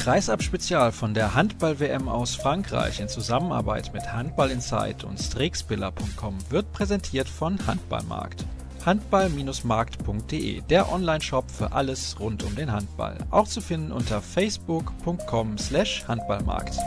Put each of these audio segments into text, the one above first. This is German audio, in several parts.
Kreisab-Spezial von der Handball-WM aus Frankreich in Zusammenarbeit mit Handball Insight und Strixbiller.com wird präsentiert von Handballmarkt. Handball-markt.de, der Online-Shop für alles rund um den Handball. Auch zu finden unter facebook.com/Handballmarkt.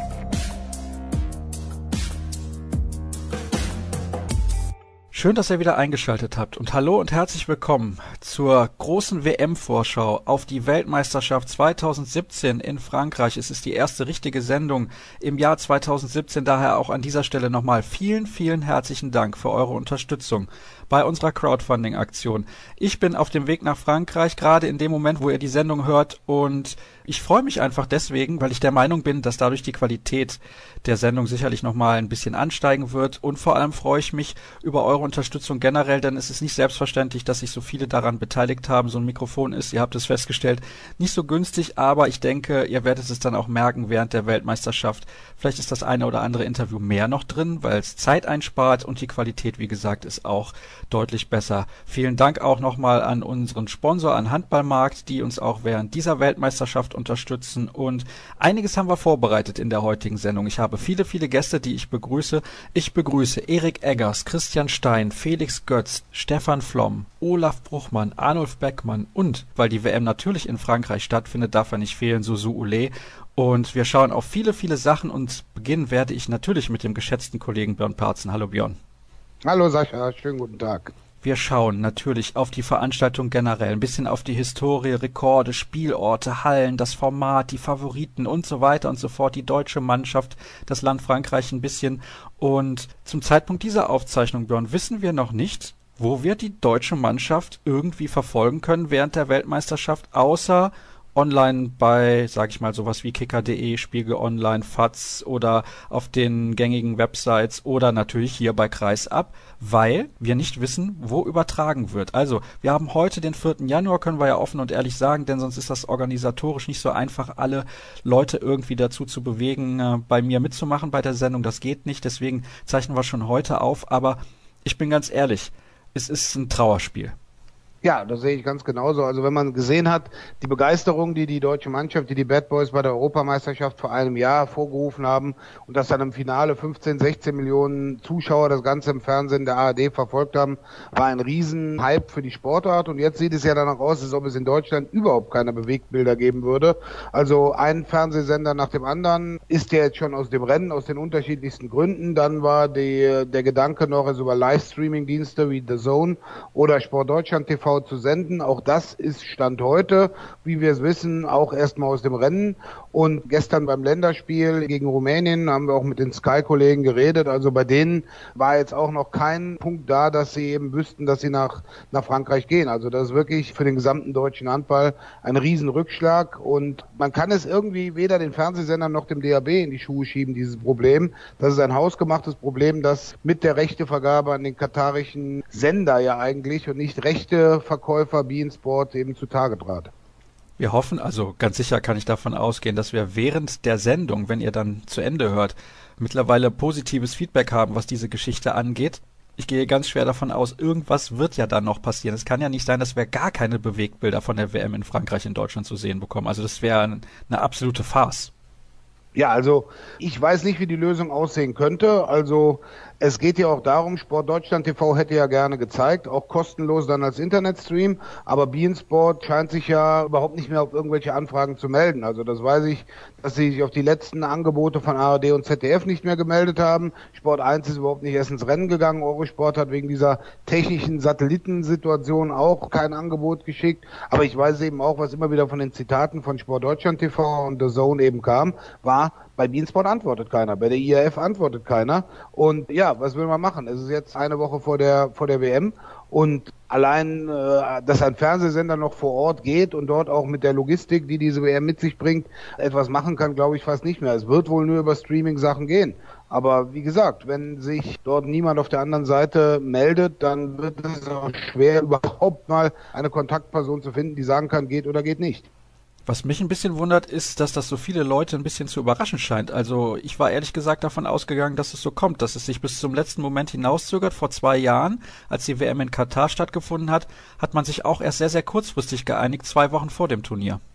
Schön, dass ihr wieder eingeschaltet habt und hallo und herzlich willkommen zur großen WM-Vorschau auf die Weltmeisterschaft 2017 in Frankreich. Es ist die erste richtige Sendung im Jahr 2017, daher auch an dieser Stelle nochmal vielen, vielen herzlichen Dank für eure Unterstützung bei unserer Crowdfunding-Aktion. Ich bin auf dem Weg nach Frankreich, gerade in dem Moment, wo ihr die Sendung hört, und ich freue mich einfach deswegen, weil ich der Meinung bin, dass dadurch die Qualität der Sendung sicherlich nochmal ein bisschen ansteigen wird, und vor allem freue ich mich über eure Unterstützung generell, denn es ist nicht selbstverständlich, dass sich so viele daran beteiligt haben. So ein Mikrofon ist, ihr habt es festgestellt, nicht so günstig, aber ich denke, ihr werdet es dann auch merken während der Weltmeisterschaft. Vielleicht ist das eine oder andere Interview mehr noch drin, weil es Zeit einspart, und die Qualität, wie gesagt, ist auch deutlich besser. Vielen Dank auch nochmal an unseren Sponsor, an Handballmarkt, die uns auch während dieser Weltmeisterschaft unterstützen, und einiges haben wir vorbereitet in der heutigen Sendung. Ich habe viele, viele Gäste, die ich begrüße. Ich begrüße Erik Eggers, Christian Stein, Felix Götz, Stefan Flom, Olaf Bruchmann, Arnulf Beckmann und, weil die WM natürlich in Frankreich stattfindet, darf er nicht fehlen, Susu Ule. Und wir schauen auf viele, viele Sachen, und beginnen werde ich natürlich mit dem geschätzten Kollegen Björn Parzen. Hallo Björn. Hallo Sascha, schönen guten Tag. Wir schauen natürlich auf die Veranstaltung generell, ein bisschen auf die Historie, Rekorde, Spielorte, Hallen, das Format, die Favoriten und so weiter und so fort, die deutsche Mannschaft, das Land Frankreich ein bisschen. Und zum Zeitpunkt dieser Aufzeichnung, Björn, wissen wir noch nicht, wo wir die deutsche Mannschaft irgendwie verfolgen können während der Weltmeisterschaft, außer online bei, sag ich mal, sowas wie kicker.de, Spiegel Online, FAZ oder auf den gängigen Websites oder natürlich hier bei Kreisab, weil wir nicht wissen, wo übertragen wird. Also, wir haben heute den 4. Januar, können wir ja offen und ehrlich sagen, denn sonst ist das organisatorisch nicht so einfach, alle Leute irgendwie dazu zu bewegen, bei mir mitzumachen bei der Sendung. Das geht nicht, deswegen zeichnen wir schon heute auf, aber ich bin ganz ehrlich, es ist ein Trauerspiel. Ja, das sehe ich ganz genauso. Also wenn man gesehen hat, die Begeisterung, die die deutsche Mannschaft, die die Bad Boys bei der Europameisterschaft vor einem Jahr hervorgerufen haben, und dass dann im Finale 15, 16 Millionen Zuschauer das Ganze im Fernsehen der ARD verfolgt haben, war ein Riesenhype für die Sportart. Und jetzt sieht es ja danach aus, als ob es in Deutschland überhaupt keine Bewegtbilder geben würde. Also ein Fernsehsender nach dem anderen ist ja jetzt schon aus dem Rennen, aus den unterschiedlichsten Gründen. Dann war der Gedanke noch, es über Livestreaming-Dienste wie The Zone oder Sport Deutschland TV zu senden. Auch das ist Stand heute, wie wir es wissen, auch erstmal aus dem Rennen. Und gestern beim Länderspiel gegen Rumänien haben wir auch mit den Sky-Kollegen geredet. Also bei denen war jetzt auch noch kein Punkt da, dass sie eben wüssten, dass sie nach Frankreich gehen. Also das ist wirklich für den gesamten deutschen Handball ein Riesenrückschlag. Und man kann es irgendwie weder den Fernsehsendern noch dem DAB in die Schuhe schieben, dieses Problem. Das ist ein hausgemachtes Problem, das mit der Rechtevergabe an den katarischen Sender ja eigentlich und nicht Rechteverkäufer beIN Sport eben zutage trat. Wir hoffen, also ganz sicher kann ich davon ausgehen, dass wir während der Sendung, wenn ihr dann zu Ende hört, mittlerweile positives Feedback haben, was diese Geschichte angeht. Ich gehe ganz schwer davon aus, irgendwas wird ja dann noch passieren. Es kann ja nicht sein, dass wir gar keine Bewegtbilder von der WM in Frankreich in Deutschland zu sehen bekommen. Also das wäre eine absolute Farce. Ja, also ich weiß nicht, wie die Lösung aussehen könnte. Also es geht ja auch darum, Sport Deutschland TV hätte ja gerne gezeigt, auch kostenlos dann als Internetstream, aber beIN Sport scheint sich ja überhaupt nicht mehr auf irgendwelche Anfragen zu melden. Also das weiß ich, dass sie sich auf die letzten Angebote von ARD und ZDF nicht mehr gemeldet haben. Sport 1 ist überhaupt nicht erst ins Rennen gegangen. Eurosport hat wegen dieser technischen Satellitensituation auch kein Angebot geschickt. Aber ich weiß eben auch, was immer wieder von den Zitaten von Sport Deutschland TV und The Zone eben kam, war, bei beIN Sport antwortet keiner, bei der IAF antwortet keiner. Und ja, was will man machen? Es ist jetzt eine Woche vor der WM und allein, dass ein Fernsehsender noch vor Ort geht und dort auch mit der Logistik, die diese WM mit sich bringt, etwas machen kann, glaube ich fast nicht mehr. Es wird wohl nur über Streaming-Sachen gehen. Aber wie gesagt, wenn sich dort niemand auf der anderen Seite meldet, dann wird es auch schwer, überhaupt mal eine Kontaktperson zu finden, die sagen kann, geht oder geht nicht. Was mich ein bisschen wundert, ist, dass das so viele Leute ein bisschen zu überraschen scheint. Also ich war ehrlich gesagt davon ausgegangen, dass es so kommt, dass es sich bis zum letzten Moment hinauszögert. Vor 2 Jahren, als die WM in Katar stattgefunden hat, hat man sich auch erst sehr, sehr kurzfristig geeinigt, 2 Wochen vor dem Turnier.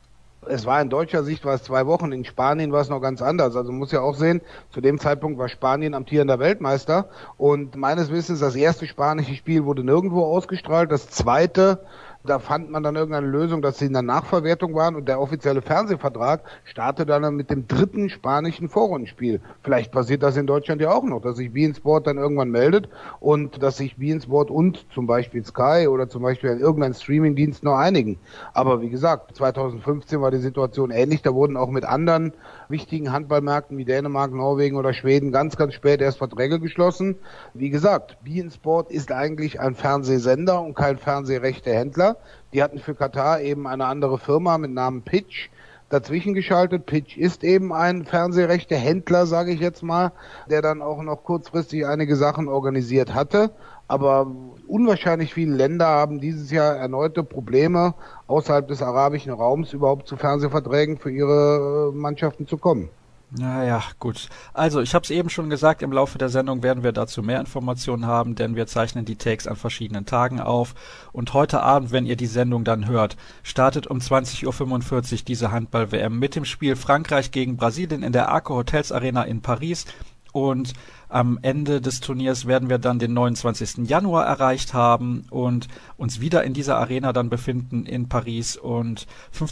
Es war in deutscher Sicht, war es 2 Wochen, in Spanien war es noch ganz anders. Also man muss ja auch sehen, zu dem Zeitpunkt war Spanien amtierender Weltmeister und meines Wissens das erste spanische Spiel wurde nirgendwo ausgestrahlt, das zweite, da fand man dann irgendeine Lösung, dass sie in der Nachverwertung waren und der offizielle Fernsehvertrag startete dann mit dem dritten spanischen Vorrundenspiel. Vielleicht passiert das in Deutschland ja auch noch, dass sich beIN Sport dann irgendwann meldet und dass sich beIN Sport und zum Beispiel Sky oder zum Beispiel irgendein Streamingdienst noch einigen. Aber wie gesagt, 2015 war die Situation ähnlich, da wurden auch mit anderen wichtigen Handballmärkten wie Dänemark, Norwegen oder Schweden ganz, ganz spät erst Verträge geschlossen. Wie gesagt, beIN Sport ist eigentlich ein Fernsehsender und kein Fernsehrechtehändler. Die hatten für Katar eben eine andere Firma mit Namen Pitch dazwischen geschaltet. Pitch ist eben ein Fernsehrechtehändler, sage ich jetzt mal, der dann auch noch kurzfristig einige Sachen organisiert hatte. Aber unwahrscheinlich viele Länder haben dieses Jahr erneute Probleme, außerhalb des arabischen Raums überhaupt zu Fernsehverträgen für ihre Mannschaften zu kommen. Naja, gut. Also, ich habe es eben schon gesagt, im Laufe der Sendung werden wir dazu mehr Informationen haben, denn wir zeichnen die Takes an verschiedenen Tagen auf. Und heute Abend, wenn ihr die Sendung dann hört, startet um 20:45 Uhr diese Handball-WM mit dem Spiel Frankreich gegen Brasilien in der Accor Hotels Arena in Paris. Und am Ende des Turniers werden wir dann den 29. Januar erreicht haben und uns wieder in dieser Arena dann befinden in Paris und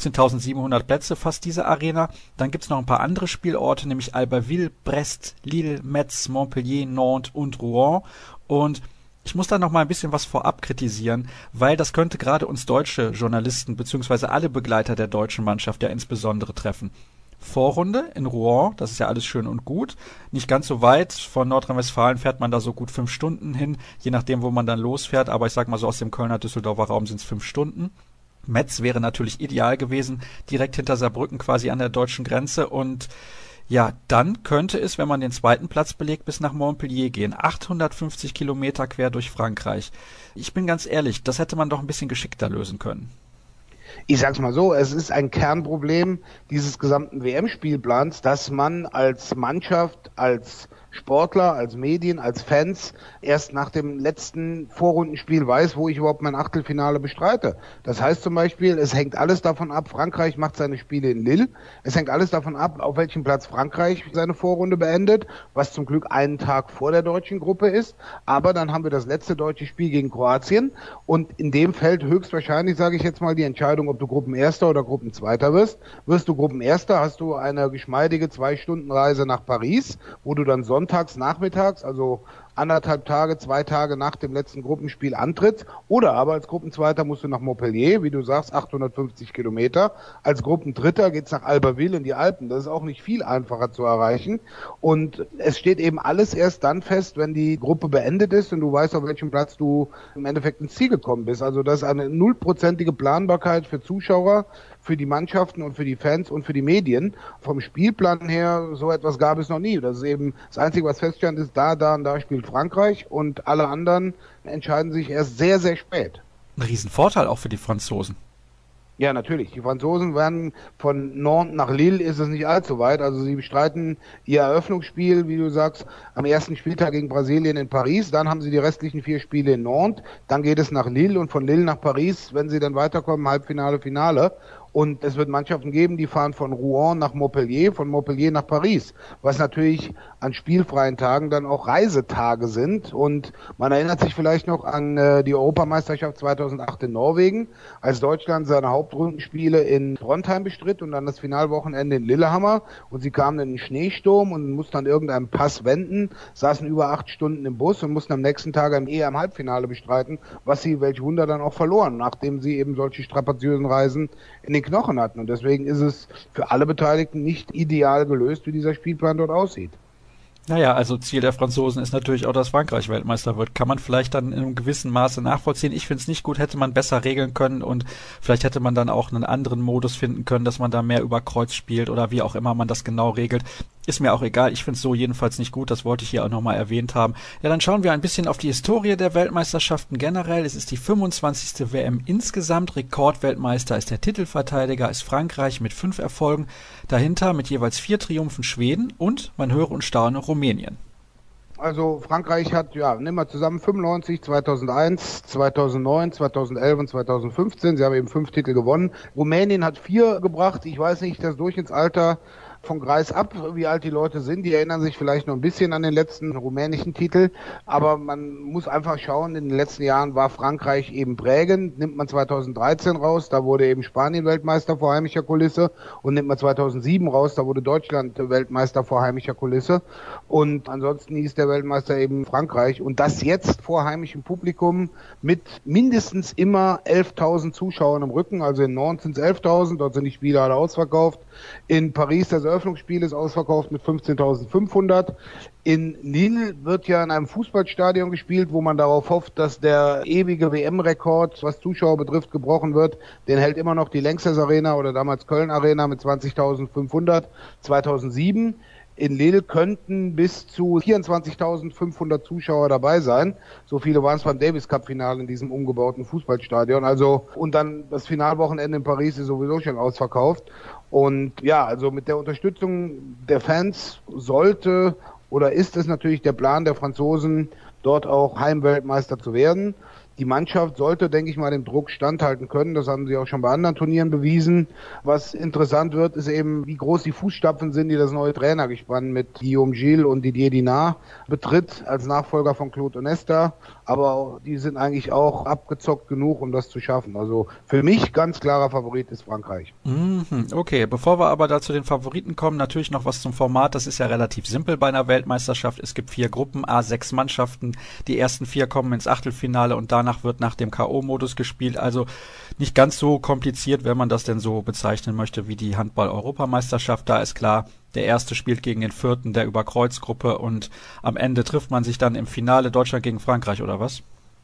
15.700 Plätze fasst diese Arena. Dann gibt's noch ein paar andere Spielorte, nämlich Albertville, Brest, Lille, Metz, Montpellier, Nantes und Rouen. Und ich muss da noch mal ein bisschen was vorab kritisieren, weil das könnte gerade uns deutsche Journalisten beziehungsweise alle Begleiter der deutschen Mannschaft ja insbesondere treffen. Vorrunde in Rouen, das ist ja alles schön und gut. Nicht ganz so weit, von Nordrhein-Westfalen fährt man da so gut 5 Stunden hin, je nachdem, wo man dann losfährt, aber ich sag mal so aus dem Kölner-Düsseldorfer Raum sind es 5 Stunden. Metz wäre natürlich ideal gewesen, direkt hinter Saarbrücken quasi an der deutschen Grenze und ja, dann könnte es, wenn man den zweiten Platz belegt, bis nach Montpellier gehen. 850 Kilometer quer durch Frankreich. Ich bin ganz ehrlich, das hätte man doch ein bisschen geschickter lösen können. Ich sag's mal so, es ist ein Kernproblem dieses gesamten WM-Spielplans, dass man als Mannschaft, als Sportler, als Medien, als Fans erst nach dem letzten Vorrundenspiel weiß, wo ich überhaupt mein Achtelfinale bestreite. Das heißt zum Beispiel, es hängt alles davon ab, Frankreich macht seine Spiele in Lille, es hängt alles davon ab, auf welchem Platz Frankreich seine Vorrunde beendet, was zum Glück einen Tag vor der deutschen Gruppe ist, aber dann haben wir das letzte deutsche Spiel gegen Kroatien und in dem fällt höchstwahrscheinlich, sage ich jetzt mal, die Entscheidung, ob du Gruppenerster oder Gruppenzweiter wirst. Wirst du Gruppenerster, hast du eine geschmeidige 2-Stunden-Reise nach Paris, wo du dann sonntags, nachmittags, also 1,5 Tage, 2 Tage nach dem letzten Gruppenspiel antrittst. Oder aber als Gruppenzweiter musst du nach Montpellier, wie du sagst, 850 Kilometer. Als Gruppendritter geht's nach Albertville in die Alpen. Das ist auch nicht viel einfacher zu erreichen. Und es steht eben alles erst dann fest, wenn die Gruppe beendet ist und du weißt, auf welchem Platz du im Endeffekt ins Ziel gekommen bist. Also das ist eine 0%ige Planbarkeit für Zuschauer, für die Mannschaften und für die Fans und für die Medien. Vom Spielplan her, so etwas gab es noch nie. Das ist eben das Einzige, was feststand, ist, da und da spielt Frankreich und alle anderen entscheiden sich erst sehr, sehr spät. Ein Riesenvorteil auch für die Franzosen. Ja, natürlich. Die Franzosen werden von Nantes nach Lille, ist es nicht allzu weit. Also sie bestreiten ihr Eröffnungsspiel, wie du sagst, am ersten Spieltag gegen Brasilien in Paris. Dann haben sie die restlichen 4 Spiele in Nantes. Dann geht es nach Lille und von Lille nach Paris, wenn sie dann weiterkommen, Halbfinale, Finale. Und es wird Mannschaften geben, die fahren von Rouen nach Montpellier, von Montpellier nach Paris, was natürlich an spielfreien Tagen dann auch Reisetage sind. Und man erinnert sich vielleicht noch an die Europameisterschaft 2008 in Norwegen, als Deutschland seine Hauptrundenspiele in Trondheim bestritt und dann das Finalwochenende in Lillehammer. Und sie kamen in einen Schneesturm und mussten an irgendeinem Pass wenden, saßen über 8 Stunden im Bus und mussten am nächsten Tag im Halbfinale bestreiten, was sie, welch Wunder, dann auch verloren, nachdem sie eben solche strapaziösen Reisen in den Knochen hatten. Und deswegen ist es für alle Beteiligten nicht ideal gelöst, wie dieser Spielplan dort aussieht. Naja, also Ziel der Franzosen ist natürlich auch, dass Frankreich Weltmeister wird. Kann man vielleicht dann in einem gewissen Maße nachvollziehen. Ich finde es nicht gut, hätte man besser regeln können und vielleicht hätte man dann auch einen anderen Modus finden können, dass man da mehr über Kreuz spielt oder wie auch immer man das genau regelt. Ist mir auch egal, ich finde es so jedenfalls nicht gut, das wollte ich hier auch nochmal erwähnt haben. Ja, dann schauen wir ein bisschen auf die Historie der Weltmeisterschaften generell. Es ist die 25. WM insgesamt. Rekordweltmeister ist der Titelverteidiger, ist Frankreich mit 5 Erfolgen. Dahinter mit jeweils 4 Triumphen Schweden und, man höre und staune, Rumänien. Also Frankreich hat, ja, nehmen wir zusammen 95, 2001, 2009, 2011 und 2015. Sie haben eben 5 Titel gewonnen. Rumänien hat 4 gebracht. Ich weiß nicht, das Durchschnittsalter von Greis ab, wie alt die Leute sind. Die erinnern sich vielleicht noch ein bisschen an den letzten rumänischen Titel. Aber man muss einfach schauen, in den letzten Jahren war Frankreich eben prägend. Nimmt man 2013 raus, da wurde eben Spanien Weltmeister vor heimischer Kulisse. Und nimmt man 2007 raus, da wurde Deutschland Weltmeister vor heimischer Kulisse. Und ansonsten hieß der Weltmeister eben Frankreich. Und das jetzt vor heimischem Publikum mit mindestens immer 11.000 Zuschauern im Rücken. Also in Nantes sind es 11.000, dort sind die Spiele alle ausverkauft. In Paris das Eröffnungsspiel ist ausverkauft mit 15.500. In Lille wird ja in einem Fußballstadion gespielt, wo man darauf hofft, dass der ewige WM-Rekord, was Zuschauer betrifft, gebrochen wird. Den hält immer noch die Lanxess Arena oder damals Köln Arena mit 20.500 2007. In Lille könnten bis zu 24.500 Zuschauer dabei sein. So viele waren es beim Davis Cup Finale in diesem umgebauten Fußballstadion. Also, und dann das Finalwochenende in Paris ist sowieso schon ausverkauft. Und ja, also mit der Unterstützung der Fans sollte oder ist es natürlich der Plan der Franzosen, dort auch Heimweltmeister zu werden. Die Mannschaft sollte, denke ich mal, dem Druck standhalten können. Das haben sie auch schon bei anderen Turnieren bewiesen. Was interessant wird, ist eben, wie groß die Fußstapfen sind, die das neue Trainergespann mit Guillaume Gilles und Didier Dinard betritt, als Nachfolger von Claude Onesta. Aber die sind eigentlich auch abgezockt genug, um das zu schaffen. Also für mich ganz klarer Favorit ist Frankreich. Okay, bevor wir aber da zu den Favoriten kommen, natürlich noch was zum Format. Das ist ja relativ simpel bei einer Weltmeisterschaft. Es gibt 4 Gruppen, 6 Mannschaften. Die ersten 4 kommen ins Achtelfinale und danach wird nach dem K.O.-Modus gespielt. Also nicht ganz so kompliziert, wenn man das denn so bezeichnen möchte, wie die Handball-Europameisterschaft. Da ist klar, der erste spielt gegen den vierten der Überkreuzgruppe und am Ende trifft man sich dann im Finale Deutschland gegen Frankreich, oder was?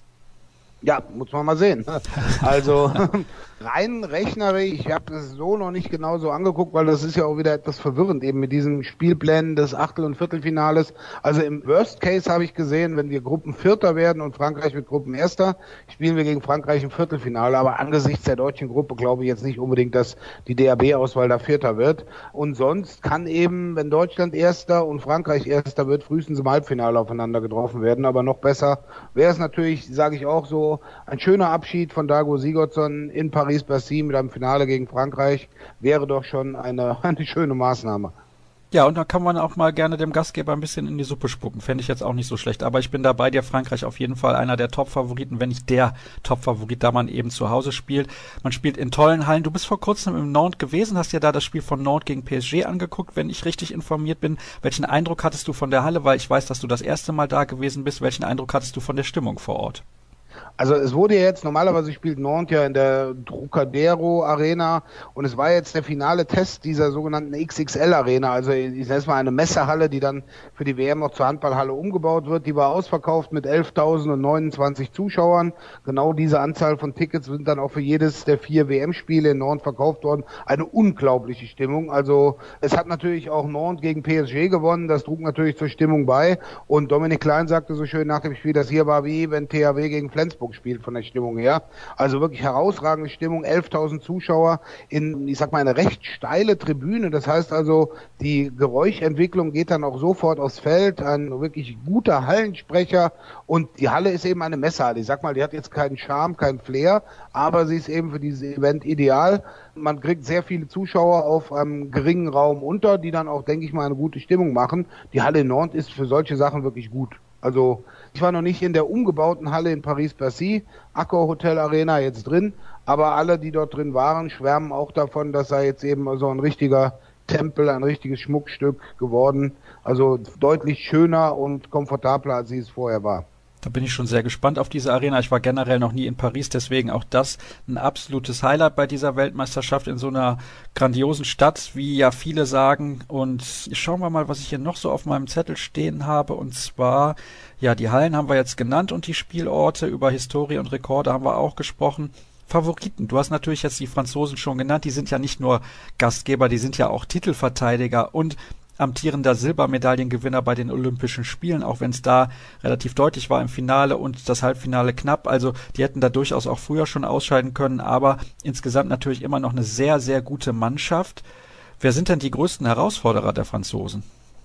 Ja, muss man mal sehen. Also rein rechnerisch, ich habe das so noch nicht genau so angeguckt, weil das ist ja auch wieder etwas verwirrend, eben mit diesen Spielplänen des Achtel- und Viertelfinales. Also im Worst Case habe ich gesehen, wenn wir Gruppenvierter werden und Frankreich wird Gruppenerster, spielen wir gegen Frankreich im Viertelfinale. Aber angesichts der deutschen Gruppe glaube ich jetzt nicht unbedingt, dass die DAB-Auswahl da Vierter wird. Und sonst kann eben, wenn Deutschland Erster und Frankreich Erster wird, frühestens im Halbfinale aufeinander getroffen werden. Aber noch besser wäre es natürlich, sage ich auch so, ein schöner Abschied von Dago Sigurdsson in Paris-Bercy mit einem Finale gegen Frankreich wäre doch schon eine schöne Maßnahme. Ja, und da kann man auch mal gerne dem Gastgeber ein bisschen in die Suppe spucken. Fände ich jetzt auch nicht so schlecht. Aber ich bin da bei dir, Frankreich auf jeden Fall einer der Top-Favoriten, wenn nicht der Top-Favorit, da man eben zu Hause spielt. Man spielt in tollen Hallen. Du bist vor kurzem im Nantes gewesen, hast dir da das Spiel von Nantes gegen PSG angeguckt, wenn ich richtig informiert bin. Welchen Eindruck hattest du von der Halle? Weil ich weiß, dass du das erste Mal da gewesen bist. Welchen Eindruck hattest du von der Stimmung vor Ort? Also es wurde ja jetzt, normalerweise spielt Nantes ja in der Trocadero Arena und es war jetzt der finale Test dieser sogenannten XXL Arena, also ich nenne es mal eine Messehalle, die dann für die WM noch zur Handballhalle umgebaut wird. Die war ausverkauft mit 11.029 Zuschauern. Genau diese Anzahl von Tickets sind dann auch für jedes der 4 WM-Spiele in Nantes verkauft worden. Eine unglaubliche Stimmung. Also es hat natürlich auch Nantes gegen PSG gewonnen, das trug natürlich zur Stimmung bei und Dominik Klein sagte so schön nach dem Spiel, das hier war wie wenn THW gegen Flensburg spielt von der Stimmung her. Also wirklich herausragende Stimmung, 11.000 Zuschauer in, ich sag mal, eine recht steile Tribüne. Das heißt also, die Geräuschentwicklung geht dann auch sofort aufs Feld. Ein wirklich guter Hallensprecher und die Halle ist eben eine Messehalle. Ich sag mal, die hat jetzt keinen Charme, keinen Flair, aber sie ist eben für dieses Event ideal. Man kriegt sehr viele Zuschauer auf einem geringen Raum unter, die dann auch, denke ich mal, eine gute Stimmung machen. Die Halle in Nantes ist für solche Sachen wirklich gut. Also ich war noch nicht in der umgebauten Halle in Paris-Bercy, Accor Hotel Arena jetzt drin, aber alle, die dort drin waren, schwärmen auch davon, dass da jetzt eben so ein richtiger Tempel, ein richtiges Schmuckstück geworden, also deutlich schöner und komfortabler, als sie es vorher war. Da bin ich schon sehr gespannt auf diese Arena. Ich war generell noch nie in Paris, deswegen auch das ein absolutes Highlight bei dieser Weltmeisterschaft in so einer grandiosen Stadt, wie ja viele sagen. Und schauen wir mal, was ich hier noch so auf meinem Zettel stehen habe. Und zwar, ja, die Hallen haben wir jetzt genannt und die Spielorte. Über Historie und Rekorde haben wir auch gesprochen. Favoriten. Du hast natürlich jetzt die Franzosen schon genannt. Die sind ja nicht nur Gastgeber, die sind ja auch Titelverteidiger und amtierender Silbermedaillengewinner bei den Olympischen Spielen, auch wenn es da relativ deutlich war im Finale und das Halbfinale knapp. Also die hätten da durchaus auch früher schon ausscheiden können, aber insgesamt natürlich immer noch eine sehr, sehr gute Mannschaft. Wer sind denn die größten Herausforderer der Franzosen?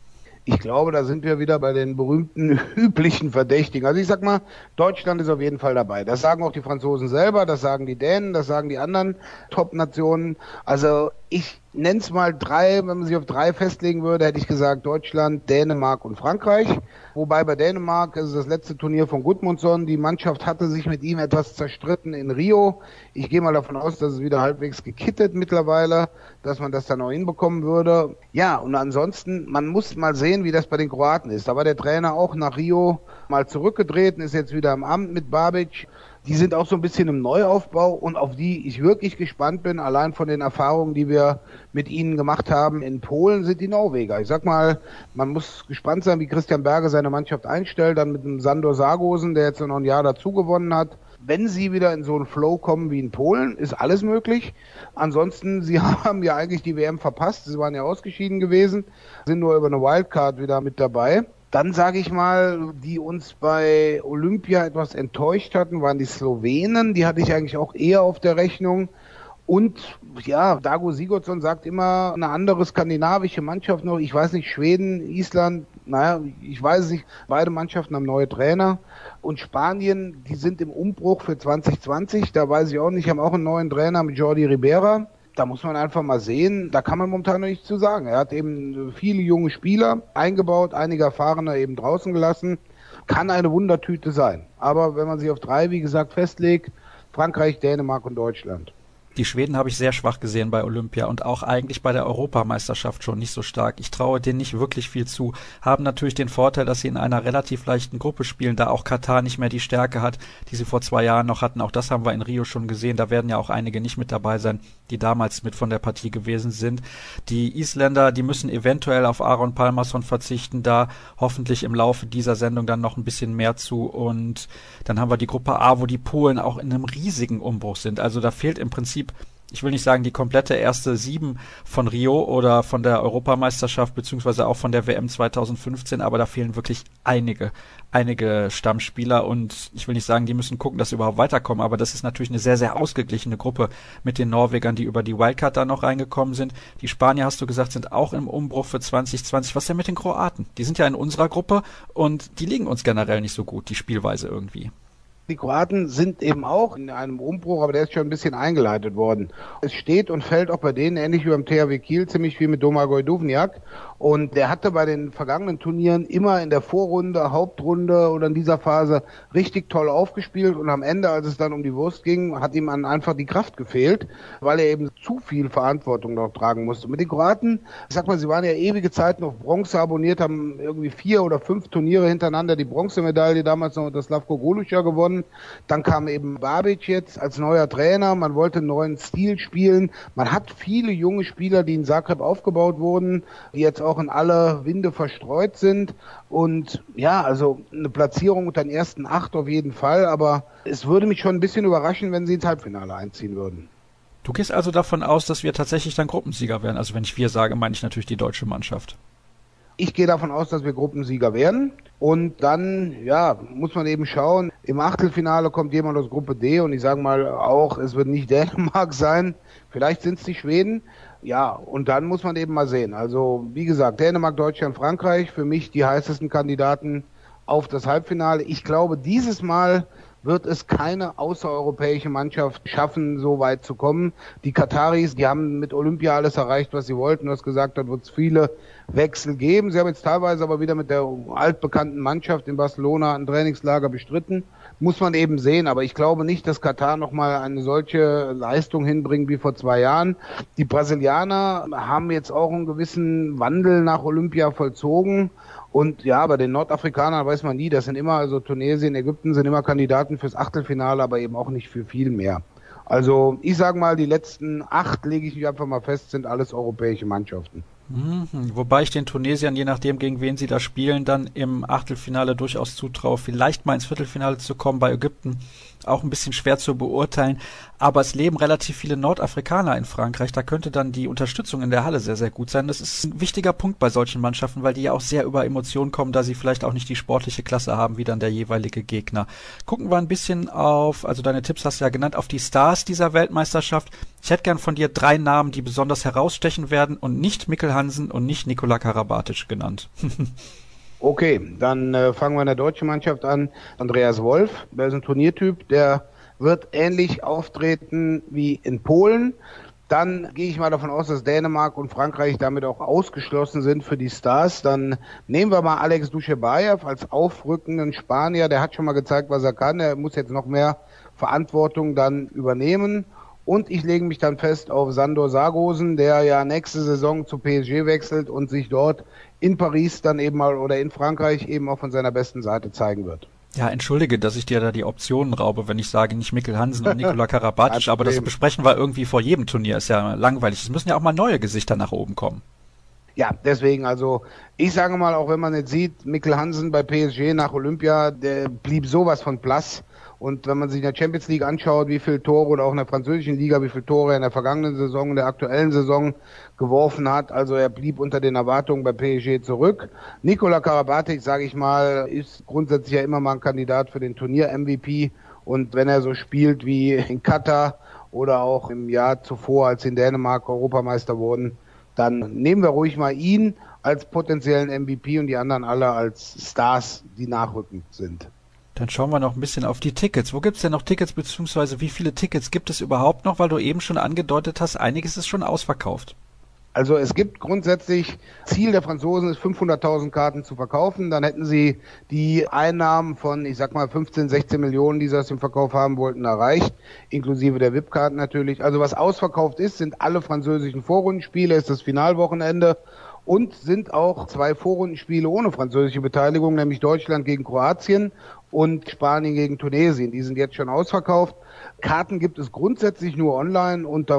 Ich glaube, da sind wir wieder bei den berühmten üblichen Verdächtigen. Also ich sag mal, Deutschland ist auf jeden Fall dabei. Das sagen auch die Franzosen selber, das sagen die Dänen, das sagen die anderen Top-Nationen. Also ich nenne es mal drei, wenn man sich auf drei festlegen würde, hätte ich gesagt Deutschland, Dänemark und Frankreich. Wobei bei Dänemark ist es das letzte Turnier von Gudmundsson. Die Mannschaft hatte sich mit ihm etwas zerstritten in Rio. Ich gehe mal davon aus, dass es wieder halbwegs gekittet mittlerweile, dass man das dann auch hinbekommen würde. Ja, und ansonsten, man muss mal sehen, wie das bei den Kroaten ist. Da war der Trainer auch nach Rio mal zurückgetreten, ist jetzt wieder im Amt mit Babic. Die sind auch so ein bisschen im Neuaufbau und auf die ich wirklich gespannt bin, allein von den Erfahrungen, die wir mit ihnen gemacht haben in Polen, sind die Norweger. Ich sag mal, man muss gespannt sein, wie Christian Berge seine Mannschaft einstellt, dann mit dem Sandor Sargosen, der jetzt noch ein Jahr dazu gewonnen hat. Wenn sie wieder in so einen Flow kommen wie in Polen, ist alles möglich. Ansonsten, sie haben ja eigentlich die WM verpasst, sie waren ja ausgeschieden gewesen, sind nur über eine Wildcard wieder mit dabei. Dann sage ich mal, die uns bei Olympia etwas enttäuscht hatten, waren die Slowenen. Die hatte ich eigentlich auch eher auf der Rechnung. Und ja, Dago Sigurdsson sagt immer eine andere skandinavische Mannschaft noch. Ich weiß nicht, Schweden, Island, naja, ich weiß es nicht. Beide Mannschaften haben neue Trainer. Und Spanien, die sind im Umbruch für 2020. Da weiß ich auch nicht, haben auch einen neuen Trainer mit Jordi Ribera. Da muss man einfach mal sehen, da kann man momentan noch nichts zu sagen. Er hat eben viele junge Spieler eingebaut, einige Erfahrene eben draußen gelassen. Kann eine Wundertüte sein. Aber wenn man sich auf drei, wie gesagt, festlegt, Frankreich, Dänemark und Deutschland. Die Schweden habe ich sehr schwach gesehen bei Olympia und auch eigentlich bei der Europameisterschaft schon nicht so stark. Ich traue denen nicht wirklich viel zu. Haben natürlich den Vorteil, dass sie in einer relativ leichten Gruppe spielen, da auch Katar nicht mehr die Stärke hat, die sie vor 2 Jahren noch hatten. Auch das haben wir in Rio schon gesehen. Da werden ja auch einige nicht mit dabei sein, die damals mit von der Partie gewesen sind. Die Isländer, die müssen eventuell auf Aron Pálmarsson verzichten, da hoffentlich im Laufe dieser Sendung dann noch ein bisschen mehr zu. Und dann haben wir die Gruppe A, wo die Polen auch in einem riesigen Umbruch sind. Also da fehlt im Prinzip, ich will nicht sagen die komplette erste 7 von Rio oder von der Europameisterschaft beziehungsweise auch von der WM 2015, aber da fehlen wirklich einige Stammspieler und ich will nicht sagen, die müssen gucken, dass sie überhaupt weiterkommen, aber das ist natürlich eine sehr, sehr ausgeglichene Gruppe mit den Norwegern, die über die Wildcard da noch reingekommen sind. Die Spanier, hast du gesagt, sind auch im Umbruch für 2020. Was denn mit den Kroaten? Die sind ja in unserer Gruppe und die liegen uns generell nicht so gut, die Spielweise irgendwie. Die Kroaten sind eben auch in einem Umbruch, aber der ist schon ein bisschen eingeleitet worden. Es steht und fällt auch bei denen, ähnlich wie beim THW Kiel, ziemlich viel mit Domagoj Duvnjak. Und der hatte bei den vergangenen Turnieren immer in der Vorrunde, Hauptrunde oder in dieser Phase richtig toll aufgespielt. Und am Ende, als es dann um die Wurst ging, hat ihm einfach die Kraft gefehlt, weil er eben zu viel Verantwortung noch tragen musste. Mit den Kroaten, ich sag mal, sie waren ja ewige Zeit noch Bronze abonniert, haben irgendwie 4 oder 5 Turniere hintereinander die Bronzemedaille, damals noch unter Slavko Goluša gewonnen. Dann kam eben Babic jetzt als neuer Trainer, man wollte einen neuen Stil spielen. Man hat viele junge Spieler, die in Zagreb aufgebaut wurden, die jetzt auch in alle Winde verstreut sind. Und ja, also eine Platzierung unter den ersten 8 auf jeden Fall, aber es würde mich schon ein bisschen überraschen, wenn sie ins Halbfinale einziehen würden. Du gehst also davon aus, dass wir tatsächlich dann Gruppensieger werden. Also wenn ich wir sage, meine ich natürlich die deutsche Mannschaft. Ich gehe davon aus, dass wir Gruppensieger werden. Und dann, ja, muss man eben schauen. Im Achtelfinale kommt jemand aus Gruppe D und ich sage mal auch, es wird nicht Dänemark sein. Vielleicht sind es die Schweden. Ja, und dann muss man eben mal sehen. Also, wie gesagt, Dänemark, Deutschland, Frankreich, für mich die heißesten Kandidaten auf das Halbfinale. Ich glaube, dieses Mal wird es keine außereuropäische Mannschaft schaffen, so weit zu kommen. Die Kataris, die haben mit Olympia alles erreicht, was sie wollten. Du hast gesagt, da wird es viele Wechsel geben. Sie haben jetzt teilweise aber wieder mit der altbekannten Mannschaft in Barcelona ein Trainingslager bestritten. Muss man eben sehen. Aber ich glaube nicht, dass Katar nochmal eine solche Leistung hinbringt wie vor 2 Jahren. Die Brasilianer haben jetzt auch einen gewissen Wandel nach Olympia vollzogen. Und ja, bei den Nordafrikanern weiß man nie, das sind immer, also Tunesien, Ägypten sind immer Kandidaten fürs Achtelfinale, aber eben auch nicht für viel mehr. Also ich sage mal, die letzten 8, lege ich mich einfach mal fest, sind alles europäische Mannschaften. Wobei ich den Tunesiern, je nachdem gegen wen sie da spielen, dann im Achtelfinale durchaus zutraue, vielleicht mal ins Viertelfinale zu kommen. Bei Ägypten auch ein bisschen schwer zu beurteilen. Aber es leben relativ viele Nordafrikaner in Frankreich. Da könnte dann die Unterstützung in der Halle sehr, sehr gut sein. Das ist ein wichtiger Punkt bei solchen Mannschaften, weil die ja auch sehr über Emotionen kommen, da sie vielleicht auch nicht die sportliche Klasse haben wie dann der jeweilige Gegner. Gucken wir ein bisschen auf, also deine Tipps hast du ja genannt, auf die Stars dieser Weltmeisterschaft. Ich hätte gern von dir 3 Namen, die besonders herausstechen werden und nicht Mikkel Hansen und nicht Nikola Karabatic genannt. Okay, dann fangen wir in der deutschen Mannschaft an. Andreas Wolf, der ist ein Turniertyp, der wird ähnlich auftreten wie in Polen. Dann gehe ich mal davon aus, dass Dänemark und Frankreich damit auch ausgeschlossen sind für die Stars. Dann nehmen wir mal Alex Duschebaev als aufrückenden Spanier. Der hat schon mal gezeigt, was er kann. Er muss jetzt noch mehr Verantwortung dann übernehmen. Und ich lege mich dann fest auf Sandor Sargosen, der ja nächste Saison zu PSG wechselt und sich dort in Paris dann eben mal oder in Frankreich eben auch von seiner besten Seite zeigen wird. Ja, entschuldige, dass ich dir da die Optionen raube, wenn ich sage, nicht Mikkel Hansen und Nikola Karabatic, aber das besprechen wir irgendwie vor jedem Turnier, ist ja langweilig. Es müssen ja auch mal neue Gesichter nach oben kommen. Ja, deswegen, also ich sage mal, auch wenn man jetzt sieht, Mikkel Hansen bei PSG nach Olympia, der blieb sowas von blass. Und wenn man sich in der Champions League anschaut, wie viele Tore oder auch in der französischen Liga, wie viele Tore er in der vergangenen Saison, in der aktuellen Saison geworfen hat, also er blieb unter den Erwartungen bei PSG zurück. Nikola Karabatic, sage ich mal, ist grundsätzlich ja immer mal ein Kandidat für den Turnier-MVP. Und wenn er so spielt wie in Katar oder auch im Jahr zuvor, als sie in Dänemark Europameister wurden, dann nehmen wir ruhig mal ihn als potenziellen MVP und die anderen alle als Stars, die nachrückend sind. Dann schauen wir noch ein bisschen auf die Tickets. Wo gibt's denn noch Tickets, beziehungsweise wie viele Tickets gibt es überhaupt noch? Weil du eben schon angedeutet hast, einiges ist schon ausverkauft. Also es gibt grundsätzlich, Ziel der Franzosen ist 500.000 Karten zu verkaufen. Dann hätten sie die Einnahmen von, ich sag mal, 15, 16 Millionen, die sie aus dem Verkauf haben wollten, erreicht. Inklusive der VIP-Karten natürlich. Also was ausverkauft ist, sind alle französischen Vorrundenspiele, ist das Finalwochenende. Und sind auch 2 Vorrundenspiele ohne französische Beteiligung, nämlich Deutschland gegen Kroatien und Spanien gegen Tunesien. Die sind jetzt schon ausverkauft. Karten gibt es grundsätzlich nur online unter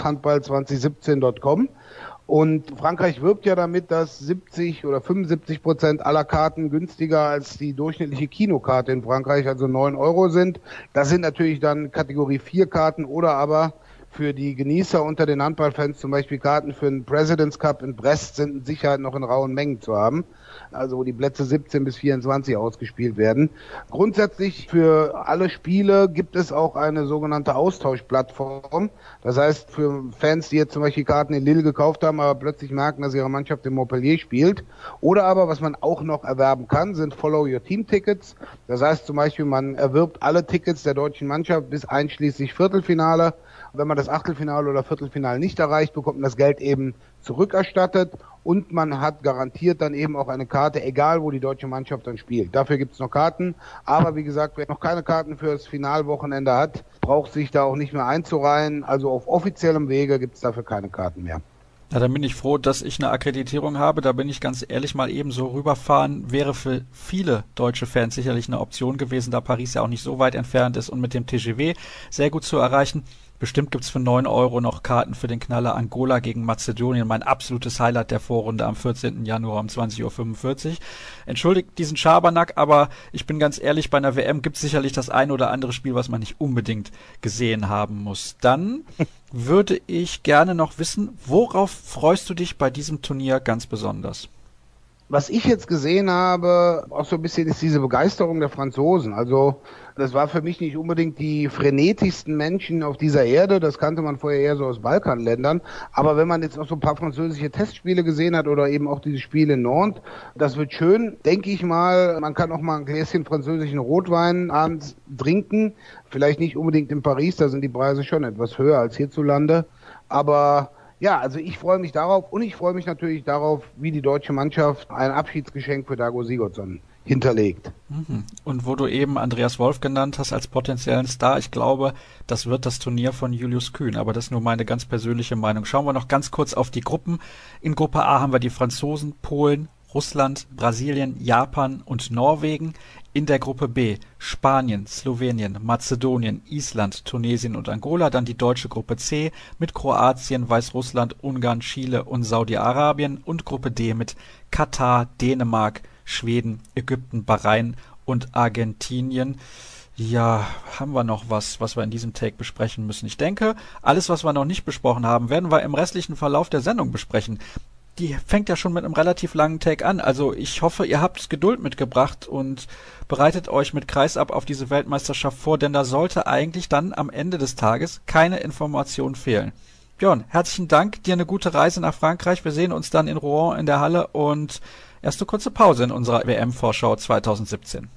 francehandball2017.com. Und Frankreich wirbt ja damit, dass 70 oder 75% aller Karten günstiger als die durchschnittliche Kinokarte in Frankreich, also 9 Euro sind. Das sind natürlich dann Kategorie 4 Karten oder aber für die Genießer unter den Handballfans zum Beispiel Karten für den President's Cup in Brest sind mit Sicherheit noch in rauen Mengen zu haben. Also wo die Plätze 17 bis 24 ausgespielt werden. Grundsätzlich für alle Spiele gibt es auch eine sogenannte Austauschplattform. Das heißt, für Fans, die jetzt zum Beispiel Karten in Lille gekauft haben, aber plötzlich merken, dass ihre Mannschaft in Montpellier spielt. Oder aber, was man auch noch erwerben kann, sind Follow-Your-Team-Tickets. Das heißt zum Beispiel, man erwirbt alle Tickets der deutschen Mannschaft bis einschließlich Viertelfinale. Wenn man das Achtelfinale oder Viertelfinale nicht erreicht, bekommt man das Geld eben zurückerstattet und man hat garantiert dann eben auch eine Karte, egal wo die deutsche Mannschaft dann spielt. Dafür gibt es noch Karten, aber wie gesagt, wer noch keine Karten für das Finalwochenende hat, braucht sich da auch nicht mehr einzureihen. Also auf offiziellem Wege gibt es dafür keine Karten mehr. Ja, dann bin ich froh, dass ich eine Akkreditierung habe. Da bin ich ganz ehrlich mal eben so rüberfahren. Wäre für viele deutsche Fans sicherlich eine Option gewesen, da Paris ja auch nicht so weit entfernt ist und mit dem TGV sehr gut zu erreichen. Bestimmt gibt's für 9 Euro noch Karten für den Knaller Angola gegen Mazedonien. Mein absolutes Highlight der Vorrunde am 14. Januar um 20.45 Uhr. Entschuldigt diesen Schabernack, aber ich bin ganz ehrlich, bei einer WM gibt's sicherlich das ein oder andere Spiel, was man nicht unbedingt gesehen haben muss. Dann würde ich gerne noch wissen, worauf freust du dich bei diesem Turnier ganz besonders? Was ich jetzt gesehen habe, auch so ein bisschen, ist diese Begeisterung der Franzosen. Also das war für mich nicht unbedingt die frenetischsten Menschen auf dieser Erde. Das kannte man vorher eher so aus Balkanländern. Aber wenn man jetzt auch so ein paar französische Testspiele gesehen hat oder eben auch diese Spiele in Nantes, das wird schön, denke ich mal. Man kann auch mal ein Gläschen französischen Rotwein abends trinken. Vielleicht nicht unbedingt in Paris, da sind die Preise schon etwas höher als hierzulande. Aber ja, also ich freue mich darauf und ich freue mich natürlich darauf, wie die deutsche Mannschaft ein Abschiedsgeschenk für Dago Sigurdsson hinterlegt. Und wo du eben Andreas Wolf genannt hast als potenziellen Star, ich glaube, das wird das Turnier von Julius Kühn, aber das ist nur meine ganz persönliche Meinung. Schauen wir noch ganz kurz auf die Gruppen. In Gruppe A haben wir die Franzosen, Polen, Russland, Brasilien, Japan und Norwegen. In der Gruppe B Spanien, Slowenien, Mazedonien, Island, Tunesien und Angola. Dann die deutsche Gruppe C mit Kroatien, Weißrussland, Ungarn, Chile und Saudi-Arabien. Und Gruppe D mit Katar, Dänemark, Schweden, Ägypten, Bahrain und Argentinien. Ja, haben wir noch was wir in diesem Take besprechen müssen? Ich denke, alles, was wir noch nicht besprochen haben, werden wir im restlichen Verlauf der Sendung besprechen. Die fängt ja schon mit einem relativ langen Take an. Also ich hoffe, ihr habt Geduld mitgebracht und bereitet euch mit Kreisab auf diese Weltmeisterschaft vor, denn da sollte eigentlich dann am Ende des Tages keine Information fehlen. Björn, herzlichen Dank, dir eine gute Reise nach Frankreich. Wir sehen uns dann in Rouen in der Halle und erst eine kurze Pause in unserer WM-Vorschau 2017.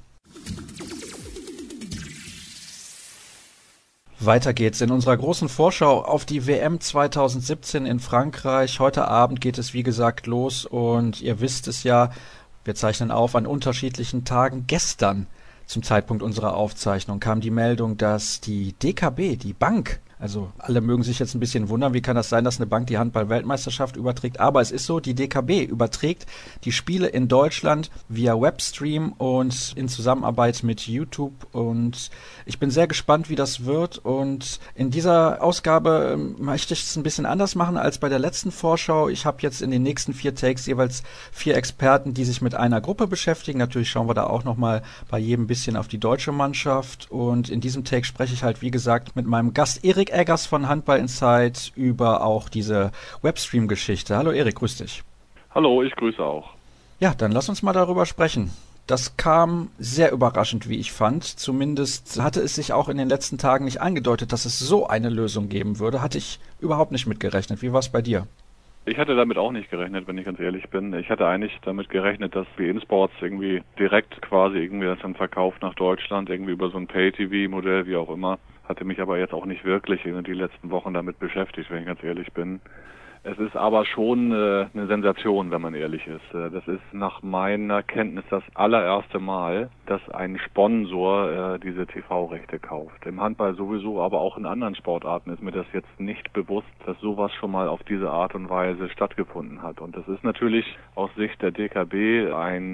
Weiter geht's in unserer großen Vorschau auf die WM 2017 in Frankreich. Heute Abend geht es wie gesagt los und ihr wisst es ja, wir zeichnen auf an unterschiedlichen Tagen. Gestern, zum Zeitpunkt unserer Aufzeichnung, kam die Meldung, dass die DKB, die Bank, also alle mögen sich jetzt ein bisschen wundern, wie kann das sein, dass eine Bank die Handball-Weltmeisterschaft überträgt, aber es ist so, die DKB überträgt die Spiele in Deutschland via Webstream und in Zusammenarbeit mit YouTube und ich bin sehr gespannt, wie das wird und in dieser Ausgabe möchte ich es ein bisschen anders machen als bei der letzten Vorschau. Ich habe jetzt in den nächsten 4 Takes jeweils 4 Experten, die sich mit einer Gruppe beschäftigen. Natürlich schauen wir da auch nochmal bei jedem ein bisschen auf die deutsche Mannschaft und in diesem Take spreche ich halt, wie gesagt, mit meinem Gast Erik Eggers von Handball Insight über auch diese Webstream-Geschichte. Hallo Erik, grüß dich. Hallo, ich grüße auch. Ja, dann lass uns mal darüber sprechen. Das kam sehr überraschend, wie ich fand. Zumindest hatte es sich auch in den letzten Tagen nicht angedeutet, dass es so eine Lösung geben würde. Hatte ich überhaupt nicht mitgerechnet. Wie war es bei dir? Ich hatte damit auch nicht gerechnet, wenn ich ganz ehrlich bin. Ich hatte eigentlich damit gerechnet, dass BeIN Sports irgendwie direkt quasi irgendwie das dann verkauft nach Deutschland, irgendwie über so ein Pay-TV-Modell, wie auch immer. Hatte mich aber jetzt auch nicht wirklich in die letzten Wochen damit beschäftigt, wenn ich ganz ehrlich bin. Es ist aber schon eine Sensation, wenn man ehrlich ist. Das ist nach meiner Kenntnis das allererste Mal, dass ein Sponsor diese TV-Rechte kauft. Im Handball sowieso, aber auch in anderen Sportarten ist mir das jetzt nicht bewusst, dass sowas schon mal auf diese Art und Weise stattgefunden hat. Und das ist natürlich aus Sicht der DKB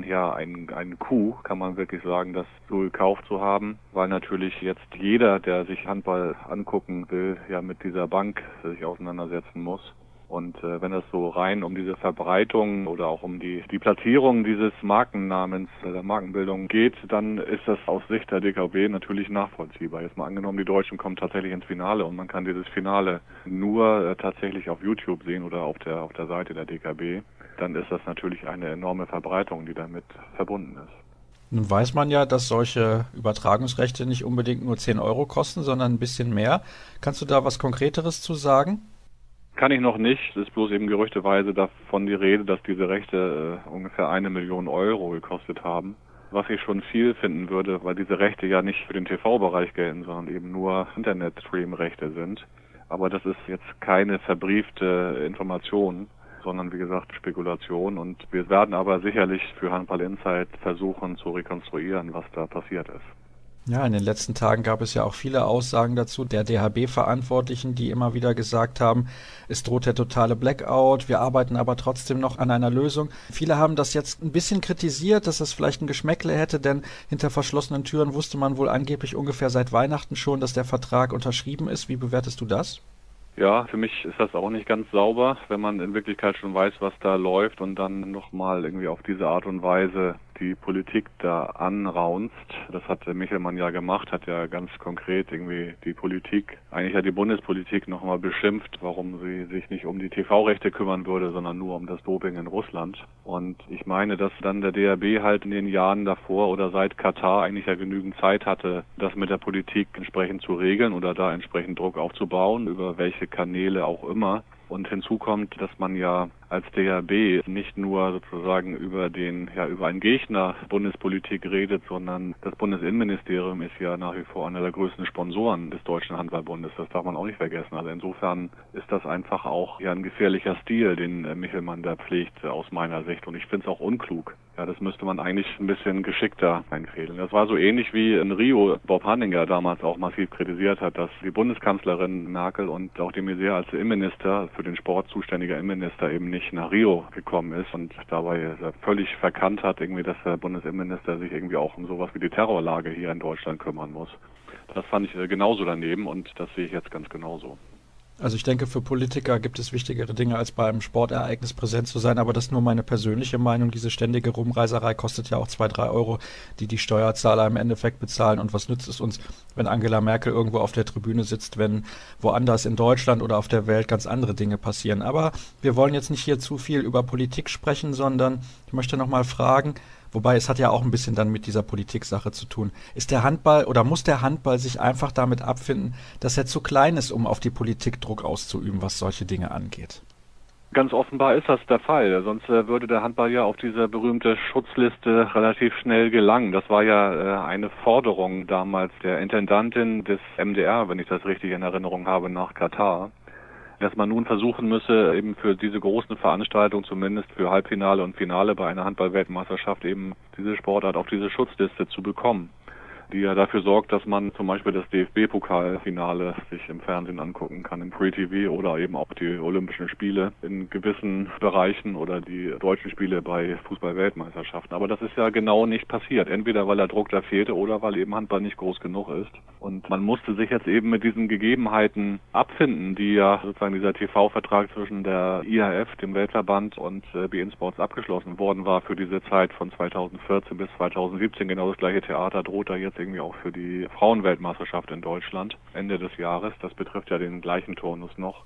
ein Coup, kann man wirklich sagen, das so gekauft zu haben, weil natürlich jetzt jeder, der sich Handball angucken will, ja mit dieser Bank sich auseinandersetzen muss. Und wenn es so rein um diese Verbreitung oder auch um die Platzierung dieses Markennamens, der Markenbildung geht, dann ist das aus Sicht der DKB natürlich nachvollziehbar. Jetzt mal angenommen, die Deutschen kommen tatsächlich ins Finale und man kann dieses Finale nur tatsächlich auf YouTube sehen oder auf der Seite der DKB, dann ist das natürlich eine enorme Verbreitung, die damit verbunden ist. Nun weiß man ja, dass solche Übertragungsrechte nicht unbedingt nur 10 Euro kosten, sondern ein bisschen mehr. Kannst du da was Konkreteres zu sagen? Kann ich noch nicht. Es ist bloß eben gerüchteweise davon die Rede, dass diese Rechte ungefähr 1 Million Euro gekostet haben. Was ich schon viel finden würde, weil diese Rechte ja nicht für den TV-Bereich gelten, sondern eben nur Internet-Stream-Rechte sind. Aber das ist jetzt keine verbriefte Information, sondern wie gesagt Spekulation. Und wir werden aber sicherlich für Handball Insight versuchen zu rekonstruieren, was da passiert ist. Ja, in den letzten Tagen gab es ja auch viele Aussagen dazu, der DHB-Verantwortlichen, die immer wieder gesagt haben, es droht der totale Blackout, wir arbeiten aber trotzdem noch an einer Lösung. Viele haben das jetzt ein bisschen kritisiert, dass es vielleicht ein Geschmäckle hätte, denn hinter verschlossenen Türen wusste man wohl angeblich ungefähr seit Weihnachten schon, dass der Vertrag unterschrieben ist. Wie bewertest du das? Ja, für mich ist das auch nicht ganz sauber, wenn man in Wirklichkeit schon weiß, was da läuft und dann nochmal irgendwie auf diese Art und Weise die Politik da anraunzt. Das hat Michelmann ja gemacht, hat ja ganz konkret irgendwie die Politik, eigentlich ja die Bundespolitik nochmal beschimpft, warum sie sich nicht um die TV-Rechte kümmern würde, sondern nur um das Doping in Russland. Und ich meine, dass dann der DHB halt in den Jahren davor oder seit Katar eigentlich ja genügend Zeit hatte, das mit der Politik entsprechend zu regeln oder da entsprechend Druck aufzubauen, über welche Kanäle auch immer. Und hinzu kommt, dass man ja als DHB nicht nur sozusagen über einen Gegner Bundespolitik redet, sondern das Bundesinnenministerium ist ja nach wie vor einer der größten Sponsoren des Deutschen Handballbundes. Das darf man auch nicht vergessen. Also insofern ist das einfach auch ja ein gefährlicher Stil, den Michelmann da pflegt aus meiner Sicht. Und ich finde es auch unklug. Ja, das müsste man eigentlich ein bisschen geschickter einfädeln. Das war so ähnlich wie in Rio Bob Hanninger damals auch massiv kritisiert hat, dass die Bundeskanzlerin Merkel und auch de Maizière als Innenminister, für den Sport zuständiger Innenminister, eben nicht nach Rio gekommen ist und dabei völlig verkannt hat, irgendwie, dass der Bundesinnenminister sich irgendwie auch um sowas wie die Terrorlage hier in Deutschland kümmern muss. Das fand ich genauso daneben und das sehe ich jetzt ganz genauso. Also ich denke, für Politiker gibt es wichtigere Dinge, als beim Sportereignis präsent zu sein, aber das ist nur meine persönliche Meinung. Diese ständige Rumreiserei kostet ja auch 2, 3 Euro, die die Steuerzahler im Endeffekt bezahlen. Und was nützt es uns, wenn Angela Merkel irgendwo auf der Tribüne sitzt, wenn woanders in Deutschland oder auf der Welt ganz andere Dinge passieren? Aber wir wollen jetzt nicht hier zu viel über Politik sprechen, sondern ich möchte noch mal fragen, wobei es hat ja auch ein bisschen dann mit dieser Politiksache zu tun. Ist der Handball oder muss der Handball sich einfach damit abfinden, dass er zu klein ist, um auf die Politik Druck auszuüben, was solche Dinge angeht? Ganz offenbar ist das der Fall. Sonst würde der Handball ja auf diese berühmte Schutzliste relativ schnell gelangen. Das war ja eine Forderung damals der Intendantin des MDR, wenn ich das richtig in Erinnerung habe, nach Katar, dass man nun versuchen müsse, eben für diese großen Veranstaltungen, zumindest für Halbfinale und Finale bei einer Handball-Weltmeisterschaft, eben diese Sportart auf diese Schutzliste zu bekommen, die ja dafür sorgt, dass man zum Beispiel das DFB-Pokalfinale sich im Fernsehen angucken kann, im Free-TV, oder eben auch die Olympischen Spiele in gewissen Bereichen oder die deutschen Spiele bei Fußball-Weltmeisterschaften. Aber das ist ja genau nicht passiert. Entweder weil der Druck da fehlte oder weil eben Handball nicht groß genug ist. Und man musste sich jetzt eben mit diesen Gegebenheiten abfinden, die ja sozusagen dieser TV-Vertrag zwischen der IHF, dem Weltverband, und beIN Sports abgeschlossen worden war für diese Zeit von 2014 bis 2017. Genau das gleiche Theater droht da jetzt irgendwie auch für die Frauenweltmeisterschaft in Deutschland Ende des Jahres. Das betrifft ja den gleichen Turnus noch.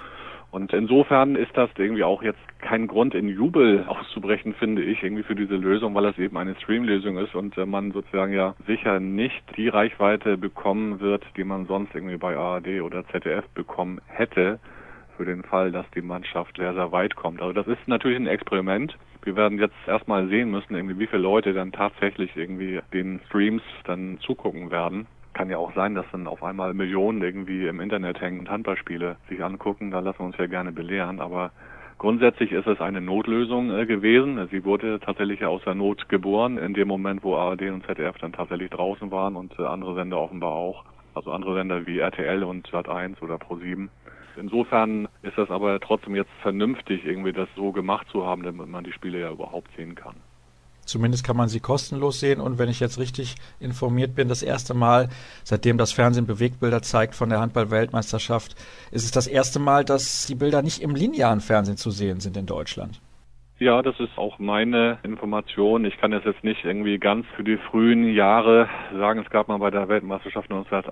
Und insofern ist das irgendwie auch jetzt kein Grund, in Jubel auszubrechen, finde ich, irgendwie für diese Lösung, weil das eben eine Streamlösung ist und man sozusagen ja sicher nicht die Reichweite bekommen wird, die man sonst irgendwie bei ARD oder ZDF bekommen hätte, für den Fall, dass die Mannschaft sehr, sehr weit kommt. Also das ist natürlich ein Experiment. Wir werden jetzt erstmal sehen müssen, irgendwie, wie viele Leute dann tatsächlich irgendwie den Streams dann zugucken werden. Kann ja auch sein, dass dann auf einmal Millionen irgendwie im Internet hängen und Handballspiele sich angucken. Da lassen wir uns ja gerne belehren. Aber grundsätzlich ist es eine Notlösung gewesen. Sie wurde tatsächlich aus der Not geboren, in dem Moment, wo ARD und ZDF dann tatsächlich draußen waren und andere Sender offenbar auch. Also andere Sender wie RTL und Sat.1 oder Pro7. Insofern ist das aber trotzdem jetzt vernünftig, irgendwie das so gemacht zu haben, damit man die Spiele ja überhaupt sehen kann. Zumindest kann man sie kostenlos sehen und wenn ich jetzt richtig informiert bin, das erste Mal, seitdem das Fernsehen Bewegtbilder zeigt von der Handball-Weltmeisterschaft, ist es das erste Mal, dass die Bilder nicht im linearen Fernsehen zu sehen sind in Deutschland. Ja, das ist auch meine Information. Ich kann jetzt nicht irgendwie ganz für die frühen Jahre sagen, es gab mal bei der Weltmeisterschaft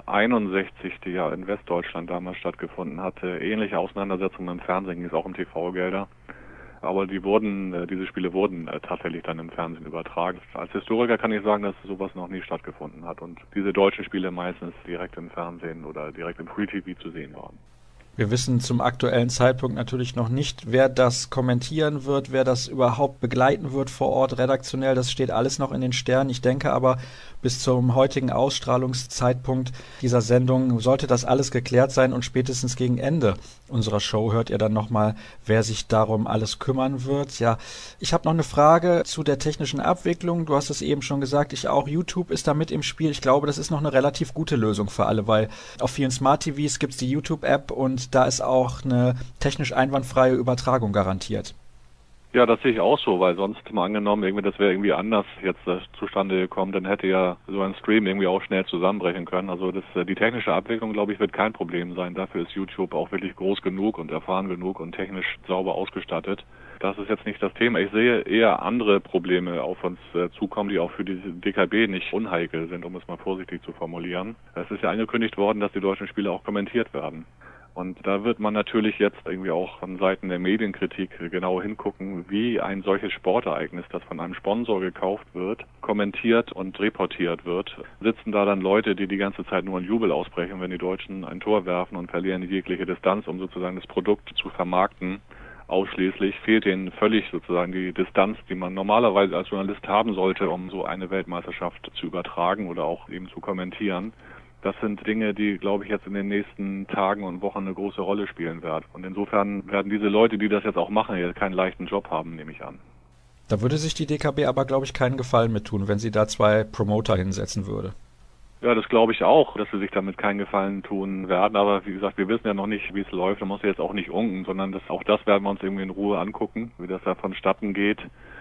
1961, die ja in Westdeutschland damals stattgefunden hatte, ähnliche Auseinandersetzungen im Fernsehen, ging es auch um TV-Gelder. Aber diese Spiele wurden tatsächlich dann im Fernsehen übertragen. Als Historiker kann ich sagen, dass sowas noch nie stattgefunden hat und diese deutschen Spiele meistens direkt im Fernsehen oder direkt im Free-TV zu sehen waren. Wir wissen zum aktuellen Zeitpunkt natürlich noch nicht, wer das kommentieren wird, wer das überhaupt begleiten wird vor Ort redaktionell. Das steht alles noch in den Sternen. Ich denke aber, bis zum heutigen Ausstrahlungszeitpunkt dieser Sendung sollte das alles geklärt sein und spätestens gegen Ende unserer Show hört ihr dann nochmal, wer sich darum alles kümmern wird. Ja, ich habe noch eine Frage zu der technischen Abwicklung. Du hast es eben schon gesagt, ich auch. YouTube ist da mit im Spiel. Ich glaube, das ist noch eine relativ gute Lösung für alle, weil auf vielen Smart TVs gibt es die YouTube-App und da ist auch eine technisch einwandfreie Übertragung garantiert. Ja, das sehe ich auch so, weil sonst mal angenommen, irgendwie das wäre irgendwie anders jetzt zustande gekommen, dann hätte ja so ein Stream irgendwie auch schnell zusammenbrechen können. Also die technische Abwicklung, glaube ich, wird kein Problem sein. Dafür ist YouTube auch wirklich groß genug und erfahren genug und technisch sauber ausgestattet. Das ist jetzt nicht das Thema. Ich sehe eher andere Probleme auf uns zukommen, die auch für die DKB nicht unheikel sind, um es mal vorsichtig zu formulieren. Es ist ja angekündigt worden, dass die deutschen Spiele auch kommentiert werden. Und da wird man natürlich jetzt irgendwie auch von Seiten der Medienkritik genau hingucken, wie ein solches Sportereignis, das von einem Sponsor gekauft wird, kommentiert und reportiert wird. Sitzen da dann Leute, die die ganze Zeit nur in Jubel ausbrechen, wenn die Deutschen ein Tor werfen und verlieren jegliche Distanz, um sozusagen das Produkt zu vermarkten. Ausschließlich fehlt ihnen völlig sozusagen die Distanz, die man normalerweise als Journalist haben sollte, um so eine Weltmeisterschaft zu übertragen oder auch eben zu kommentieren. Das sind Dinge, die, glaube ich, jetzt in den nächsten Tagen und Wochen eine große Rolle spielen werden. Und insofern werden diese Leute, die das jetzt auch machen, hier keinen leichten Job haben, nehme ich an. Da würde sich die DKB aber, glaube ich, keinen Gefallen mit tun, wenn sie da 2 Promoter hinsetzen würde. Ja, das glaube ich auch, dass sie sich damit keinen Gefallen tun werden. Aber wie gesagt, wir wissen ja noch nicht, wie es läuft. Da muss jetzt auch nicht unken, sondern auch das werden wir uns irgendwie in Ruhe angucken, wie das da vonstatten geht.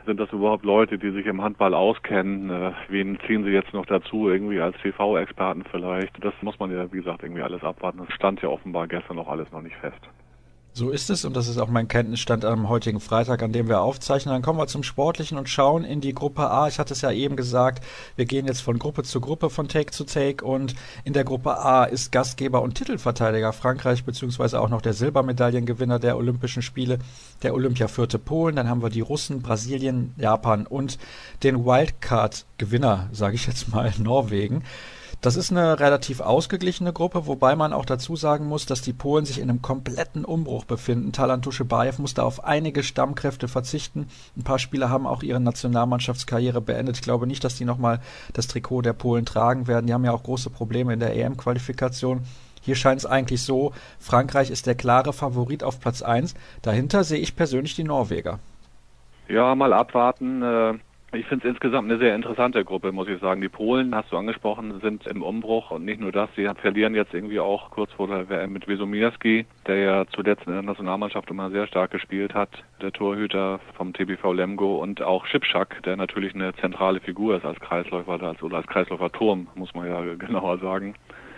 Sind das überhaupt Leute, die sich im Handball auskennen? Wen ziehen sie jetzt noch dazu, irgendwie als TV-Experten vielleicht? Das muss man ja, wie gesagt, irgendwie alles abwarten. Das stand ja offenbar gestern noch alles noch nicht fest. So ist es und das ist auch mein Kenntnisstand am heutigen Freitag, an dem wir aufzeichnen. Dann kommen wir zum Sportlichen und schauen in die Gruppe A. Ich hatte es ja eben gesagt, wir gehen jetzt von Gruppe zu Gruppe, von Take zu Take und in der Gruppe A ist Gastgeber und Titelverteidiger Frankreich beziehungsweise auch noch der Silbermedaillengewinner der Olympischen Spiele, der Olympiavierte Polen. Dann haben wir die Russen, Brasilien, Japan und den Wildcard-Gewinner, sage ich jetzt mal, Norwegen. Das ist eine relativ ausgeglichene Gruppe, wobei man auch dazu sagen muss, dass die Polen sich in einem kompletten Umbruch befinden. Talant Tuschebajew musste auf einige Stammkräfte verzichten. Ein paar Spieler haben auch ihre Nationalmannschaftskarriere beendet. Ich glaube nicht, dass die nochmal das Trikot der Polen tragen werden. Die haben ja auch große Probleme in der EM-Qualifikation. Hier scheint es eigentlich so, Frankreich ist der klare Favorit auf Platz 1. Dahinter sehe ich persönlich die Norweger. Ja, mal abwarten. Ich finde es insgesamt eine sehr interessante Gruppe, muss ich sagen. Die Polen, hast du angesprochen, sind im Umbruch und nicht nur das, sie verlieren jetzt irgendwie auch kurz vor der WM mit Wiesomirski, der ja zuletzt in der Nationalmannschaft immer sehr stark gespielt hat, der Torhüter vom TBV Lemgo und auch Schipschak, der natürlich eine zentrale Figur ist als Kreisläufer oder als Kreisläuferturm, muss man ja genauer sagen.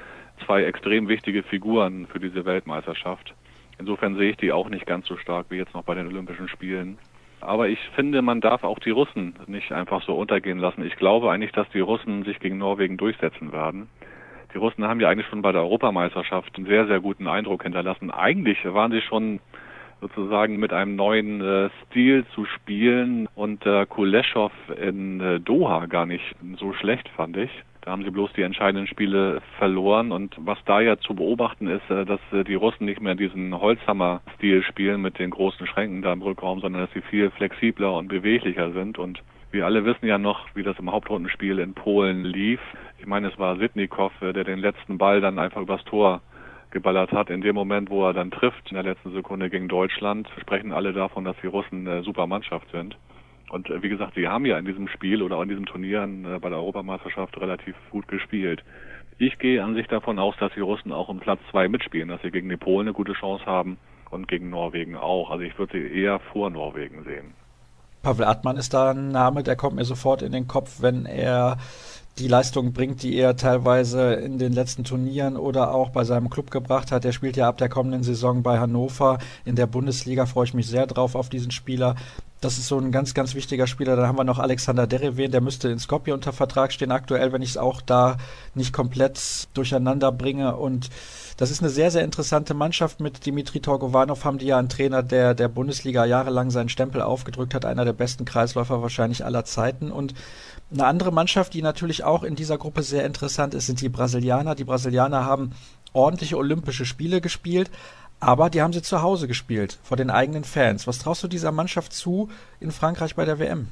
2 extrem wichtige Figuren für diese Weltmeisterschaft. Insofern sehe ich die auch nicht ganz so stark wie jetzt noch bei den Olympischen Spielen. Aber ich finde, man darf auch die Russen nicht einfach so untergehen lassen. Ich glaube eigentlich, dass die Russen sich gegen Norwegen durchsetzen werden. Die Russen haben ja eigentlich schon bei der Europameisterschaft einen sehr, sehr guten Eindruck hinterlassen. Eigentlich waren sie schon sozusagen mit einem neuen Stil zu spielen und Kuleshov in Doha gar nicht so schlecht, fand ich. Da haben sie bloß die entscheidenden Spiele verloren und was da ja zu beobachten ist, dass die Russen nicht mehr diesen Holzhammer-Stil spielen mit den großen Schränken da im Rückraum, sondern dass sie viel flexibler und beweglicher sind und wir alle wissen ja noch, wie das im Hauptrundenspiel in Polen lief. Ich meine, es war Sitnikow, der den letzten Ball dann einfach übers Tor geballert hat. In dem Moment, wo er dann trifft, in der letzten Sekunde gegen Deutschland, sprechen alle davon, dass die Russen eine super Mannschaft sind. Und wie gesagt, sie haben ja in diesem Spiel oder auch in diesen Turnieren bei der Europameisterschaft relativ gut gespielt. Ich gehe an sich davon aus, dass die Russen auch um Platz 2 mitspielen, dass sie gegen die Polen eine gute Chance haben und gegen Norwegen auch. Also ich würde sie eher vor Norwegen sehen. Pavel Atman ist da ein Name, der kommt mir sofort in den Kopf, wenn er die Leistung bringt, die er teilweise in den letzten Turnieren oder auch bei seinem Club gebracht hat. Der spielt ja ab der kommenden Saison bei Hannover. In der Bundesliga freue ich mich sehr drauf auf diesen Spieler. Das ist so ein ganz, ganz wichtiger Spieler. Dann haben wir noch Alexander Dereven, der müsste in Skopje unter Vertrag stehen aktuell, wenn ich es auch da nicht komplett durcheinander bringe. Und das ist eine sehr, sehr interessante Mannschaft. Mit Dimitri Torgovanov haben die ja einen Trainer, der Bundesliga jahrelang seinen Stempel aufgedrückt hat, einer der besten Kreisläufer wahrscheinlich aller Zeiten. Und eine andere Mannschaft, die natürlich auch in dieser Gruppe sehr interessant ist, sind die Brasilianer. Die Brasilianer haben ordentliche Olympische Spiele gespielt, aber die haben sie zu Hause gespielt, vor den eigenen Fans. Was traust du dieser Mannschaft zu in Frankreich bei der WM?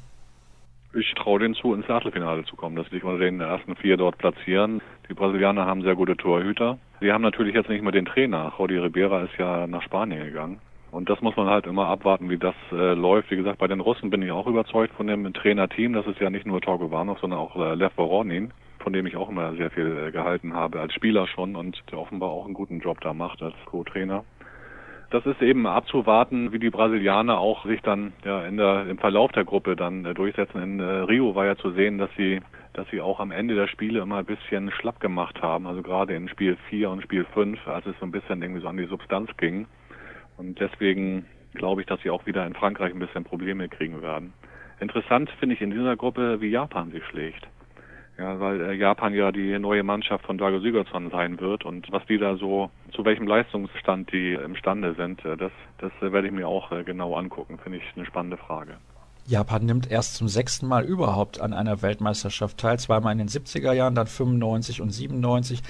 Ich traue denen zu, ins Achtelfinale zu kommen, dass sie sich unter den ersten 4 dort platzieren. Die Brasilianer haben sehr gute Torhüter. Sie haben natürlich jetzt nicht mehr den Trainer. Rodi Ribera ist ja nach Spanien gegangen. Und das muss man halt immer abwarten, wie das läuft. Wie gesagt, bei den Russen bin ich auch überzeugt von dem Trainerteam. Das ist ja nicht nur Torgovanov, sondern auch Lev Voronin, von dem ich auch immer sehr viel gehalten habe als Spieler schon und der offenbar auch einen guten Job da macht als Co-Trainer. Das ist eben abzuwarten, wie die Brasilianer auch sich dann ja im Verlauf der Gruppe dann durchsetzen. In Rio war ja zu sehen, dass sie auch am Ende der Spiele immer ein bisschen schlapp gemacht haben. Also gerade in Spiel 4 und Spiel 5, als es so ein bisschen irgendwie so an die Substanz ging. Und deswegen glaube ich, dass sie auch wieder in Frankreich ein bisschen Probleme kriegen werden. Interessant finde ich in dieser Gruppe, wie Japan sich schlägt. Ja, weil Japan ja die neue Mannschaft von Drago Sigurdsson sein wird und was die da so, zu welchem Leistungsstand die imstande sind, das werde ich mir auch genau angucken. Finde ich eine spannende Frage. Japan nimmt erst zum 6. Mal überhaupt an einer Weltmeisterschaft teil, zweimal in den 70er Jahren, dann 95 und 97,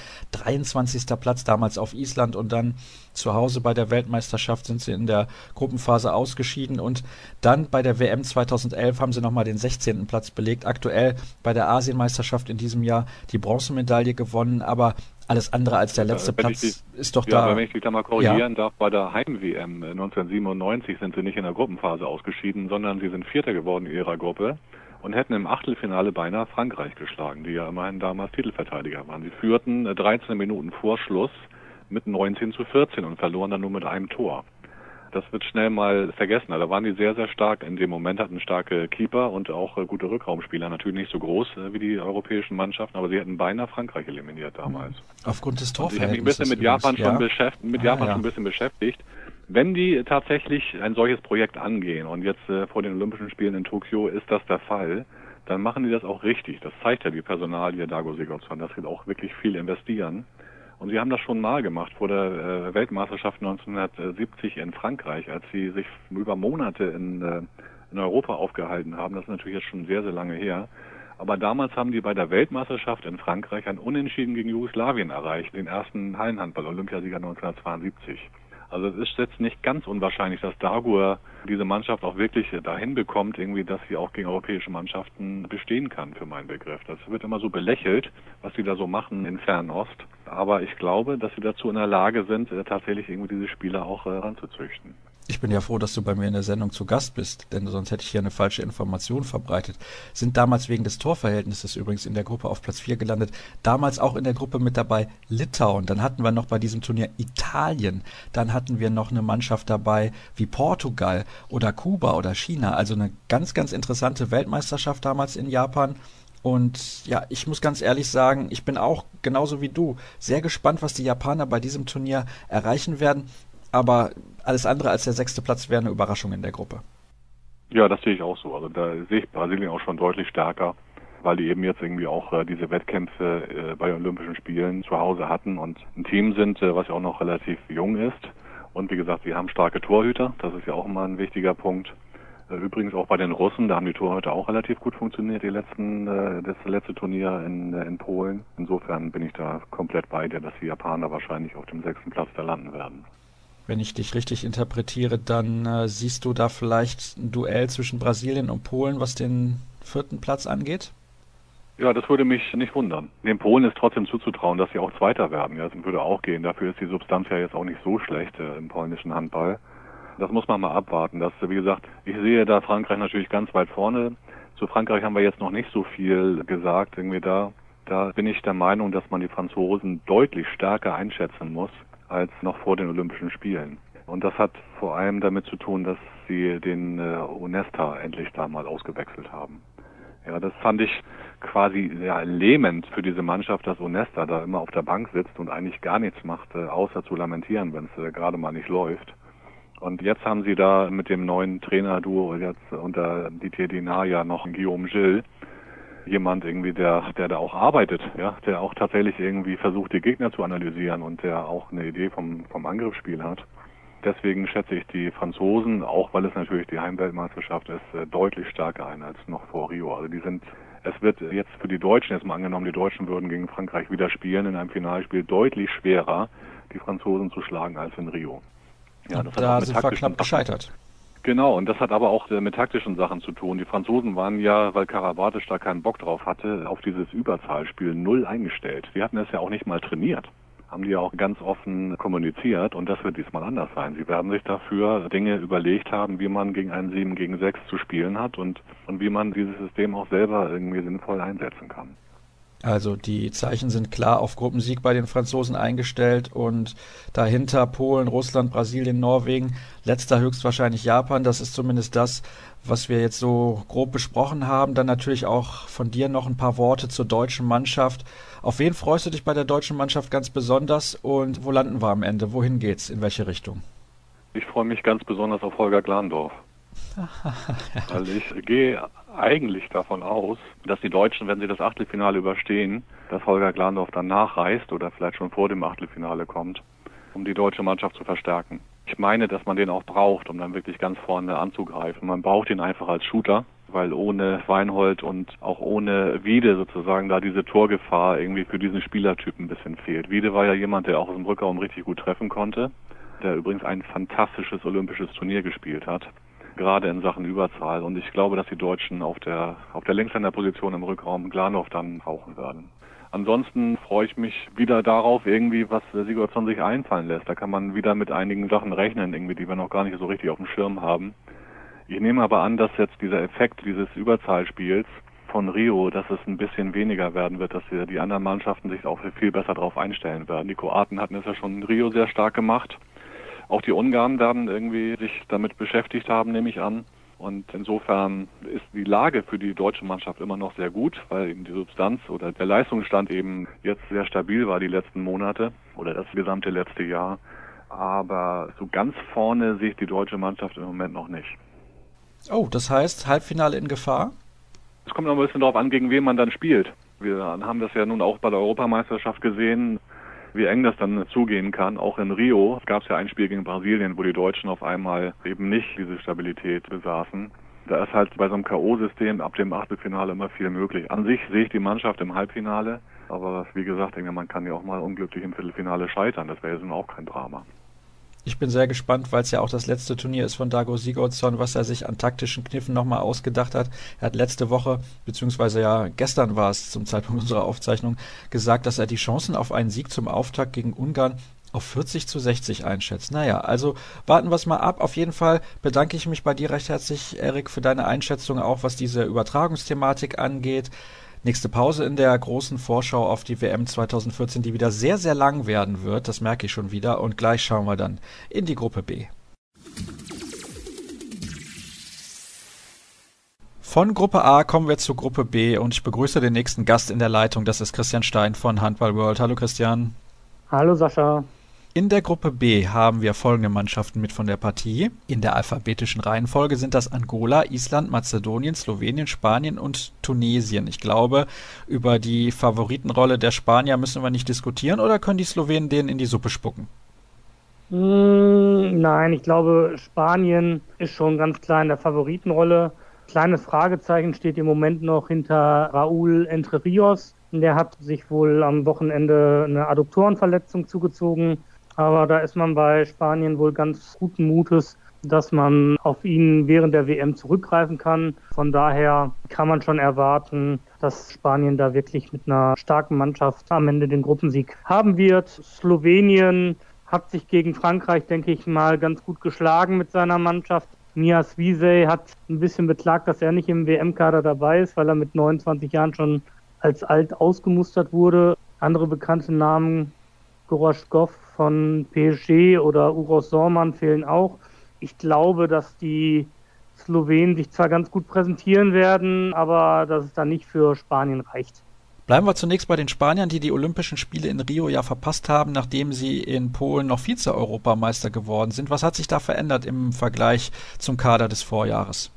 23. Platz damals auf Island und dann zu Hause bei der Weltmeisterschaft sind sie in der Gruppenphase ausgeschieden und dann bei der WM 2011 haben sie nochmal den 16. Platz belegt, aktuell bei der Asienmeisterschaft in diesem Jahr die Bronzemedaille gewonnen, aber alles andere als der letzte Platz ist doch da. Ja, wenn ich dich da mal korrigieren darf, bei der Heim-WM 1997 sind sie nicht in der Gruppenphase ausgeschieden, sondern sie sind Vierter geworden in ihrer Gruppe und hätten im Achtelfinale beinahe Frankreich geschlagen, die ja immerhin damals Titelverteidiger waren. Sie führten 13 Minuten vor Schluss mit 19-14 und verloren dann nur mit einem Tor. Das wird schnell mal vergessen. Also da waren die sehr, sehr stark in dem Moment, hatten starke Keeper und auch gute Rückraumspieler. Natürlich nicht so groß wie die europäischen Mannschaften, aber sie hätten beinahe Frankreich eliminiert damals. Aufgrund des Und ich habe mich ein Torverhältnisses bisschen mit Japan übrigens, schon ein bisschen beschäftigt. Wenn die tatsächlich ein solches Projekt angehen und jetzt vor den Olympischen Spielen in Tokio ist das der Fall, dann machen die das auch richtig. Das zeigt ja die Personalie Dago Sigurdsson, dass sie auch wirklich viel investieren. Und sie haben das schon mal gemacht vor der Weltmeisterschaft 1970 in Frankreich, als sie sich über Monate in Europa aufgehalten haben. Das ist natürlich jetzt schon sehr, sehr lange her. Aber damals haben die bei der Weltmeisterschaft in Frankreich ein Unentschieden gegen Jugoslawien erreicht, den ersten Hallenhandball-Olympiasieger 1972. Also es ist jetzt nicht ganz unwahrscheinlich, dass Dagur diese Mannschaft auch wirklich dahin bekommt, irgendwie, dass sie auch gegen europäische Mannschaften bestehen kann, für meinen Begriff. Das wird immer so belächelt, was sie da so machen in Fernost. Aber ich glaube, dass sie dazu in der Lage sind, tatsächlich irgendwie diese Spieler auch ranzuzüchten. Ich bin ja froh, dass du bei mir in der Sendung zu Gast bist, denn sonst hätte ich hier eine falsche Information verbreitet. Sind damals wegen des Torverhältnisses übrigens in der Gruppe auf Platz 4 gelandet. Damals auch in der Gruppe mit dabei Litauen. Dann hatten wir noch bei diesem Turnier Italien. Dann hatten wir noch eine Mannschaft dabei wie Portugal oder Kuba oder China. Also eine ganz, ganz interessante Weltmeisterschaft damals in Japan. Und ja, ich muss ganz ehrlich sagen, ich bin auch genauso wie du sehr gespannt, was die Japaner bei diesem Turnier erreichen werden. Aber alles andere als der 6. Platz wäre eine Überraschung in der Gruppe. Ja, das sehe ich auch so. Also da sehe ich Brasilien auch schon deutlich stärker, weil die eben jetzt irgendwie auch diese Wettkämpfe bei Olympischen Spielen zu Hause hatten und ein Team sind, was ja auch noch relativ jung ist. Und wie gesagt, sie haben starke Torhüter. Das ist ja auch immer ein wichtiger Punkt. Übrigens auch bei den Russen, da haben die Torhüter auch relativ gut funktioniert, das letzte Turnier in Polen. Insofern bin ich da komplett bei dir, dass die Japaner wahrscheinlich auf dem 6. Platz da landen werden. Wenn ich dich richtig interpretiere, dann siehst du da vielleicht ein Duell zwischen Brasilien und Polen, was den 4. Platz angeht? Ja, das würde mich nicht wundern. Den Polen ist trotzdem zuzutrauen, dass sie auch Zweiter werden. Ja, das würde auch gehen. Dafür ist die Substanz ja jetzt auch nicht so schlecht im polnischen Handball. Das muss man mal abwarten. Das, wie gesagt, ich sehe da Frankreich natürlich ganz weit vorne. Zu Frankreich haben wir jetzt noch nicht so viel gesagt. Irgendwie da bin ich der Meinung, dass man die Franzosen deutlich stärker einschätzen muss als noch vor den Olympischen Spielen. Und das hat vor allem damit zu tun, dass sie den Onesta endlich da mal ausgewechselt haben. Ja, das fand ich quasi lähmend für diese Mannschaft, dass Onesta da immer auf der Bank sitzt und eigentlich gar nichts macht, außer zu lamentieren, wenn es gerade mal nicht läuft. Und jetzt haben sie da mit dem neuen Trainerduo jetzt unter Didier Dinard ja noch Guillaume Gilles, jemand irgendwie, der da auch arbeitet, ja, der auch tatsächlich irgendwie versucht, die Gegner zu analysieren und der auch eine Idee vom Angriffsspiel hat. Deswegen schätze ich die Franzosen, auch weil es natürlich die Heimweltmeisterschaft ist, deutlich stärker ein als noch vor Rio. Also es wird jetzt für die Deutschen, jetzt mal angenommen, die Deutschen würden gegen Frankreich wieder spielen in einem Finalspiel, deutlich schwerer, die Franzosen zu schlagen als in Rio. Ja, das da sind wir knapp gescheitert. Genau, und das hat aber auch mit taktischen Sachen zu tun. Die Franzosen waren ja, weil Karabatic da keinen Bock drauf hatte, auf dieses Überzahlspiel 0 eingestellt. Sie hatten es ja auch nicht mal trainiert. Haben die ja auch ganz offen kommuniziert und das wird diesmal anders sein. Sie werden sich dafür Dinge überlegt haben, wie man gegen einen 7 gegen 6 zu spielen hat und wie man dieses System auch selber irgendwie sinnvoll einsetzen kann. Also die Zeichen sind klar auf Gruppensieg bei den Franzosen eingestellt und dahinter Polen, Russland, Brasilien, Norwegen, letzter höchstwahrscheinlich Japan. Das ist zumindest das, was wir jetzt so grob besprochen haben. Dann natürlich auch von dir noch ein paar Worte zur deutschen Mannschaft. Auf wen freust du dich bei der deutschen Mannschaft ganz besonders und wo landen wir am Ende? Wohin geht's? In welche Richtung? Ich freue mich ganz besonders auf Holger Glandorf. Weil ich gehe eigentlich davon aus, dass die Deutschen, wenn sie das Achtelfinale überstehen, dass Holger Glandorf dann nachreist oder vielleicht schon vor dem Achtelfinale kommt, um die deutsche Mannschaft zu verstärken. Ich meine, dass man den auch braucht, um dann wirklich ganz vorne anzugreifen. Man braucht ihn einfach als Shooter, weil ohne Weinhold und auch ohne Wiede sozusagen da diese Torgefahr irgendwie für diesen Spielertyp ein bisschen fehlt. Wiede war ja jemand, der auch aus dem Rückraum richtig gut treffen konnte, der übrigens ein fantastisches olympisches Turnier gespielt hat, gerade in Sachen Überzahl. Und ich glaube, dass die Deutschen auf der Linkshänderposition im Rückraum Glandorf dann brauchen werden. Ansonsten freue ich mich wieder darauf, irgendwie, was Sigurdsson sich einfallen lässt. Da kann man wieder mit einigen Sachen rechnen, irgendwie, die wir noch gar nicht so richtig auf dem Schirm haben. Ich nehme aber an, dass jetzt dieser Effekt dieses Überzahlspiels von Rio, dass es ein bisschen weniger werden wird, dass die anderen Mannschaften sich auch viel besser darauf einstellen werden. Die Kroaten hatten es ja schon in Rio sehr stark gemacht. Auch die Ungarn werden irgendwie sich damit beschäftigt haben, nehme ich an. Und insofern ist die Lage für die deutsche Mannschaft immer noch sehr gut, weil eben die Substanz oder der Leistungsstand eben jetzt sehr stabil war die letzten Monate oder das gesamte letzte Jahr. Aber so ganz vorne sehe ich die deutsche Mannschaft im Moment noch nicht. Oh, das heißt Halbfinale in Gefahr? Es kommt noch ein bisschen darauf an, gegen wen man dann spielt. Wir haben das ja nun auch bei der Europameisterschaft gesehen, wie eng das dann zugehen kann. Auch in Rio gab es ja ein Spiel gegen Brasilien, wo die Deutschen auf einmal eben nicht diese Stabilität besaßen. Da ist halt bei so einem K.O.-System ab dem Achtelfinale immer viel möglich. An sich sehe ich die Mannschaft im Halbfinale, aber wie gesagt, denke, man kann ja auch mal unglücklich im Viertelfinale scheitern. Das wäre jetzt nun auch kein Drama. Ich bin sehr gespannt, weil es ja auch das letzte Turnier ist von Dago Sigurdsson, was er sich an taktischen Kniffen nochmal ausgedacht hat. Er hat letzte Woche, beziehungsweise ja gestern war es zum Zeitpunkt unserer Aufzeichnung, gesagt, dass er die Chancen auf einen Sieg zum Auftakt gegen Ungarn auf 40-60 einschätzt. Naja, also warten wir es mal ab. Auf jeden Fall bedanke ich mich bei dir recht herzlich, Erik, für deine Einschätzung, auch was diese Übertragungsthematik angeht. Nächste Pause in der großen Vorschau auf die WM 2014, die wieder sehr, sehr lang werden wird. Das merke ich schon wieder. Und gleich schauen wir dann in die Gruppe B. Von Gruppe A kommen wir zu Gruppe B und ich begrüße den nächsten Gast in der Leitung. Das ist Christian Stein von Handball World. Hallo Christian. Hallo Sascha. In der Gruppe B haben wir folgende Mannschaften mit von der Partie. In der alphabetischen Reihenfolge sind das Angola, Island, Mazedonien, Slowenien, Spanien und Tunesien. Ich glaube, über die Favoritenrolle der Spanier müssen wir nicht diskutieren, oder können die Slowenen denen in die Suppe spucken? Nein, ich glaube, Spanien ist schon ganz klar in der Favoritenrolle. Kleines Fragezeichen steht im Moment noch hinter Raúl Entre Ríos. Der hat sich wohl am Wochenende eine Adduktorenverletzung zugezogen. Aber da ist man bei Spanien wohl ganz guten Mutes, dass man auf ihn während der WM zurückgreifen kann. Von daher kann man schon erwarten, dass Spanien da wirklich mit einer starken Mannschaft am Ende den Gruppensieg haben wird. Slowenien hat sich gegen Frankreich, denke ich mal, ganz gut geschlagen mit seiner Mannschaft. Mia Swisej hat ein bisschen beklagt, dass er nicht im WM-Kader dabei ist, weil er mit 29 Jahren schon als alt ausgemustert wurde. Andere bekannte Namen, Goroschkov von PSG oder Uros Sorman fehlen auch. Ich glaube, dass die Slowenen sich zwar ganz gut präsentieren werden, aber dass es dann nicht für Spanien reicht. Bleiben wir zunächst bei den Spaniern, die die Olympischen Spiele in Rio ja verpasst haben, nachdem sie in Polen noch Vize-Europameister geworden sind. Was hat sich da verändert im Vergleich zum Kader des Vorjahres?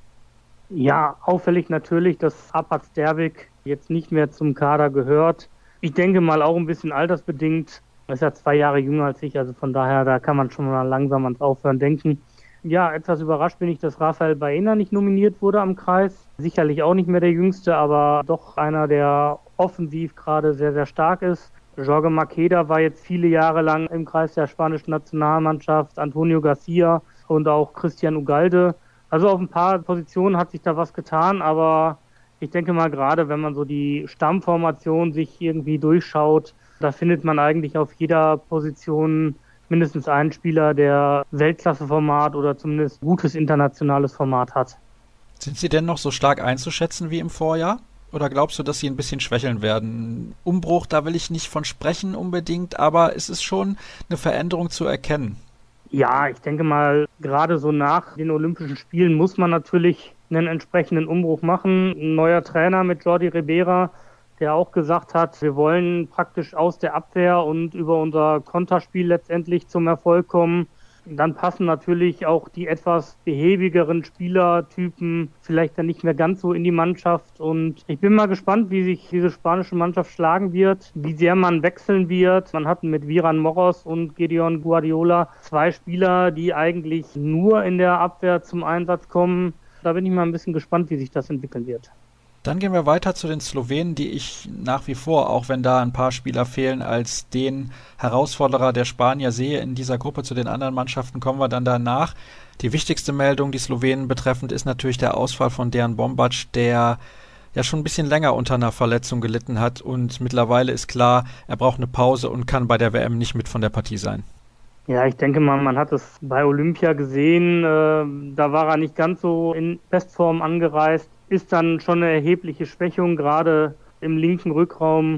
Ja, auffällig natürlich, dass Apat Stervik jetzt nicht mehr zum Kader gehört. Ich denke mal auch ein bisschen altersbedingt. Er ist ja 2 Jahre jünger als ich, also von daher, da kann man schon mal langsam ans Aufhören denken. Ja, etwas überrascht bin ich, dass Rafael Baena nicht nominiert wurde am Kreis. Sicherlich auch nicht mehr der Jüngste, aber doch einer, der offensiv gerade sehr, sehr stark ist. Jorge Maqueda war jetzt viele Jahre lang im Kreis der spanischen Nationalmannschaft, Antonio Garcia und auch Christian Ugalde. Also auf ein paar Positionen hat sich da was getan, aber ich denke mal, gerade wenn man so die Stammformation sich irgendwie durchschaut, da findet man eigentlich auf jeder Position mindestens einen Spieler, der Weltklasse-Format oder zumindest gutes internationales Format hat. Sind sie denn noch so stark einzuschätzen wie im Vorjahr? Oder glaubst du, dass sie ein bisschen schwächeln werden? Umbruch, da will ich nicht von sprechen unbedingt, aber es ist schon eine Veränderung zu erkennen. Ja, ich denke mal, gerade so nach den Olympischen Spielen muss man natürlich einen entsprechenden Umbruch machen. Ein neuer Trainer mit Jordi Ribera, der auch gesagt hat, wir wollen praktisch aus der Abwehr und über unser Konterspiel letztendlich zum Erfolg kommen. Dann passen natürlich auch die etwas behäbigeren Spielertypen vielleicht dann nicht mehr ganz so in die Mannschaft. Und ich bin mal gespannt, wie sich diese spanische Mannschaft schlagen wird, wie sehr man wechseln wird. Man hat mit Viran Moros und Gedeon Guardiola 2 Spieler, die eigentlich nur in der Abwehr zum Einsatz kommen. Da bin ich mal ein bisschen gespannt, wie sich das entwickeln wird. Dann gehen wir weiter zu den Slowenen, die ich nach wie vor, auch wenn da ein paar Spieler fehlen, als den Herausforderer der Spanier sehe in dieser Gruppe. Zu den anderen Mannschaften kommen wir dann danach. Die wichtigste Meldung, die Slowenen betreffend, ist natürlich der Ausfall von Dejan Bombac, der ja schon ein bisschen länger unter einer Verletzung gelitten hat und mittlerweile ist klar, er braucht eine Pause und kann bei der WM nicht mit von der Partie sein. Ja, ich denke mal, man hat es bei Olympia gesehen, da war er nicht ganz so in Bestform angereist, ist dann schon eine erhebliche Schwächung, gerade im linken Rückraum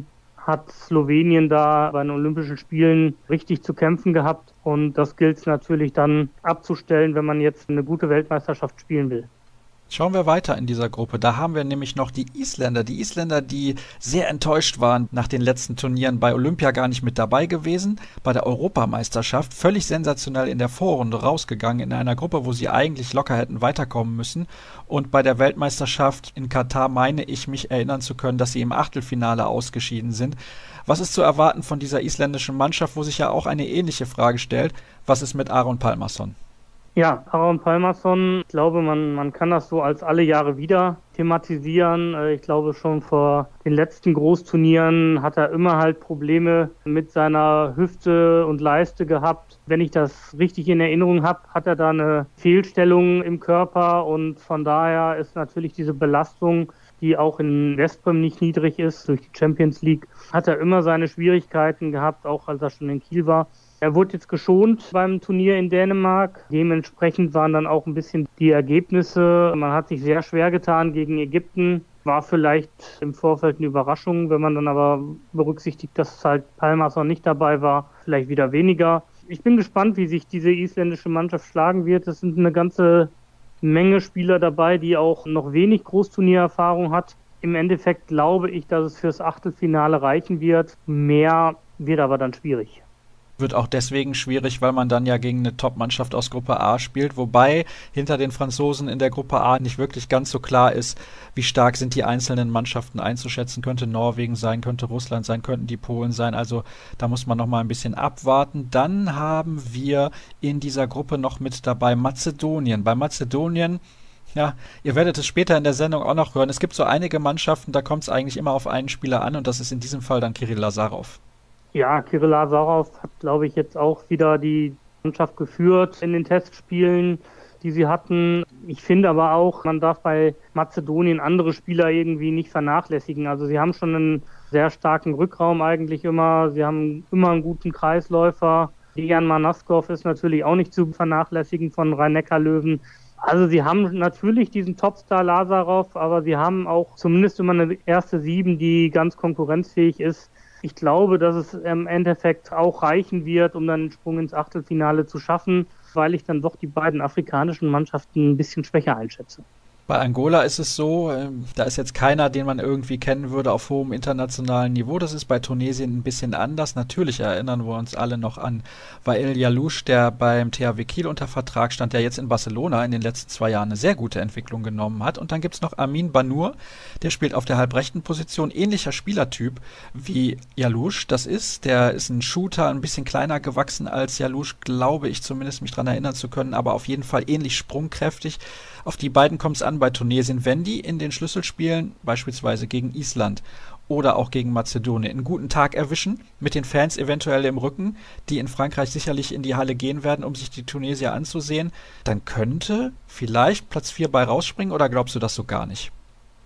hat Slowenien da bei den Olympischen Spielen richtig zu kämpfen gehabt. Und das gilt es natürlich dann abzustellen, wenn man jetzt eine gute Weltmeisterschaft spielen will. Schauen wir weiter in dieser Gruppe. Da haben wir nämlich noch die Isländer. Die Isländer, die sehr enttäuscht waren nach den letzten Turnieren, bei Olympia gar nicht mit dabei gewesen, bei der Europameisterschaft völlig sensationell in der Vorrunde rausgegangen, in einer Gruppe, wo sie eigentlich locker hätten weiterkommen müssen. Und bei der Weltmeisterschaft in Katar meine ich mich erinnern zu können, dass sie im Achtelfinale ausgeschieden sind. Was ist zu erwarten von dieser isländischen Mannschaft, wo sich ja auch eine ähnliche Frage stellt? Was ist mit Aron Pálmarsson? Ja, Aron Pálmarsson, ich glaube, man kann das so als alle Jahre wieder thematisieren. Ich glaube, schon vor den letzten Großturnieren hat er immer halt Probleme mit seiner Hüfte und Leiste gehabt. Wenn ich das richtig in Erinnerung habe, hat er da eine Fehlstellung im Körper und von daher ist natürlich diese Belastung, die auch in West Brom nicht niedrig ist, durch die Champions League, hat er immer seine Schwierigkeiten gehabt, auch als er schon in Kiel war. Er wurde jetzt geschont beim Turnier in Dänemark. Dementsprechend waren dann auch ein bisschen die Ergebnisse. Man hat sich sehr schwer getan gegen Ägypten. War vielleicht im Vorfeld eine Überraschung, wenn man dann aber berücksichtigt, dass halt Pálmarsson nicht dabei war, vielleicht wieder weniger. Ich bin gespannt, wie sich diese isländische Mannschaft schlagen wird. Es sind eine ganze Menge Spieler dabei, die auch noch wenig Großturniererfahrung hat. Im Endeffekt glaube ich, dass es fürs Achtelfinale reichen wird. Mehr wird aber dann schwierig. Wird auch deswegen schwierig, weil man dann ja gegen eine Top-Mannschaft aus Gruppe A spielt, wobei hinter den Franzosen in der Gruppe A nicht wirklich ganz so klar ist, wie stark sind die einzelnen Mannschaften einzuschätzen. Könnte Norwegen sein, könnte Russland sein, könnten die Polen sein, also da muss man noch mal ein bisschen abwarten. Dann haben wir in dieser Gruppe noch mit dabei Mazedonien. Bei Mazedonien, ja, ihr werdet es später in der Sendung auch noch hören, es gibt so einige Mannschaften, da kommt es eigentlich immer auf einen Spieler an und das ist in diesem Fall dann Kirill Lazarov. Ja, Kirill Lazarov hat, glaube ich, jetzt auch wieder die Mannschaft geführt in den Testspielen, die sie hatten. Ich finde aber auch, man darf bei Mazedonien andere Spieler irgendwie nicht vernachlässigen. Also sie haben schon einen sehr starken Rückraum eigentlich immer. Sie haben immer einen guten Kreisläufer. Dejan Manaskov ist natürlich auch nicht zu vernachlässigen von Rhein-Neckar-Löwen. Also sie haben natürlich diesen Topstar Lazarov, aber sie haben auch zumindest immer eine erste Sieben, die ganz konkurrenzfähig ist. Ich glaube, dass es im Endeffekt auch reichen wird, um dann den Sprung ins Achtelfinale zu schaffen, weil ich dann doch die beiden afrikanischen Mannschaften ein bisschen schwächer einschätze. Bei Angola ist es so, da ist jetzt keiner, den man irgendwie kennen würde auf hohem internationalen Niveau. Das ist bei Tunesien ein bisschen anders. Natürlich erinnern wir uns alle noch an Wael Yaloush, der beim THW Kiel unter Vertrag stand, der jetzt in Barcelona in den letzten 2 Jahren eine sehr gute Entwicklung genommen hat. Und dann gibt's noch Amin Bannour, der spielt auf der halbrechten Position, ähnlicher Spielertyp wie Yaloush. Der ist ein Shooter, ein bisschen kleiner gewachsen als Yaloush, glaube ich zumindest, mich daran erinnern zu können, aber auf jeden Fall ähnlich sprungkräftig. Auf die beiden kommt es an bei Tunesien, wenn die in den Schlüsselspielen, beispielsweise gegen Island oder auch gegen Mazedonien, einen guten Tag erwischen, mit den Fans eventuell im Rücken, die in Frankreich sicherlich in die Halle gehen werden, um sich die Tunesier anzusehen, dann könnte vielleicht Platz 4 bei rausspringen, oder glaubst du das so gar nicht?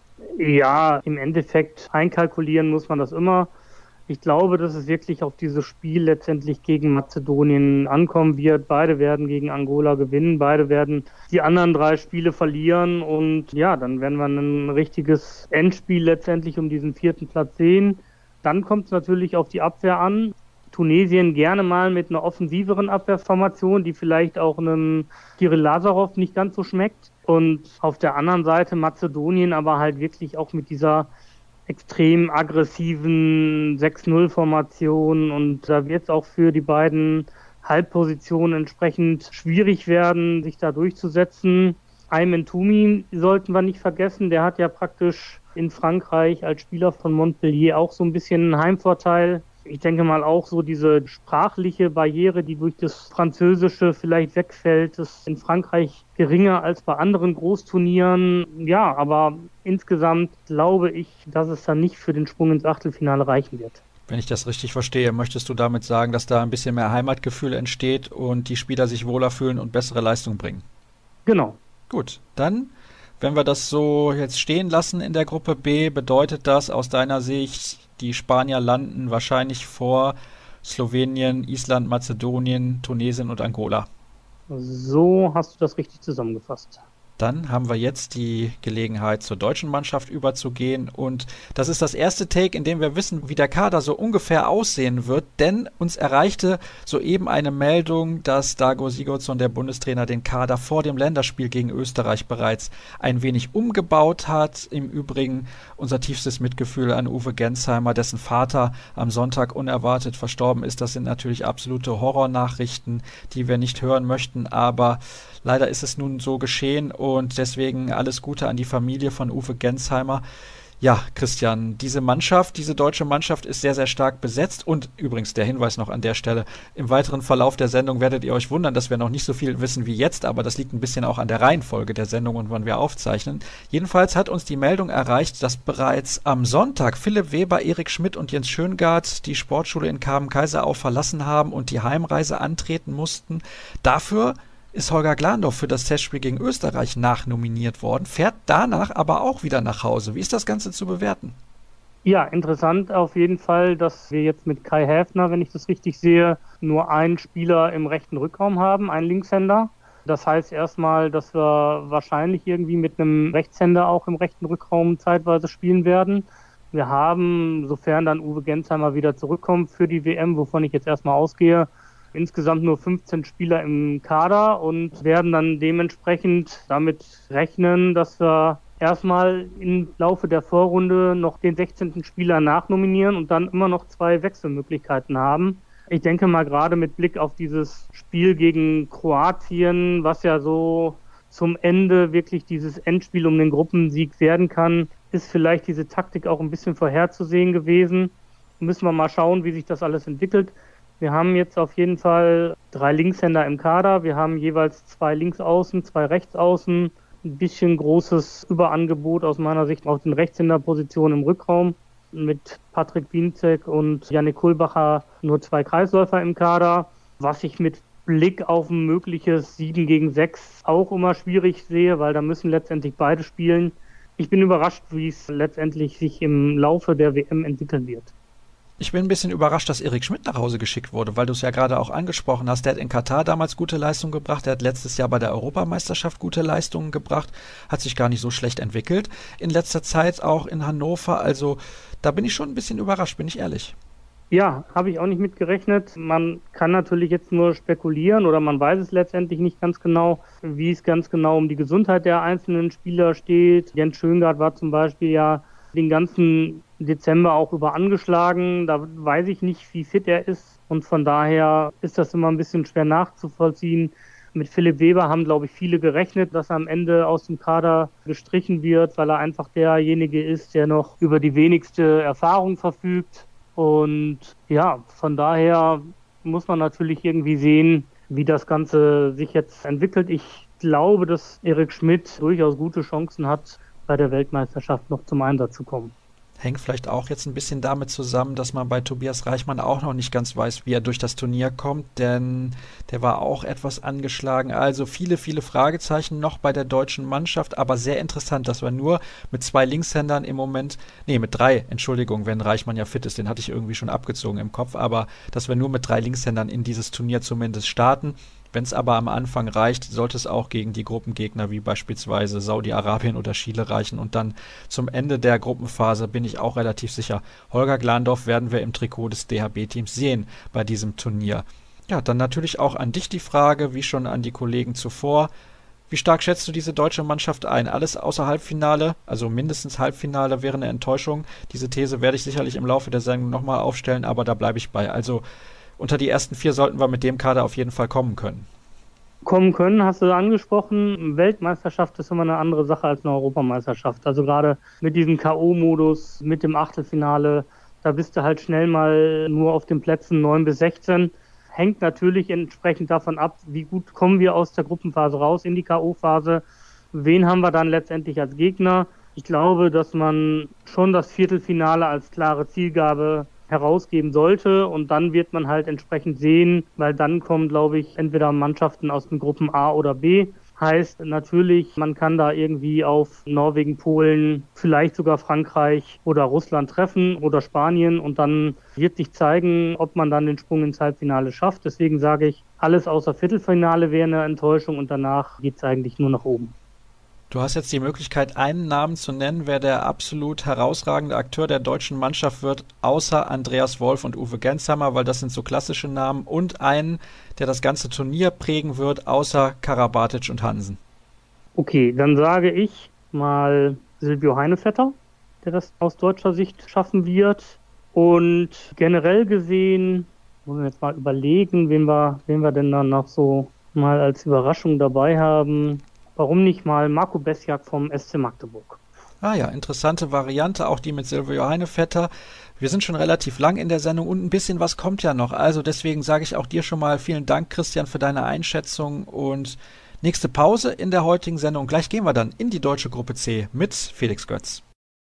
Ja, im Endeffekt einkalkulieren muss man das immer. Ich glaube, dass es wirklich auf dieses Spiel letztendlich gegen Mazedonien ankommen wird. Beide werden gegen Angola gewinnen, beide werden die anderen 3 Spiele verlieren und ja, dann werden wir ein richtiges Endspiel letztendlich um diesen 4. Platz sehen. Dann kommt es natürlich auf die Abwehr an. Tunesien gerne mal mit einer offensiveren Abwehrformation, die vielleicht auch einem Kirill Lazarov nicht ganz so schmeckt. Und auf der anderen Seite Mazedonien aber halt wirklich auch mit dieser extrem aggressiven 6-0-Formation und da wird es auch für die beiden Halbpositionen entsprechend schwierig werden, sich da durchzusetzen. Aymen Toumi sollten wir nicht vergessen, der hat ja praktisch in Frankreich als Spieler von Montpellier auch so ein bisschen einen Heimvorteil. Ich denke mal auch so diese sprachliche Barriere, die durch das Französische vielleicht wegfällt, ist in Frankreich geringer als bei anderen Großturnieren. Ja, aber insgesamt glaube ich, dass es dann nicht für den Sprung ins Achtelfinale reichen wird. Wenn ich das richtig verstehe, möchtest du damit sagen, dass da ein bisschen mehr Heimatgefühl entsteht und die Spieler sich wohler fühlen und bessere Leistung bringen? Genau. Gut, dann, wenn wir das so jetzt stehen lassen in der Gruppe B, bedeutet das aus deiner Sicht, die Spanier landen wahrscheinlich vor Slowenien, Island, Mazedonien, Tunesien und Angola. So hast du das richtig zusammengefasst. Dann haben wir jetzt die Gelegenheit, zur deutschen Mannschaft überzugehen. Und das ist das erste Take, in dem wir wissen, wie der Kader so ungefähr aussehen wird. Denn uns erreichte soeben eine Meldung, dass Dago Sigurdsson, der Bundestrainer, den Kader vor dem Länderspiel gegen Österreich bereits ein wenig umgebaut hat. Im Übrigen unser tiefstes Mitgefühl an Uwe Gensheimer, dessen Vater am Sonntag unerwartet verstorben ist. Das sind natürlich absolute Horrornachrichten, die wir nicht hören möchten. Aber leider ist es nun so geschehen und deswegen alles Gute an die Familie von Uwe Gensheimer. Ja, Christian, diese deutsche Mannschaft ist sehr, sehr stark besetzt und übrigens der Hinweis noch an der Stelle, im weiteren Verlauf der Sendung werdet ihr euch wundern, dass wir noch nicht so viel wissen wie jetzt, aber das liegt ein bisschen auch an der Reihenfolge der Sendung und wann wir aufzeichnen. Jedenfalls hat uns die Meldung erreicht, dass bereits am Sonntag Philipp Weber, Erik Schmidt und Jens Schöngard die Sportschule in Kamen-Kaiserau verlassen haben und die Heimreise antreten mussten. Dafür ist Holger Glandorf für das Testspiel gegen Österreich nachnominiert worden, fährt danach aber auch wieder nach Hause. Wie ist das Ganze zu bewerten? Ja, interessant auf jeden Fall, dass wir jetzt mit Kai Häfner, wenn ich das richtig sehe, nur einen Spieler im rechten Rückraum haben, einen Linkshänder. Das heißt erstmal, dass wir wahrscheinlich irgendwie mit einem Rechtshänder auch im rechten Rückraum zeitweise spielen werden. Wir haben, sofern dann Uwe Gensheimer wieder zurückkommt für die WM, wovon ich jetzt erstmal ausgehe, insgesamt nur 15 Spieler im Kader und werden dann dementsprechend damit rechnen, dass wir erstmal im Laufe der Vorrunde noch den 16. Spieler nachnominieren und dann immer noch 2 Wechselmöglichkeiten haben. Ich denke mal gerade mit Blick auf dieses Spiel gegen Kroatien, was ja so zum Ende wirklich dieses Endspiel um den Gruppensieg werden kann, ist vielleicht diese Taktik auch ein bisschen vorherzusehen gewesen. Müssen wir mal schauen, wie sich das alles entwickelt. Wir haben jetzt auf jeden Fall 3 Linkshänder im Kader. Wir haben jeweils 2 Linksaußen, 2 Rechtsaußen. Ein bisschen großes Überangebot aus meiner Sicht auf den Rechtshänderpositionen im Rückraum. Mit Patrick Wienzek und Yannick Kohlbacher nur 2 Kreisläufer im Kader. Was ich mit Blick auf ein mögliches 7 gegen 6 auch immer schwierig sehe, weil da müssen letztendlich beide spielen. Ich bin überrascht, wie es letztendlich sich im Laufe der WM entwickeln wird. Ich bin ein bisschen überrascht, dass Erik Schmidt nach Hause geschickt wurde, weil du es ja gerade auch angesprochen hast. Der hat in Katar damals gute Leistungen gebracht, der hat letztes Jahr bei der Europameisterschaft gute Leistungen gebracht, hat sich gar nicht so schlecht entwickelt. In letzter Zeit auch in Hannover, also da bin ich schon ein bisschen überrascht, bin ich ehrlich. Ja, habe ich auch nicht mit gerechnet. Man kann natürlich jetzt nur spekulieren oder man weiß es letztendlich nicht ganz genau, wie es ganz genau um die Gesundheit der einzelnen Spieler steht. Jens Schöngard war zum Beispiel ja den ganzen Dezember auch über angeschlagen. Da weiß ich nicht, wie fit er ist. Und von daher ist das immer ein bisschen schwer nachzuvollziehen. Mit Philipp Weber haben, glaube ich, viele gerechnet, dass er am Ende aus dem Kader gestrichen wird, weil er einfach derjenige ist, der noch über die wenigste Erfahrung verfügt. Und ja, von daher muss man natürlich irgendwie sehen, wie das Ganze sich jetzt entwickelt. Ich glaube, dass Erik Schmidt durchaus gute Chancen hat, bei der Weltmeisterschaft noch zum Einsatz zu kommen. Hängt vielleicht auch jetzt ein bisschen damit zusammen, dass man bei Tobias Reichmann auch noch nicht ganz weiß, wie er durch das Turnier kommt, denn der war auch etwas angeschlagen. Also viele, viele Fragezeichen noch bei der deutschen Mannschaft, aber sehr interessant, dass wir nur mit 2 Linkshändern im Moment, mit 3, Entschuldigung, wenn Reichmann ja fit ist, den hatte ich irgendwie schon abgezogen im Kopf, aber dass wir nur mit 3 Linkshändern in dieses Turnier zumindest starten. Wenn es aber am Anfang reicht, sollte es auch gegen die Gruppengegner wie beispielsweise Saudi-Arabien oder Chile reichen. Und dann zum Ende der Gruppenphase bin ich auch relativ sicher, Holger Glandorf werden wir im Trikot des DHB-Teams sehen bei diesem Turnier. Ja, dann natürlich auch an dich die Frage, wie schon an die Kollegen zuvor. Wie stark schätzt du diese deutsche Mannschaft ein? Alles außer Halbfinale, also mindestens Halbfinale wäre eine Enttäuschung. Diese These werde ich sicherlich im Laufe der Sendung nochmal aufstellen, aber da bleibe ich bei. Also unter die ersten 4 sollten wir mit dem Kader auf jeden Fall kommen können. Kommen können, hast du angesprochen. Weltmeisterschaft ist immer eine andere Sache als eine Europameisterschaft. Also gerade mit diesem K.O.-Modus, mit dem Achtelfinale, da bist du halt schnell mal nur auf den Plätzen 9 bis 16. Hängt natürlich entsprechend davon ab, wie gut kommen wir aus der Gruppenphase raus in die K.O.-Phase. Wen haben wir dann letztendlich als Gegner? Ich glaube, dass man schon das Viertelfinale als klare Zielgabe herausgeben sollte und dann wird man halt entsprechend sehen, weil dann kommen, glaube ich, entweder Mannschaften aus den Gruppen A oder B. Heißt natürlich, man kann da irgendwie auf Norwegen, Polen, vielleicht sogar Frankreich oder Russland treffen oder Spanien und dann wird sich zeigen, ob man dann den Sprung ins Halbfinale schafft. Deswegen sage ich, alles außer Viertelfinale wäre eine Enttäuschung und danach geht es eigentlich nur nach oben. Du hast jetzt die Möglichkeit, einen Namen zu nennen, wer der absolut herausragende Akteur der deutschen Mannschaft wird, außer Andreas Wolf und Uwe Gensheimer, weil das sind so klassische Namen, und einen, der das ganze Turnier prägen wird, außer Karabatic und Hansen. Okay, dann sage ich mal Silvio Heinevetter, der das aus deutscher Sicht schaffen wird. Und generell gesehen, wollen wir jetzt mal überlegen, wen wir denn dann noch so mal als Überraschung dabei haben. Warum nicht mal Marco Besjak vom SC Magdeburg? Ah ja, interessante Variante, auch die mit Silvio Heinevetter. Wir sind schon relativ lang in der Sendung und ein bisschen was kommt ja noch. Also deswegen sage ich auch dir schon mal vielen Dank, Christian, für deine Einschätzung und nächste Pause in der heutigen Sendung. Gleich gehen wir dann in die deutsche Gruppe C mit Felix Götz.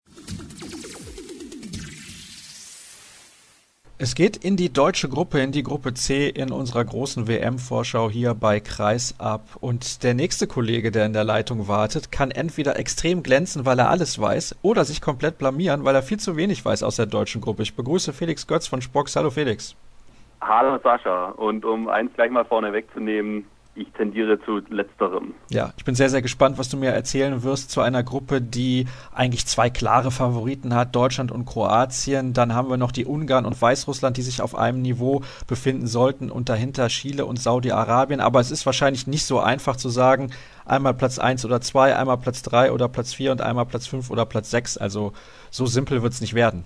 Es geht in die deutsche Gruppe, in die Gruppe C in unserer großen WM-Vorschau hier bei Kreisab. Und der nächste Kollege, der in der Leitung wartet, kann entweder extrem glänzen, weil er alles weiß, oder sich komplett blamieren, weil er viel zu wenig weiß aus der deutschen Gruppe. Ich begrüße Felix Götz von Spox. Hallo Felix. Hallo Sascha. Und um eins gleich mal vorne wegzunehmen, ich tendiere zu letzterem. Ja, ich bin sehr, sehr gespannt, was du mir erzählen wirst zu einer Gruppe, die eigentlich zwei klare Favoriten hat, Deutschland und Kroatien. Dann haben wir noch die Ungarn und Weißrussland, die sich auf einem Niveau befinden sollten und dahinter Chile und Saudi-Arabien. Aber es ist wahrscheinlich nicht so einfach zu sagen, einmal Platz 1 oder 2, einmal Platz 3 oder Platz 4 und einmal Platz 5 oder Platz 6. Also so simpel wird es nicht werden.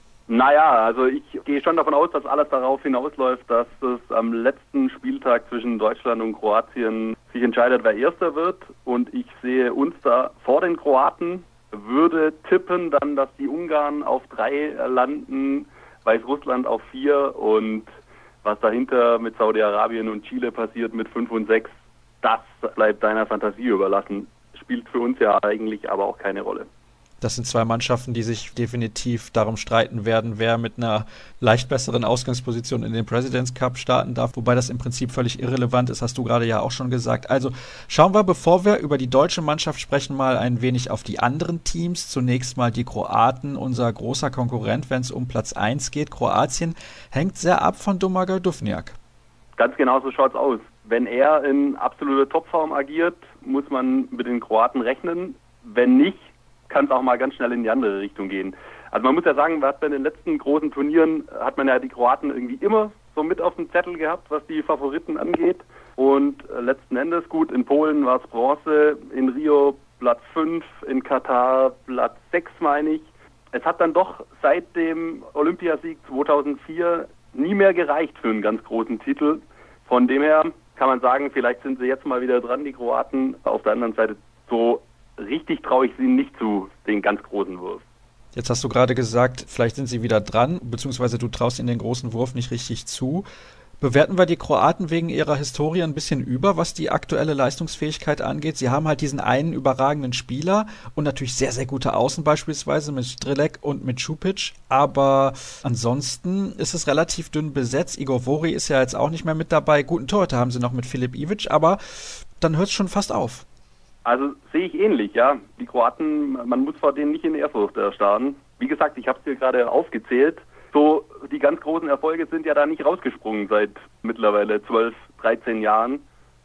Naja, also ich gehe schon davon aus, dass alles darauf hinausläuft, dass es am letzten Spieltag zwischen Deutschland und Kroatien sich entscheidet, wer Erster wird. Und ich sehe uns da vor den Kroaten, würde tippen dann, dass die Ungarn auf 3 landen, Weißrussland auf 4 und was dahinter mit Saudi-Arabien und Chile passiert mit 5 und 6, das bleibt deiner Fantasie überlassen. Spielt für uns ja eigentlich aber auch keine Rolle. Das sind zwei Mannschaften, die sich definitiv darum streiten werden, wer mit einer leicht besseren Ausgangsposition in den Presidents Cup starten darf, wobei das im Prinzip völlig irrelevant ist, hast du gerade ja auch schon gesagt. Also schauen wir, bevor wir über die deutsche Mannschaft sprechen, mal ein wenig auf die anderen Teams. Zunächst mal die Kroaten, unser großer Konkurrent, wenn es um Platz 1 geht. Kroatien hängt sehr ab von Domagoj Duvnjak. Ganz genau so schaut's aus. Wenn er in absoluter Topform agiert, muss man mit den Kroaten rechnen. Wenn nicht, kann es auch mal ganz schnell in die andere Richtung gehen. Also man muss ja sagen, bei den letzten großen Turnieren hat man ja die Kroaten irgendwie immer so mit auf dem Zettel gehabt, was die Favoriten angeht. Und letzten Endes, gut, in Polen war es Bronze, in Rio Platz 5, in Katar Platz 6, meine ich. Es hat dann doch seit dem Olympiasieg 2004 nie mehr gereicht für einen ganz großen Titel. Von dem her kann man sagen, vielleicht sind sie jetzt mal wieder dran, die Kroaten. Auf der anderen Seite so richtig traue ich sie nicht zu, den ganz großen Wurf. Jetzt hast du gerade gesagt, vielleicht sind sie wieder dran, beziehungsweise du traust ihnen den großen Wurf nicht richtig zu. Bewerten wir die Kroaten wegen ihrer Historie ein bisschen über, was die aktuelle Leistungsfähigkeit angeht? Sie haben halt diesen einen überragenden Spieler und natürlich sehr, sehr gute Außen beispielsweise mit Strelec und mit Čupić, aber ansonsten ist es relativ dünn besetzt. Igor Vori ist ja jetzt auch nicht mehr mit dabei. Guten Torhüter haben sie noch mit Filip Ivic, aber dann hört es schon fast auf. Also sehe ich ähnlich, ja. Die Kroaten, man muss vor denen nicht in Ehrfurcht erstarren. Wie gesagt, ich habe es dir gerade aufgezählt. So, die ganz großen Erfolge sind ja da nicht rausgesprungen seit mittlerweile 12, 13 Jahren.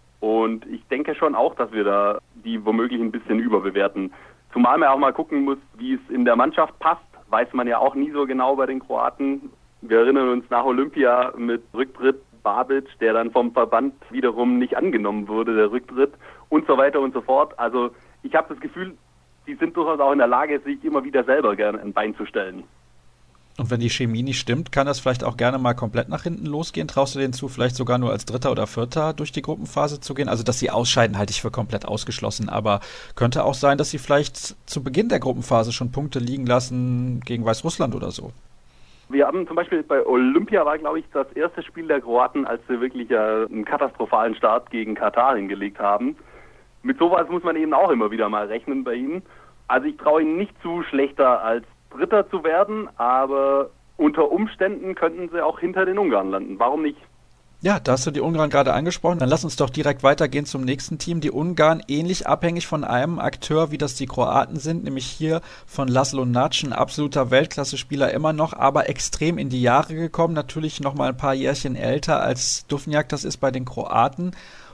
Und ich denke schon auch, dass wir da die womöglich ein bisschen überbewerten. Zumal man auch mal gucken muss, wie es in der Mannschaft passt. Weiß man ja auch nie so genau bei den Kroaten. Wir erinnern uns nach Olympia mit Rücktritt Babic, der dann vom Verband wiederum nicht angenommen wurde, der Rücktritt und so weiter und so fort. Also ich habe das Gefühl, die sind durchaus auch in der Lage, sich immer wieder selber gerne ein Bein zu stellen. Und wenn die Chemie nicht stimmt, kann das vielleicht auch gerne mal komplett nach hinten losgehen? Traust du denen zu, vielleicht sogar nur als Dritter oder Vierter durch die Gruppenphase zu gehen? Also, dass sie ausscheiden, halte ich für komplett ausgeschlossen. Aber könnte auch sein, dass sie vielleicht zu Beginn der Gruppenphase schon Punkte liegen lassen gegen Weißrussland oder so. Wir haben zum Beispiel bei Olympia war, glaube ich, das erste Spiel der Kroaten, als sie wirklich einen katastrophalen Start gegen Katar hingelegt haben. Mit sowas muss man eben auch immer wieder mal rechnen bei ihnen. Also ich traue ihnen nicht zu, schlechter als Dritter zu werden, aber unter Umständen könnten sie auch hinter den Ungarn landen. Warum nicht? Ja, da hast du die Ungarn gerade angesprochen. Dann lass uns doch direkt weitergehen zum nächsten Team. Die Ungarn ähnlich abhängig von einem Akteur, wie das die Kroaten sind, nämlich hier von Laszlo Nagy, ein absoluter Weltklasse-Spieler immer noch, aber extrem in die Jahre gekommen. Natürlich noch mal ein paar Jährchen älter als Duvnjak das ist bei den Kroaten.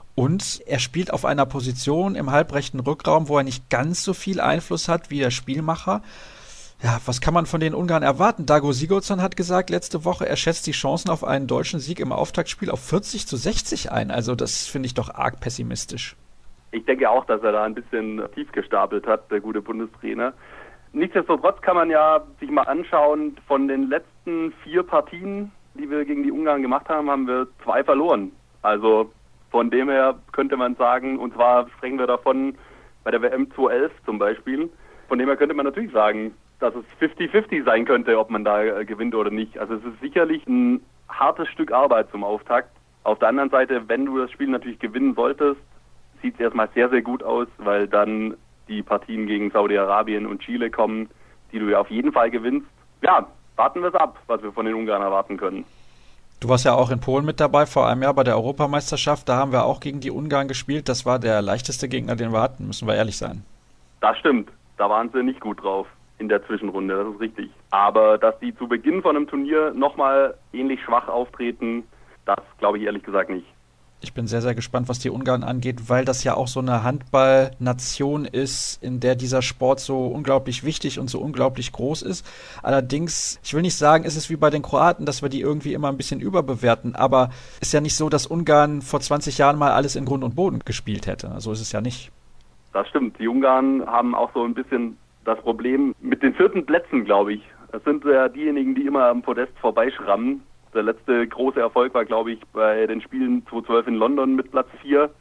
Und er spielt auf einer Position im halbrechten Rückraum, wo er nicht ganz so viel Einfluss hat wie der Spielmacher. Ja, was kann man von den Ungarn erwarten? Dago Sigurdsson hat gesagt letzte Woche, er schätzt die Chancen auf einen deutschen Sieg im Auftaktspiel auf 40-60 ein. Also das finde ich doch arg pessimistisch. Ich denke auch, dass er da ein bisschen tief gestapelt hat, der gute Bundestrainer. Nichtsdestotrotz kann man ja sich mal anschauen, von den letzten 4 Partien, die wir gegen die Ungarn gemacht haben, haben wir 2 verloren. Also von dem her könnte man sagen, und zwar sprechen wir davon bei der WM 2011 zum Beispiel, von dem her könnte man natürlich sagen, dass es 50-50 sein könnte, ob man da gewinnt oder nicht. Also es ist sicherlich ein hartes Stück Arbeit zum Auftakt. Auf der anderen Seite, wenn du das Spiel natürlich gewinnen solltest, sieht es erstmal sehr, sehr gut aus, weil dann die Partien gegen Saudi-Arabien und Chile kommen, die du ja auf jeden Fall gewinnst. Ja, warten wir es ab, was wir von den Ungarn erwarten können. Du warst ja auch in Polen mit dabei, vor einem Jahr bei der Europameisterschaft. Da haben wir auch gegen die Ungarn gespielt. Das war der leichteste Gegner, den wir hatten, müssen wir ehrlich sein. Das stimmt. Da waren sie nicht gut drauf in der Zwischenrunde, das ist richtig. Aber dass die zu Beginn von einem Turnier nochmal ähnlich schwach auftreten, das glaube ich ehrlich gesagt nicht. Ich bin sehr, sehr gespannt, was die Ungarn angeht, weil das ja auch so eine Handballnation ist, in der dieser Sport so unglaublich wichtig und so unglaublich groß ist. Allerdings, ich will nicht sagen, ist es wie bei den Kroaten, dass wir die irgendwie immer ein bisschen überbewerten, aber ist ja nicht so, dass Ungarn vor 20 Jahren mal alles in Grund und Boden gespielt hätte. So ist es ja nicht. Das stimmt. Die Ungarn haben auch so ein bisschen das Problem mit den 4. Plätzen, glaube ich. Das sind ja diejenigen, die immer am Podest vorbeischrammen. Der letzte große Erfolg war, glaube ich, bei den Spielen 2012 in London mit Platz 4.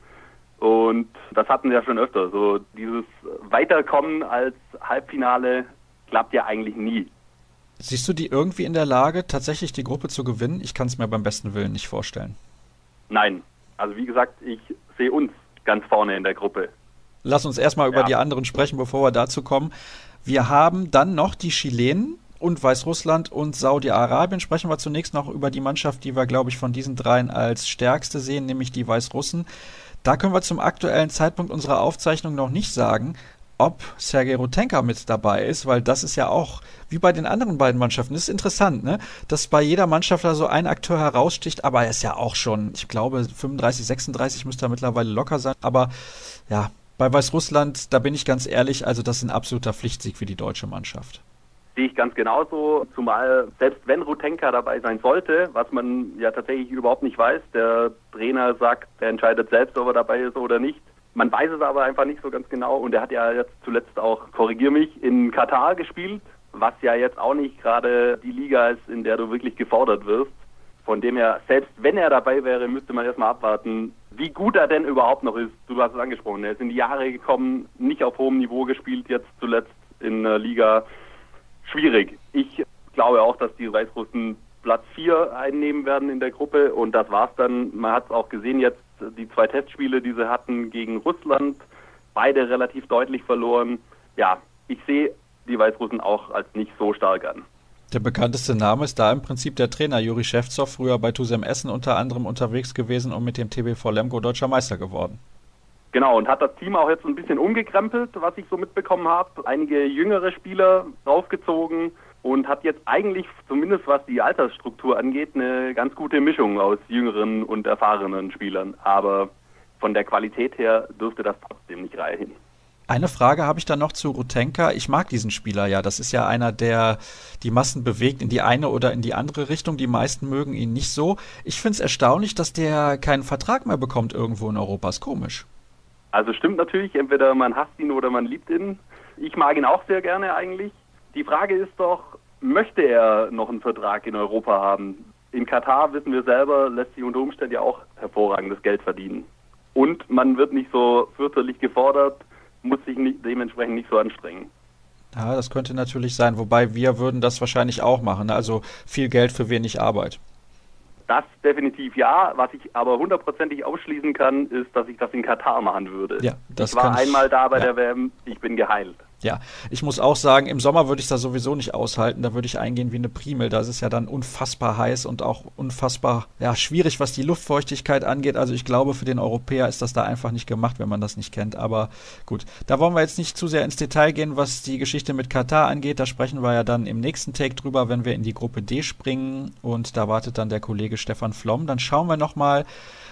Und das hatten wir ja schon öfter. So dieses Weiterkommen als Halbfinale klappt ja eigentlich nie. Siehst du die irgendwie in der Lage, tatsächlich die Gruppe zu gewinnen? Ich kann es mir beim besten Willen nicht vorstellen. Nein. Also wie gesagt, ich sehe uns ganz vorne in der Gruppe. Lass uns erstmal über die anderen sprechen, bevor wir dazu kommen. Wir haben dann noch die Chilenen und Weißrussland und Saudi-Arabien. Sprechen wir zunächst noch über die Mannschaft, die wir, glaube ich, von diesen dreien als stärkste sehen, nämlich die Weißrussen. Da können wir zum aktuellen Zeitpunkt unserer Aufzeichnung noch nicht sagen, ob Sergei Rutenka mit dabei ist, weil das ist ja auch, wie bei den anderen beiden Mannschaften, das ist interessant, ne? Dass bei jeder Mannschaft da so ein Akteur heraussticht, aber er ist ja auch schon, ich glaube, 35, 36 müsste er mittlerweile locker sein, aber ja, bei Weißrussland, da bin ich ganz ehrlich, also das ist ein absoluter Pflichtsieg für die deutsche Mannschaft. Sehe ich ganz genauso, zumal selbst wenn Rutenka dabei sein sollte, was man ja tatsächlich überhaupt nicht weiß, der Trainer sagt, er entscheidet selbst, ob er dabei ist oder nicht. Man weiß es aber einfach nicht so ganz genau und er hat ja jetzt zuletzt auch, korrigier mich, in Katar gespielt, was ja jetzt auch nicht gerade die Liga ist, in der du wirklich gefordert wirst. Von dem her, selbst wenn er dabei wäre, müsste man erstmal abwarten, wie gut er denn überhaupt noch ist. Du hast es angesprochen, er ist in die Jahre gekommen, nicht auf hohem Niveau gespielt, jetzt zuletzt in der Liga. Schwierig. Ich glaube auch, dass die Weißrussen Platz 4 einnehmen werden in der Gruppe und das war's dann. Man hat es auch gesehen jetzt, die 2 Testspiele, die sie hatten gegen Russland, beide relativ deutlich verloren. Ja, ich sehe die Weißrussen auch als nicht so stark an. Der bekannteste Name ist da im Prinzip der Trainer Juri Schewtsov, früher bei Tusem Essen unter anderem unterwegs gewesen und mit dem TBV Lemgo deutscher Meister geworden. Genau, und hat das Team auch jetzt ein bisschen umgekrempelt, was ich so mitbekommen habe. Einige jüngere Spieler rausgezogen und hat jetzt eigentlich, zumindest was die Altersstruktur angeht, eine ganz gute Mischung aus jüngeren und erfahrenen Spielern. Aber von der Qualität her dürfte das trotzdem nicht reichen. Eine Frage habe ich dann noch zu Rutenka. Ich mag diesen Spieler ja. Das ist ja einer, der die Massen bewegt in die eine oder in die andere Richtung. Die meisten mögen ihn nicht so. Ich finde es erstaunlich, dass der keinen Vertrag mehr bekommt irgendwo in Europa. Ist komisch. Also stimmt natürlich, entweder man hasst ihn oder man liebt ihn. Ich mag ihn auch sehr gerne eigentlich. Die Frage ist doch, möchte er noch einen Vertrag in Europa haben? In Katar, wissen wir selber, lässt sich unter Umständen ja auch hervorragendes Geld verdienen. Und man wird nicht so fürchterlich gefordert, muss sich dementsprechend nicht so anstrengen. Ja, das könnte natürlich sein, wobei wir würden das wahrscheinlich auch machen. Also viel Geld für wenig Arbeit. Das definitiv ja. Was ich aber hundertprozentig ausschließen kann, ist, dass ich das in Katar machen würde. Ja, das ich war einmal da bei der WM, ich bin geheilt. Ja, ich muss auch sagen, im Sommer würde ich das sowieso nicht aushalten. Da würde ich eingehen wie eine Primel. Da ist es ja dann unfassbar heiß und auch unfassbar schwierig, was die Luftfeuchtigkeit angeht. Also ich glaube, für den Europäer ist das da einfach nicht gemacht, wenn man das nicht kennt. Aber gut, da wollen wir jetzt nicht zu sehr ins Detail gehen, was die Geschichte mit Katar angeht. Da sprechen wir ja dann im nächsten Take drüber, wenn wir in die Gruppe D springen. Und da wartet dann der Kollege Stefan Flom. Dann schauen wir nochmal,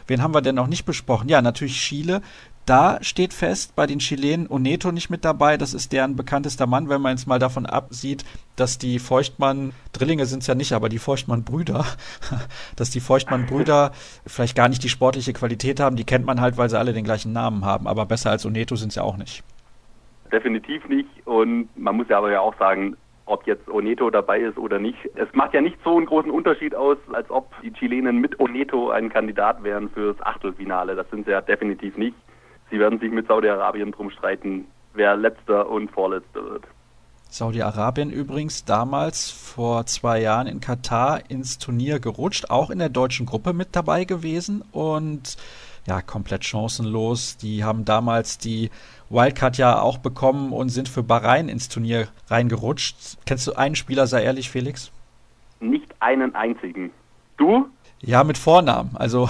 Wen haben wir denn noch nicht besprochen? Ja, natürlich Chile. Da steht fest, bei den Chilenen Oneto nicht mit dabei. Das ist deren bekanntester Mann, wenn man jetzt mal davon absieht, dass die Feuchtmann, Drillinge sind es ja nicht, aber die Feuchtmann-Brüder, dass die Feuchtmann-Brüder vielleicht gar nicht die sportliche Qualität haben. Die kennt man halt, weil sie alle den gleichen Namen haben. Aber besser als Oneto sind sie auch nicht. Definitiv nicht. Und man muss ja aber ja auch sagen, ob jetzt Oneto dabei ist oder nicht. Es macht ja nicht so einen großen Unterschied aus, als ob die Chilenen mit Oneto ein Kandidat wären fürs Achtelfinale. Das sind sie ja definitiv nicht. Sie werden sich mit Saudi-Arabien drum streiten, wer Letzter und Vorletzter wird. Saudi-Arabien übrigens damals vor 2 Jahren in Katar ins Turnier gerutscht, auch in der deutschen Gruppe mit dabei gewesen und ja, komplett chancenlos. Die haben damals die Wildcard ja auch bekommen und sind für Bahrain ins Turnier reingerutscht. Kennst du einen Spieler, sei ehrlich, Felix? Nicht einen einzigen. Du? Ja, mit Vornamen. Also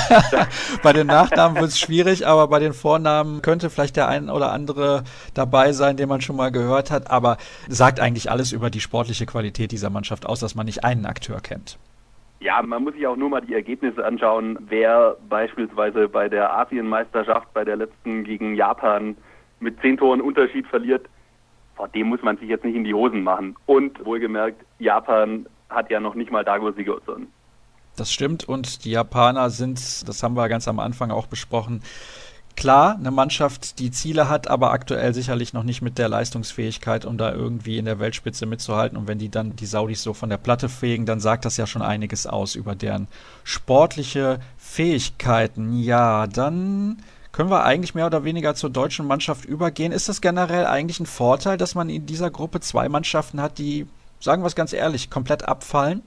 bei den Nachnamen wird es schwierig, aber bei den Vornamen könnte vielleicht der ein oder andere dabei sein, den man schon mal gehört hat. Aber sagt eigentlich alles über die sportliche Qualität dieser Mannschaft aus, dass man nicht einen Akteur kennt. Ja, man muss sich auch nur mal die Ergebnisse anschauen, wer beispielsweise bei der Asienmeisterschaft, bei der letzten gegen Japan mit 10 Toren Unterschied verliert. Vor dem muss man sich jetzt nicht in die Hosen machen. Und wohlgemerkt, Japan hat ja noch nicht mal Dago Sigurdsson. Das stimmt und die Japaner sind, das haben wir ganz am Anfang auch besprochen, klar, eine Mannschaft, die Ziele hat, aber aktuell sicherlich noch nicht mit der Leistungsfähigkeit, um da irgendwie in der Weltspitze mitzuhalten. Und wenn die dann die Saudis so von der Platte fegen, dann sagt das ja schon einiges aus über deren sportliche Fähigkeiten. Ja, dann können wir eigentlich mehr oder weniger zur deutschen Mannschaft übergehen. Ist das generell eigentlich ein Vorteil, dass man in dieser Gruppe 2 Mannschaften hat, die, sagen wir es ganz ehrlich, komplett abfallen?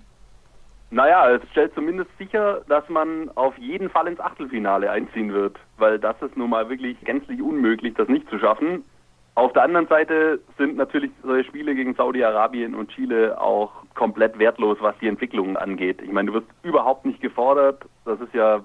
Naja, es stellt zumindest sicher, dass man auf jeden Fall ins Achtelfinale einziehen wird, weil das ist nun mal wirklich gänzlich unmöglich, das nicht zu schaffen. Auf der anderen Seite sind natürlich solche Spiele gegen Saudi-Arabien und Chile auch komplett wertlos, was die Entwicklung angeht. Ich meine, du wirst überhaupt nicht gefordert. Das ist ja,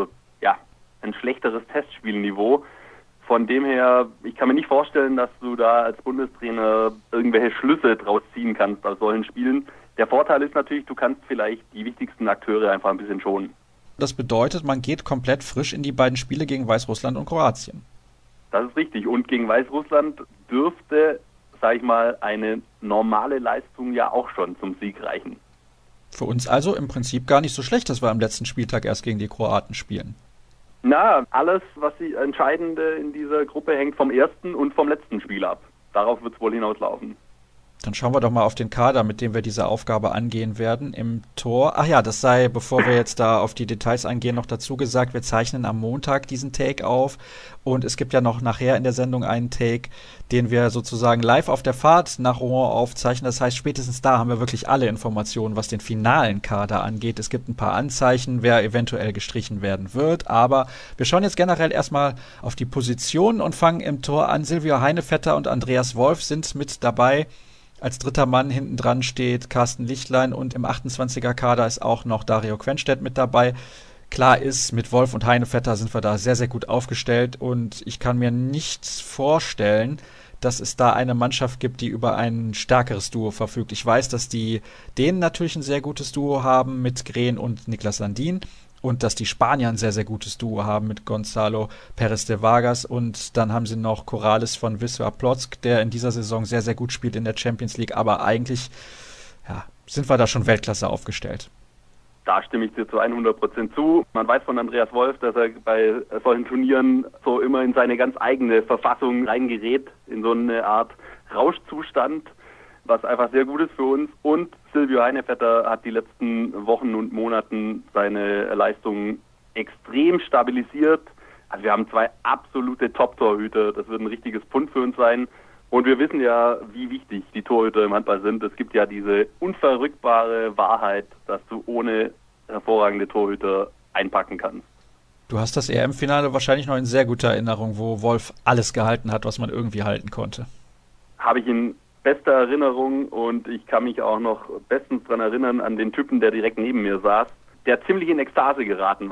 ein schlechteres Testspielniveau. Von dem her, ich kann mir nicht vorstellen, dass du da als Bundestrainer irgendwelche Schlüsse draus ziehen kannst aus solchen Spielen. Der Vorteil ist natürlich, du kannst vielleicht die wichtigsten Akteure einfach ein bisschen schonen. Das bedeutet, man geht komplett frisch in die beiden Spiele gegen Weißrussland und Kroatien. Das ist richtig. Und gegen Weißrussland dürfte, sag ich mal, eine normale Leistung ja auch schon zum Sieg reichen. Für uns also im Prinzip gar nicht so schlecht, dass wir am letzten Spieltag erst gegen die Kroaten spielen. Na, alles, was die Entscheidende in dieser Gruppe hängt vom ersten und vom letzten Spiel ab. Darauf wird es wohl hinauslaufen. Dann schauen wir doch mal auf den Kader, mit dem wir diese Aufgabe angehen werden. Im Tor, ach ja, das sei, bevor wir jetzt da auf die Details eingehen, noch dazu gesagt, wir zeichnen am Montag diesen Take auf und es gibt ja noch nachher in der Sendung einen Take, den wir sozusagen live auf der Fahrt nach Rouen aufzeichnen. Das heißt, spätestens da haben wir wirklich alle Informationen, was den finalen Kader angeht. Es gibt ein paar Anzeichen, wer eventuell gestrichen werden wird, aber wir schauen jetzt generell erstmal auf die Positionen und fangen im Tor an. Silvio Heinevetter und Andreas Wolf sind mit dabei. Als dritter Mann hinten dran steht Carsten Lichtlein und im 28er-Kader ist auch noch Dario Quenstedt mit dabei. Klar ist, mit Wolf und Heinevetter sind wir da sehr, sehr gut aufgestellt und ich kann mir nicht vorstellen, dass es da eine Mannschaft gibt, die über ein stärkeres Duo verfügt. Ich weiß, dass die Dänen natürlich ein sehr gutes Duo haben mit Green und Niklas Landin und dass die Spanier ein sehr, sehr gutes Duo haben mit Gonzalo Pérez de Vargas und dann haben sie noch Corrales von Wisła Płock, der in dieser Saison sehr, sehr gut spielt in der Champions League, aber eigentlich sind wir da schon Weltklasse aufgestellt. Da stimme ich dir zu 100% zu. Man weiß von Andreas Wolf, dass er bei solchen Turnieren so immer in seine ganz eigene Verfassung reingerät, in so eine Art Rauschzustand, was einfach sehr gut ist für uns. Und Silvio Heinevetter hat die letzten Wochen und Monaten seine Leistungen extrem stabilisiert. Also wir haben 2 absolute Top-Torhüter. Das wird ein richtiges Pfund für uns sein. Und wir wissen ja, wie wichtig die Torhüter im Handball sind. Es gibt ja diese unverrückbare Wahrheit, dass du ohne hervorragende Torhüter einpacken kannst. Du hast das EM-Finale wahrscheinlich noch in sehr guter Erinnerung, wo Wolf alles gehalten hat, was man irgendwie halten konnte. Habe ich in bester Erinnerung und ich kann mich auch noch bestens daran erinnern an den Typen, der direkt neben mir saß, der ziemlich in Ekstase geraten war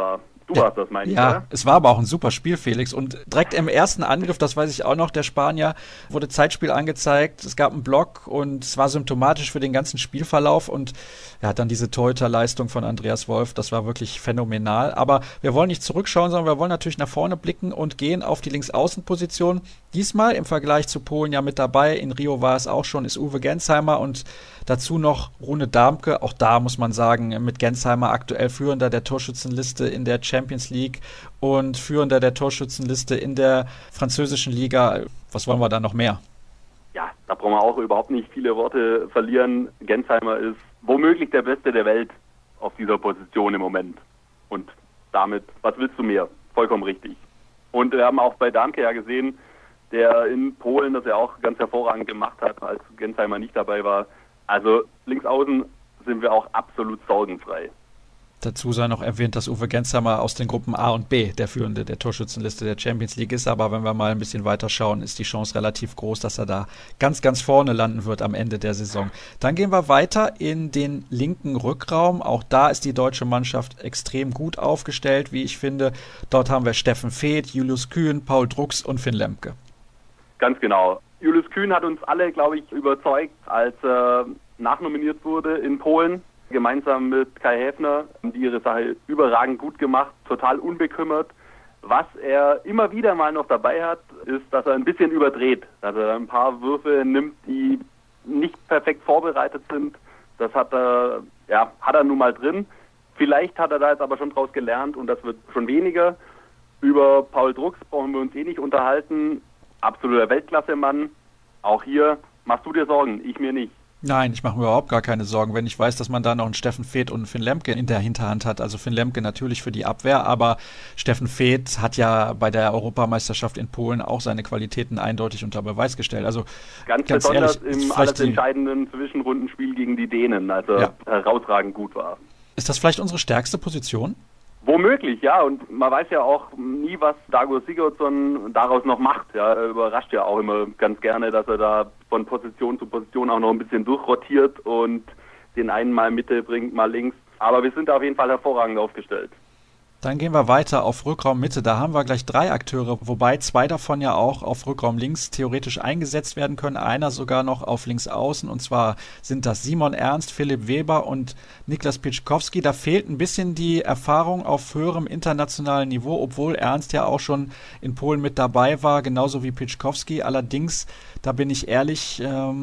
Du warst das, meine ich, ja, oder? es war aber auch ein super Spiel, Felix. Und direkt im ersten Angriff, das weiß ich auch noch, der Spanier, wurde Zeitspiel angezeigt. Es gab einen Block und es war symptomatisch für den ganzen Spielverlauf. Und ja, dann diese Torhüterleistung von Andreas Wolf, das war wirklich phänomenal. Aber wir wollen nicht zurückschauen, sondern wir wollen natürlich nach vorne blicken und gehen auf die Linksaußenposition. Diesmal im Vergleich zu Polen ja mit dabei. In Rio war es auch schon, ist Uwe Gensheimer und dazu noch Rune Darmke. Auch da muss man sagen, mit Gensheimer aktuell Führender der Torschützenliste in der Champions League und Führender der Torschützenliste in der französischen Liga. Was wollen wir da noch mehr? Ja, da brauchen wir auch überhaupt nicht viele Worte verlieren. Gensheimer ist womöglich der Beste der Welt auf dieser Position im Moment. Und damit, was willst du mehr? Vollkommen richtig. Und wir haben auch bei Darmke ja gesehen, der in Polen das ja auch ganz hervorragend gemacht hat, als Gensheimer nicht dabei war. Also links außen sind wir auch absolut sorgenfrei. Dazu sei noch erwähnt, dass Uwe Gensheimer aus den Gruppen A und B der Führende der Torschützenliste der Champions League ist. Aber wenn wir mal ein bisschen weiter schauen, ist die Chance relativ groß, dass er da ganz, ganz vorne landen wird am Ende der Saison. Dann gehen wir weiter in den linken Rückraum. Auch da ist die deutsche Mannschaft extrem gut aufgestellt, wie ich finde. Dort haben wir Steffen Feeth, Julius Kühn, Paul Drucks und Finn Lemke. Ganz genau. Julius Kühn hat uns alle, glaube ich, überzeugt, als er nachnominiert wurde in Polen. Gemeinsam mit Kai Häfner, die ihre Sache überragend gut gemacht, total unbekümmert. Was er immer wieder mal noch dabei hat, ist, dass er ein bisschen überdreht, dass er ein paar Würfe nimmt, die nicht perfekt vorbereitet sind. Das hat er nun mal drin. Vielleicht hat er da jetzt aber schon draus gelernt und das wird schon weniger. Über Paul Drucks brauchen wir uns eh nicht unterhalten. Absoluter Weltklasse-Mann. Auch hier machst du dir Sorgen, ich mir nicht. Nein, ich mache mir überhaupt gar keine Sorgen, wenn ich weiß, dass man da noch einen Steffen Feeth und einen Finn Lemke in der Hinterhand hat. Also Finn Lemke natürlich für die Abwehr, aber Steffen Feeth hat ja bei der Europameisterschaft in Polen auch seine Qualitäten eindeutig unter Beweis gestellt. Also ganz besonders ehrlich, im alles entscheidenden Zwischenrundenspiel gegen die Dänen, als er herausragend gut war. Ist das vielleicht unsere stärkste Position? Womöglich, ja. Und man weiß ja auch nie, was Dagur Sigurdsson daraus noch macht. Ja, er überrascht ja auch immer ganz gerne, dass er da von Position zu Position auch noch ein bisschen durchrotiert und den einen mal Mitte bringt, mal links. Aber wir sind da auf jeden Fall hervorragend aufgestellt. Dann gehen wir weiter auf Rückraum Mitte. Da haben wir gleich 3 Akteure, wobei 2 davon ja auch auf Rückraum links theoretisch eingesetzt werden können. Einer sogar noch auf links außen. Und zwar sind das Simon Ernst, Philipp Weber und Niklas Pieczkowski. Da fehlt ein bisschen die Erfahrung auf höherem internationalen Niveau, obwohl Ernst ja auch schon in Polen mit dabei war, genauso wie Pieczkowski. Allerdings, da bin ich ehrlich,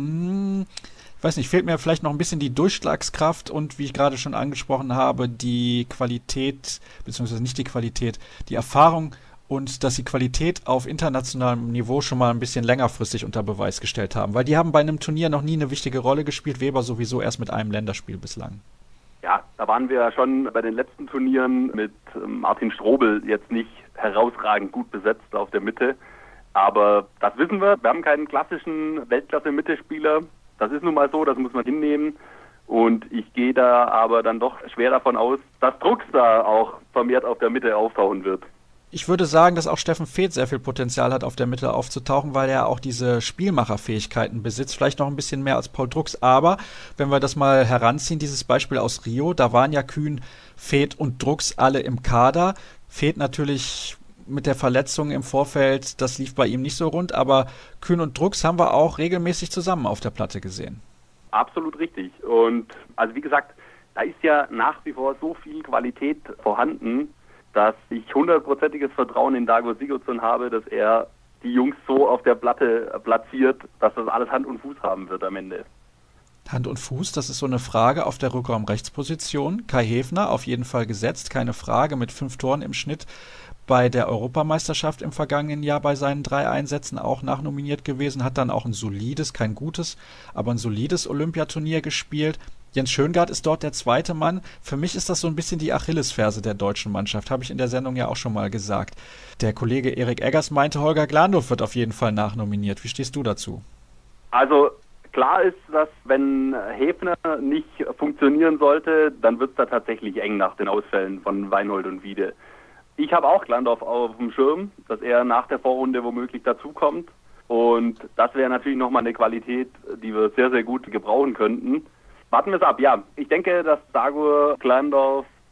ich weiß nicht, fehlt mir vielleicht noch ein bisschen die Durchschlagskraft und, wie ich gerade schon angesprochen habe, die Qualität, beziehungsweise nicht die Qualität, die Erfahrung und dass sie Qualität auf internationalem Niveau schon mal ein bisschen längerfristig unter Beweis gestellt haben. Weil die haben bei einem Turnier noch nie eine wichtige Rolle gespielt, Weber sowieso erst mit einem Länderspiel bislang. Ja, da waren wir ja schon bei den letzten Turnieren mit Martin Strobel jetzt nicht herausragend gut besetzt auf der Mitte. Aber das wissen wir, wir haben keinen klassischen Weltklasse-Mittelspieler. Das ist nun mal so, das muss man hinnehmen. Und ich gehe da aber dann doch schwer davon aus, dass Drucks da auch vermehrt auf der Mitte auftauchen wird. Ich würde sagen, dass auch Steffen Feeth sehr viel Potenzial hat, auf der Mitte aufzutauchen, weil er auch diese Spielmacherfähigkeiten besitzt. Vielleicht noch ein bisschen mehr als Paul Drucks. Aber wenn wir das mal heranziehen, dieses Beispiel aus Rio, da waren ja Kühn, Feeth und Drucks alle im Kader. Feeth natürlich mit der Verletzung im Vorfeld, das lief bei ihm nicht so rund, aber Kühn und Drucks haben wir auch regelmäßig zusammen auf der Platte gesehen. Absolut richtig. Und also wie gesagt, da ist ja nach wie vor so viel Qualität vorhanden, dass ich 100%iges Vertrauen in Dagur Sigurdsson habe, dass er die Jungs so auf der Platte platziert, dass das alles Hand und Fuß haben wird am Ende. Hand und Fuß, das ist so eine Frage auf der Rückraum-Rechtsposition. Kai Häfner auf jeden Fall gesetzt, keine Frage, mit 5 Toren im Schnitt bei der Europameisterschaft im vergangenen Jahr bei seinen 3 Einsätzen auch nachnominiert gewesen, hat dann auch ein solides, kein gutes, aber ein solides Olympiaturnier gespielt. Jens Schöngardt ist dort der zweite Mann. Für mich ist das so ein bisschen die Achillesferse der deutschen Mannschaft, habe ich in der Sendung ja auch schon mal gesagt. Der Kollege Erik Eggers meinte, Holger Glandorf wird auf jeden Fall nachnominiert. Wie stehst du dazu? Also klar ist, dass wenn Häfner nicht funktionieren sollte, dann wird es da tatsächlich eng nach den Ausfällen von Weinhold und Wiede. Ich habe auch Glandorf auf dem Schirm, dass er nach der Vorrunde womöglich dazukommt. Und das wäre natürlich nochmal eine Qualität, die wir sehr, sehr gut gebrauchen könnten. Warten wir es ab. Ja, ich denke, dass Dagur, Glandorf,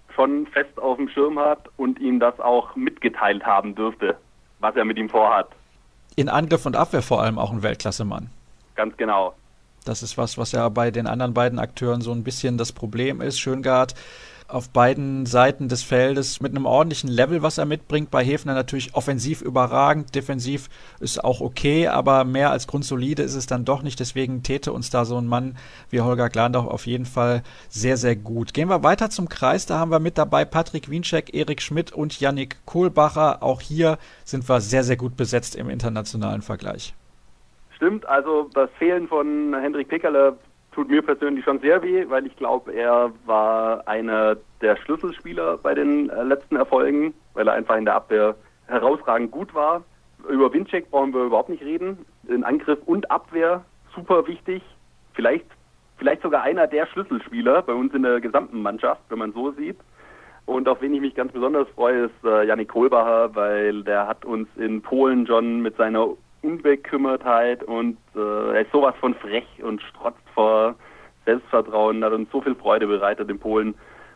schon fest auf dem Schirm hat und ihm das auch mitgeteilt haben dürfte, was er mit ihm vorhat. In Angriff und Abwehr vor allem auch ein Weltklassemann. Ganz genau. Das ist was ja bei den anderen beiden Akteuren so ein bisschen das Problem ist. Schöngard auf beiden Seiten des Feldes mit einem ordentlichen Level, was er mitbringt. Bei Häfner natürlich offensiv überragend, defensiv ist auch okay, aber mehr als grundsolide ist es dann doch nicht. Deswegen täte uns da so ein Mann wie Holger Glandau auf jeden Fall sehr, sehr gut. Gehen wir weiter zum Kreis. Da haben wir mit dabei Patrick Wiencheck, Erik Schmidt und Yannick Kohlbacher. Auch hier sind wir sehr, sehr gut besetzt im internationalen Vergleich. Stimmt, also das Fehlen von Hendrik Pekerle tut mir persönlich schon sehr weh, weil ich glaube, er war einer der Schlüsselspieler bei den letzten Erfolgen, weil er einfach in der Abwehr herausragend gut war. Über Wiencheck brauchen wir überhaupt nicht reden. In Angriff und Abwehr super wichtig. Vielleicht sogar einer der Schlüsselspieler bei uns in der gesamten Mannschaft, wenn man so sieht. Und auf wen ich mich ganz besonders freue, ist Yannick Kohlbacher, weil der hat uns in Polen schon mit seiner Unbekümmertheit und er ist sowas von frech und strotzt vor Selbstvertrauen, hat uns so viel Freude bereitet in Polen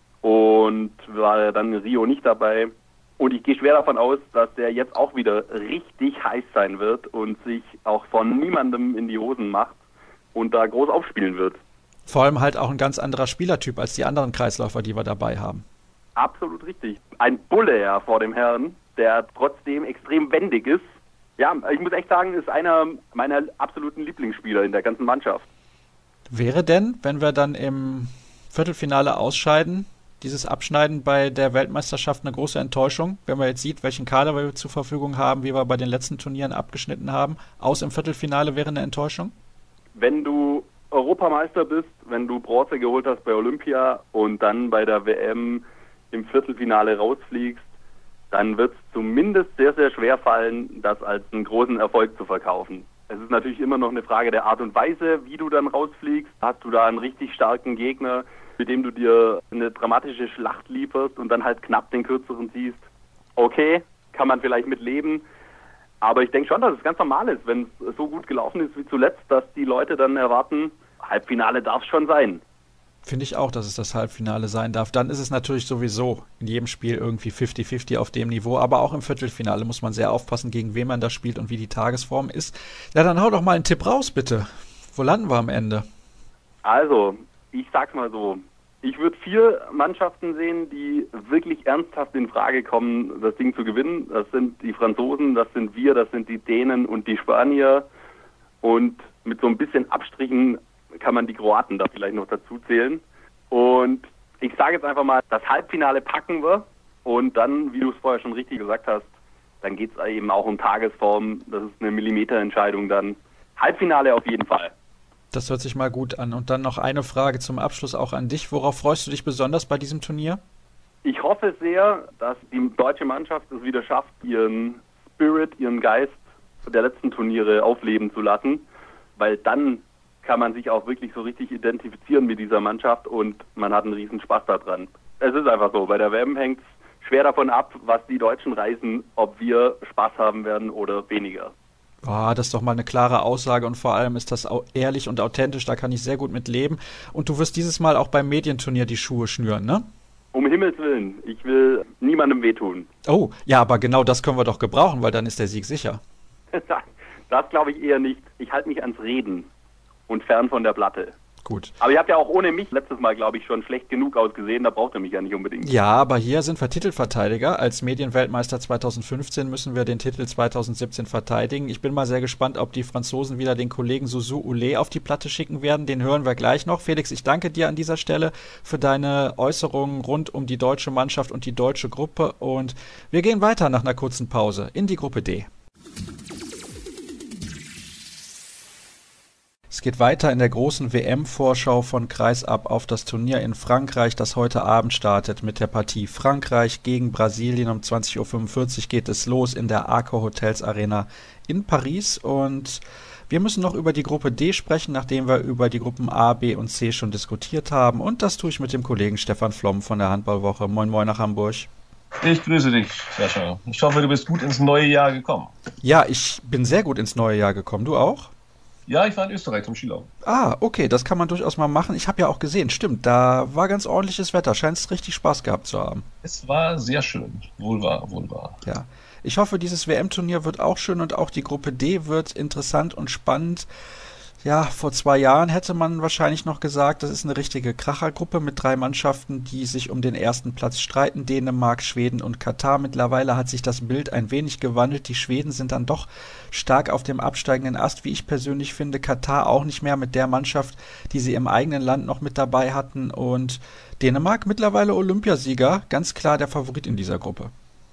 und war dann in Rio nicht dabei. Und ich gehe schwer davon aus, dass der jetzt auch wieder richtig heiß sein wird und sich auch von niemandem in die Hosen macht und da groß aufspielen wird. Vor allem halt auch ein ganz anderer Spielertyp als die anderen Kreisläufer, die wir dabei haben. Absolut richtig. Ein Bulle ja vor dem Herrn, der trotzdem extrem wendig ist. Ja, ich muss echt sagen, ist einer meiner absoluten Lieblingsspieler in der ganzen Mannschaft. Wäre denn, wenn wir dann im Viertelfinale ausscheiden, dieses Abschneiden bei der Weltmeisterschaft eine große Enttäuschung, wenn man jetzt sieht, welchen Kader wir zur Verfügung haben, wie wir bei den letzten Turnieren abgeschnitten haben? Aus im Viertelfinale wäre eine Enttäuschung? Wenn du Europameister bist, wenn du Bronze geholt hast bei Olympia und dann bei der WM im Viertelfinale rausfliegst, dann wird es zumindest sehr, sehr schwer fallen, das als einen großen Erfolg zu verkaufen. Es ist natürlich immer noch eine Frage der Art und Weise, wie du dann rausfliegst. Hast du da einen richtig starken Gegner, mit dem du dir eine dramatische Schlacht lieferst und dann halt knapp den kürzeren ziehst? Okay, kann man vielleicht mit leben. Aber ich denke schon, dass es ganz normal ist, wenn es so gut gelaufen ist wie zuletzt, dass die Leute dann erwarten, Halbfinale darf es schon sein. Finde ich auch, dass es das Halbfinale sein darf. Dann ist es natürlich sowieso in jedem Spiel irgendwie 50-50 auf dem Niveau. Aber auch im Viertelfinale muss man sehr aufpassen, gegen wen man da spielt und wie die Tagesform ist. Ja, dann hau doch mal einen Tipp raus, bitte. Wo landen wir am Ende? Also, ich sag's mal so. Ich würde 4 Mannschaften sehen, die wirklich ernsthaft in Frage kommen, das Ding zu gewinnen. Das sind die Franzosen, das sind wir, das sind die Dänen und die Spanier. Und mit so ein bisschen Abstrichen kann man die Kroaten da vielleicht noch dazu zählen. Und ich sage jetzt einfach mal, das Halbfinale packen wir und dann, wie du es vorher schon richtig gesagt hast, dann geht es eben auch um Tagesform. Das ist eine Millimeterentscheidung dann. Halbfinale auf jeden Fall. Das hört sich mal gut an. Und dann noch eine Frage zum Abschluss auch an dich. Worauf freust du dich besonders bei diesem Turnier? Ich hoffe sehr, dass die deutsche Mannschaft es wieder schafft, ihren Spirit, ihren Geist der letzten Turniere aufleben zu lassen, weil dann kann man sich auch wirklich so richtig identifizieren mit dieser Mannschaft und man hat einen riesen Spaß daran. Es ist einfach so, bei der WM hängt es schwer davon ab, was die Deutschen reißen, ob wir Spaß haben werden oder weniger. Das ist doch mal eine klare Aussage und vor allem ist das auch ehrlich und authentisch, da kann ich sehr gut mit leben. Und du wirst dieses Mal auch beim Medienturnier die Schuhe schnüren, ne? Um Himmels Willen, ich will niemandem wehtun. Oh, ja, aber genau das können wir doch gebrauchen, weil dann ist der Sieg sicher. Das glaube ich eher nicht. Ich halte mich ans Reden und fern von der Platte. Gut. Aber ihr habt ja auch ohne mich letztes Mal, glaube ich, schon schlecht genug ausgesehen, da braucht ihr mich ja nicht unbedingt. Ja, aber hier sind wir Titelverteidiger. Als Medienweltmeister 2015 müssen wir den Titel 2017 verteidigen. Ich bin mal sehr gespannt, ob die Franzosen wieder den Kollegen Suzu Oulé auf die Platte schicken werden. Den hören wir gleich noch. Felix, ich danke dir an dieser Stelle für deine Äußerungen rund um die deutsche Mannschaft und die deutsche Gruppe. Und wir gehen weiter nach einer kurzen Pause in die Gruppe D. Es geht weiter in der großen WM-Vorschau von Kreisab auf das Turnier in Frankreich, das heute Abend startet mit der Partie Frankreich gegen Brasilien. Um 20.45 Uhr geht es los in der Accor Hotels Arena in Paris. Und wir müssen noch über die Gruppe D sprechen, nachdem wir über die Gruppen A, B und C schon diskutiert haben. Und das tue ich mit dem Kollegen Stefan Flom von der Handballwoche. Moin Moin nach Hamburg. Ich grüße dich, Sascha. Ich hoffe, du bist gut ins neue Jahr gekommen. Ja, ich bin sehr gut ins neue Jahr gekommen. Du auch? Ja, ich war in Österreich zum Skilaufen. Ah, okay, das kann man durchaus mal machen. Ich habe ja auch gesehen, stimmt, da war ganz ordentliches Wetter. Scheint es richtig Spaß gehabt zu haben. Es war sehr schön. Wohl wahr, wohl wahr. Ja. Ich hoffe, dieses WM-Turnier wird auch schön und auch die Gruppe D wird interessant und spannend. Ja, vor 2 Jahren hätte man wahrscheinlich noch gesagt, das ist eine richtige Krachergruppe mit 3 Mannschaften, die sich um den ersten Platz streiten. Dänemark, Schweden und Katar. Mittlerweile hat sich das Bild ein wenig gewandelt. Die Schweden sind dann doch stark auf dem absteigenden Ast, wie ich persönlich finde. Katar auch nicht mehr mit der Mannschaft, die sie im eigenen Land noch mit dabei hatten. Und Dänemark mittlerweile Olympiasieger. Ganz klar der Favorit in dieser Gruppe.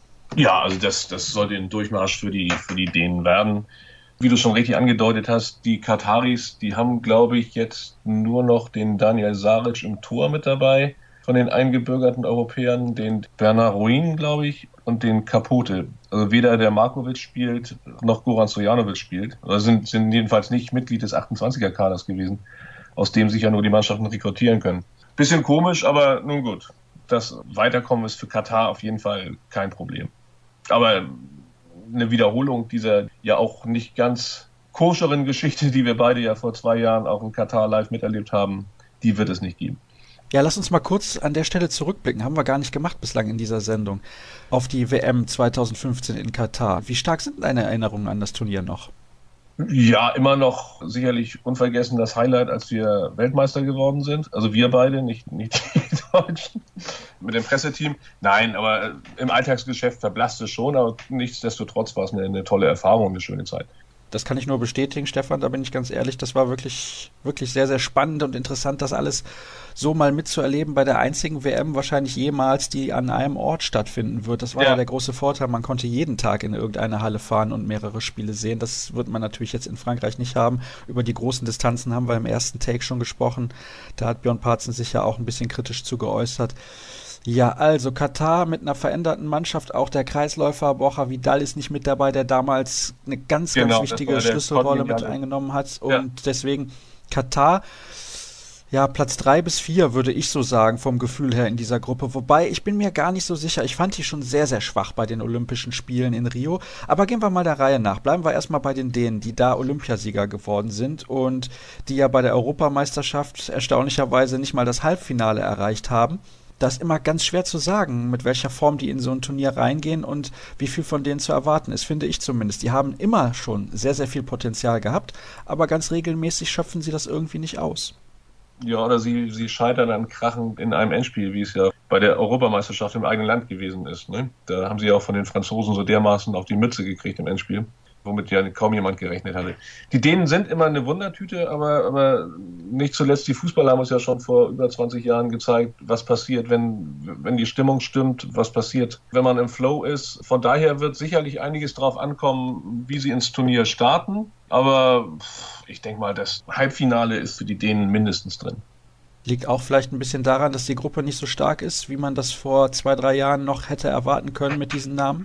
Ja, also das soll den Durchmarsch für die Dänen werden. Wie du schon richtig angedeutet hast, die Kataris, die haben, glaube ich, jetzt nur noch den Daniel Saric im Tor mit dabei, von den eingebürgerten Europäern, den Bernard Ruin, glaube ich, und den Capote. Also weder der Markovic spielt, noch Goran Stojanovic spielt. Also sind jedenfalls nicht Mitglied des 28er-Kaders gewesen, aus dem sich ja nur die Mannschaften rekrutieren können. Bisschen komisch, aber nun gut. Das Weiterkommen ist für Katar auf jeden Fall kein Problem. Aber eine Wiederholung dieser ja auch nicht ganz koscheren Geschichte, die wir beide ja vor 2 Jahren auch in Katar live miterlebt haben, die wird es nicht geben. Ja, lass uns mal kurz an der Stelle zurückblicken. Haben wir gar nicht gemacht bislang in dieser Sendung. Auf die WM 2015 in Katar. Wie stark sind deine Erinnerungen an das Turnier noch? Ja, immer noch sicherlich unvergessen das Highlight, als wir Weltmeister geworden sind. Also wir beide, nicht die Deutschen. Mit dem Presseteam. Nein, aber im Alltagsgeschäft verblasst es schon, aber nichtsdestotrotz war es eine tolle Erfahrung, eine schöne Zeit. Das kann ich nur bestätigen, Stefan, da bin ich ganz ehrlich, das war wirklich, wirklich sehr, sehr spannend und interessant, das alles so mal mitzuerleben bei der einzigen WM wahrscheinlich jemals, die an einem Ort stattfinden wird. Das war ja der große Vorteil, man konnte jeden Tag in irgendeine Halle fahren und mehrere Spiele sehen. Das wird man natürlich jetzt in Frankreich nicht haben. Über die großen Distanzen haben wir im ersten Take schon gesprochen. Da hat Björn Parzen sich ja auch ein bisschen kritisch zu geäußert. Ja, also Katar mit einer veränderten Mannschaft, auch der Kreisläufer Borja Vidal ist nicht mit dabei, der damals eine ganz wichtige Schlüsselrolle mit eingenommen hat. Und deswegen Katar, ja, Platz 3 bis 4 würde ich so sagen, vom Gefühl her in dieser Gruppe. Wobei, ich bin mir gar nicht so sicher. Ich fand die schon sehr, sehr schwach bei den Olympischen Spielen in Rio. Aber gehen wir mal der Reihe nach. Bleiben wir erstmal bei den Dänen, die da Olympiasieger geworden sind und die ja bei der Europameisterschaft erstaunlicherweise nicht mal das Halbfinale erreicht haben. Das ist immer ganz schwer zu sagen, mit welcher Form die in so ein Turnier reingehen und wie viel von denen zu erwarten ist, finde ich zumindest. Die haben immer schon sehr, sehr viel Potenzial gehabt, aber ganz regelmäßig schöpfen sie das irgendwie nicht aus. Ja, oder sie scheitern an Krachen in einem Endspiel, wie es ja bei der Europameisterschaft im eigenen Land gewesen ist. Ne? Da haben sie ja auch von den Franzosen so dermaßen auf die Mütze gekriegt im Endspiel, womit ja kaum jemand gerechnet hatte. Die Dänen sind immer eine Wundertüte, aber nicht zuletzt die Fußballer haben uns ja schon vor über 20 Jahren gezeigt, was passiert, wenn die Stimmung stimmt, was passiert, wenn man im Flow ist. Von daher wird sicherlich einiges drauf ankommen, wie sie ins Turnier starten, aber ich denke mal, das Halbfinale ist für die Dänen mindestens drin. Liegt auch vielleicht ein bisschen daran, dass die Gruppe nicht so stark ist, wie man das vor 2, 3 Jahren noch hätte erwarten können mit diesen Namen?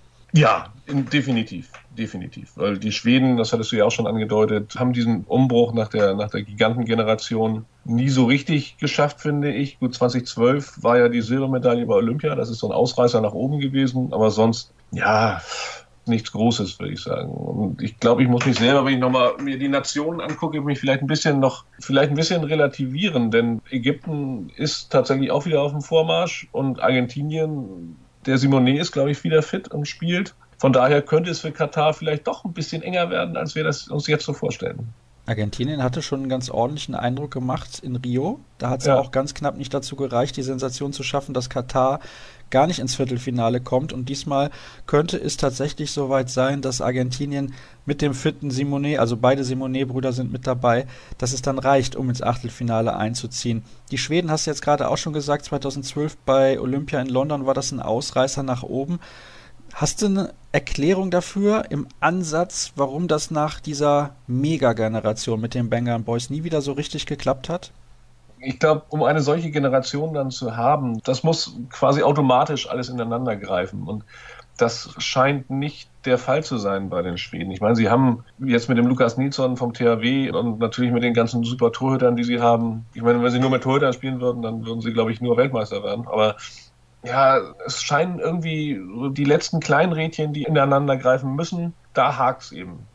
Ja, definitiv. Weil die Schweden, das hattest du ja auch schon angedeutet, haben diesen Umbruch nach der Gigantengeneration nie so richtig geschafft, finde ich. Gut, 2012 war ja die Silbermedaille bei Olympia, das ist so ein Ausreißer nach oben gewesen, aber sonst, ja, nichts Großes, würde ich sagen. Und ich glaube, ich muss mich selber, wenn ich nochmal mir die Nationen angucke, mich vielleicht ein bisschen relativieren, denn Ägypten ist tatsächlich auch wieder auf dem Vormarsch und Argentinien, der Simonet ist, glaube ich, wieder fit und spielt. Von daher könnte es für Katar vielleicht doch ein bisschen enger werden, als wir das uns jetzt so vorstellen. Argentinien hatte schon einen ganz ordentlichen Eindruck gemacht in Rio. Da hat es ja auch ganz knapp nicht dazu gereicht, die Sensation zu schaffen, dass Katar gar nicht ins Viertelfinale kommt. Und diesmal könnte es tatsächlich soweit sein, dass Argentinien mit dem fitten Simonet, also beide Simonet-Brüder sind mit dabei, dass es dann reicht, um ins Achtelfinale einzuziehen. Die Schweden, hast du jetzt gerade auch schon gesagt, 2012 bei Olympia in London war das ein Ausreißer nach oben. Hast du eine Erklärung dafür im Ansatz, warum das nach dieser Mega-Generation mit den Bengal Boys nie wieder so richtig geklappt hat? Ich glaube, um eine solche Generation dann zu haben, das muss quasi automatisch alles ineinander greifen. Und das scheint nicht der Fall zu sein bei den Schweden. Ich meine, sie haben jetzt mit dem Lukas Nilsson vom THW und natürlich mit den ganzen super Torhütern, die sie haben. Ich meine, wenn sie nur mit Torhütern spielen würden, dann würden sie, glaube ich, nur Weltmeister werden. Aber ja, es scheinen irgendwie die letzten kleinen Rädchen, die ineinander greifen müssen, da hakt's eben.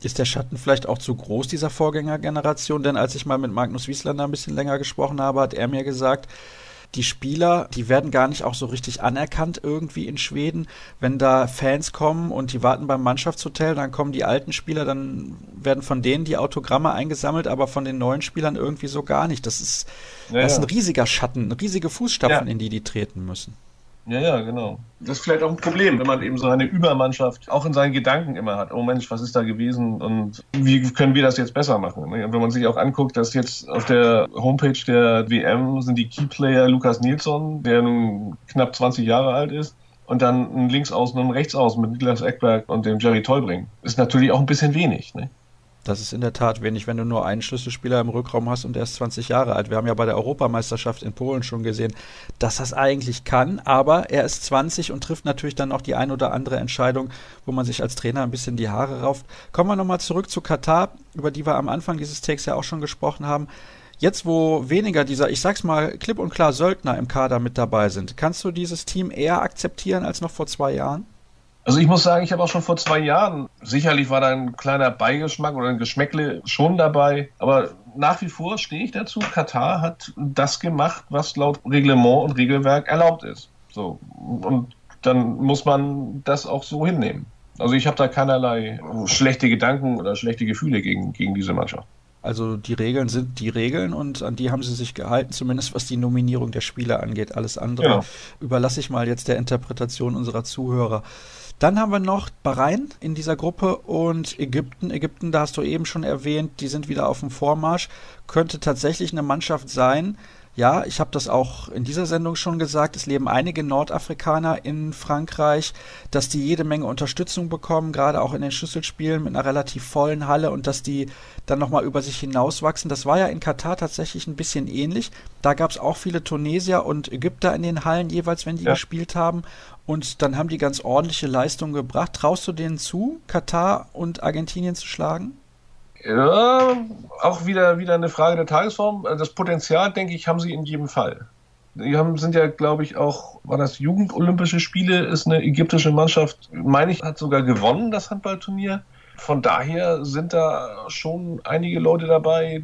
Ist der Schatten vielleicht auch zu groß dieser Vorgängergeneration? Denn als ich mal mit Magnus Wieslander ein bisschen länger gesprochen habe, hat er mir gesagt, die Spieler, die werden gar nicht auch so richtig anerkannt irgendwie in Schweden. Wenn da Fans kommen und die warten beim Mannschaftshotel, dann kommen die alten Spieler, dann werden von denen die Autogramme eingesammelt, aber von den neuen Spielern irgendwie so gar nicht. Das ist ein riesiger Schatten, riesige Fußstapfen, in die treten müssen. Ja, genau. Das ist vielleicht auch ein Problem, wenn man eben so eine Übermannschaft auch in seinen Gedanken immer hat. Oh Mensch, was ist da gewesen und wie können wir das jetzt besser machen? Und wenn man sich auch anguckt, dass jetzt auf der Homepage der WM sind die Keyplayer Lukas Nilsson, der nun knapp 20 Jahre alt ist, und dann ein Linksaußen und ein Rechtsaußen mit Niklas Ekberg und dem Jerry Tolbring. Ist natürlich auch ein bisschen wenig, ne? Das ist in der Tat wenig, wenn du nur einen Schlüsselspieler im Rückraum hast und der ist 20 Jahre alt. Wir haben ja bei der Europameisterschaft in Polen schon gesehen, dass das eigentlich kann, aber er ist 20 und trifft natürlich dann auch die ein oder andere Entscheidung, wo man sich als Trainer ein bisschen die Haare rauft. Kommen wir nochmal zurück zu Katar, über die wir am Anfang dieses Takes ja auch schon gesprochen haben. Jetzt, wo weniger dieser, ich sag's mal, klipp und klar Söldner im Kader mit dabei sind, kannst du dieses Team eher akzeptieren als noch vor 2 Jahren? Also ich muss sagen, ich habe auch schon vor 2 Jahren, sicherlich war da ein kleiner Beigeschmack oder ein Geschmäckle schon dabei, aber nach wie vor stehe ich dazu, Katar hat das gemacht, was laut Reglement und Regelwerk erlaubt ist. So, und dann muss man das auch so hinnehmen. Also ich habe da keinerlei schlechte Gedanken oder schlechte Gefühle gegen diese Mannschaft. Also die Regeln sind die Regeln und an die haben sie sich gehalten, zumindest was die Nominierung der Spieler angeht. Alles andere überlasse ich mal jetzt der Interpretation unserer Zuhörer. Dann haben wir noch Bahrain in dieser Gruppe und Ägypten. Ägypten, da hast du eben schon erwähnt, die sind wieder auf dem Vormarsch. Könnte tatsächlich eine Mannschaft sein. Ja, ich habe das auch in dieser Sendung schon gesagt, es leben einige Nordafrikaner in Frankreich, dass die jede Menge Unterstützung bekommen, gerade auch in den Schlüsselspielen mit einer relativ vollen Halle und dass die dann nochmal über sich hinauswachsen. Das war ja in Katar tatsächlich ein bisschen ähnlich. Da gab es auch viele Tunesier und Ägypter in den Hallen jeweils, wenn die gespielt haben. Und dann haben die ganz ordentliche Leistungen gebracht. Traust du denen zu, Katar und Argentinien zu schlagen? Ja, auch wieder eine Frage der Tagesform. Das Potenzial, denke ich, haben sie in jedem Fall. Sind ja, glaube ich, auch, war das Jugendolympische Spiele, ist eine ägyptische Mannschaft, meine ich, hat sogar gewonnen, das Handballturnier. Von daher sind da schon einige Leute dabei,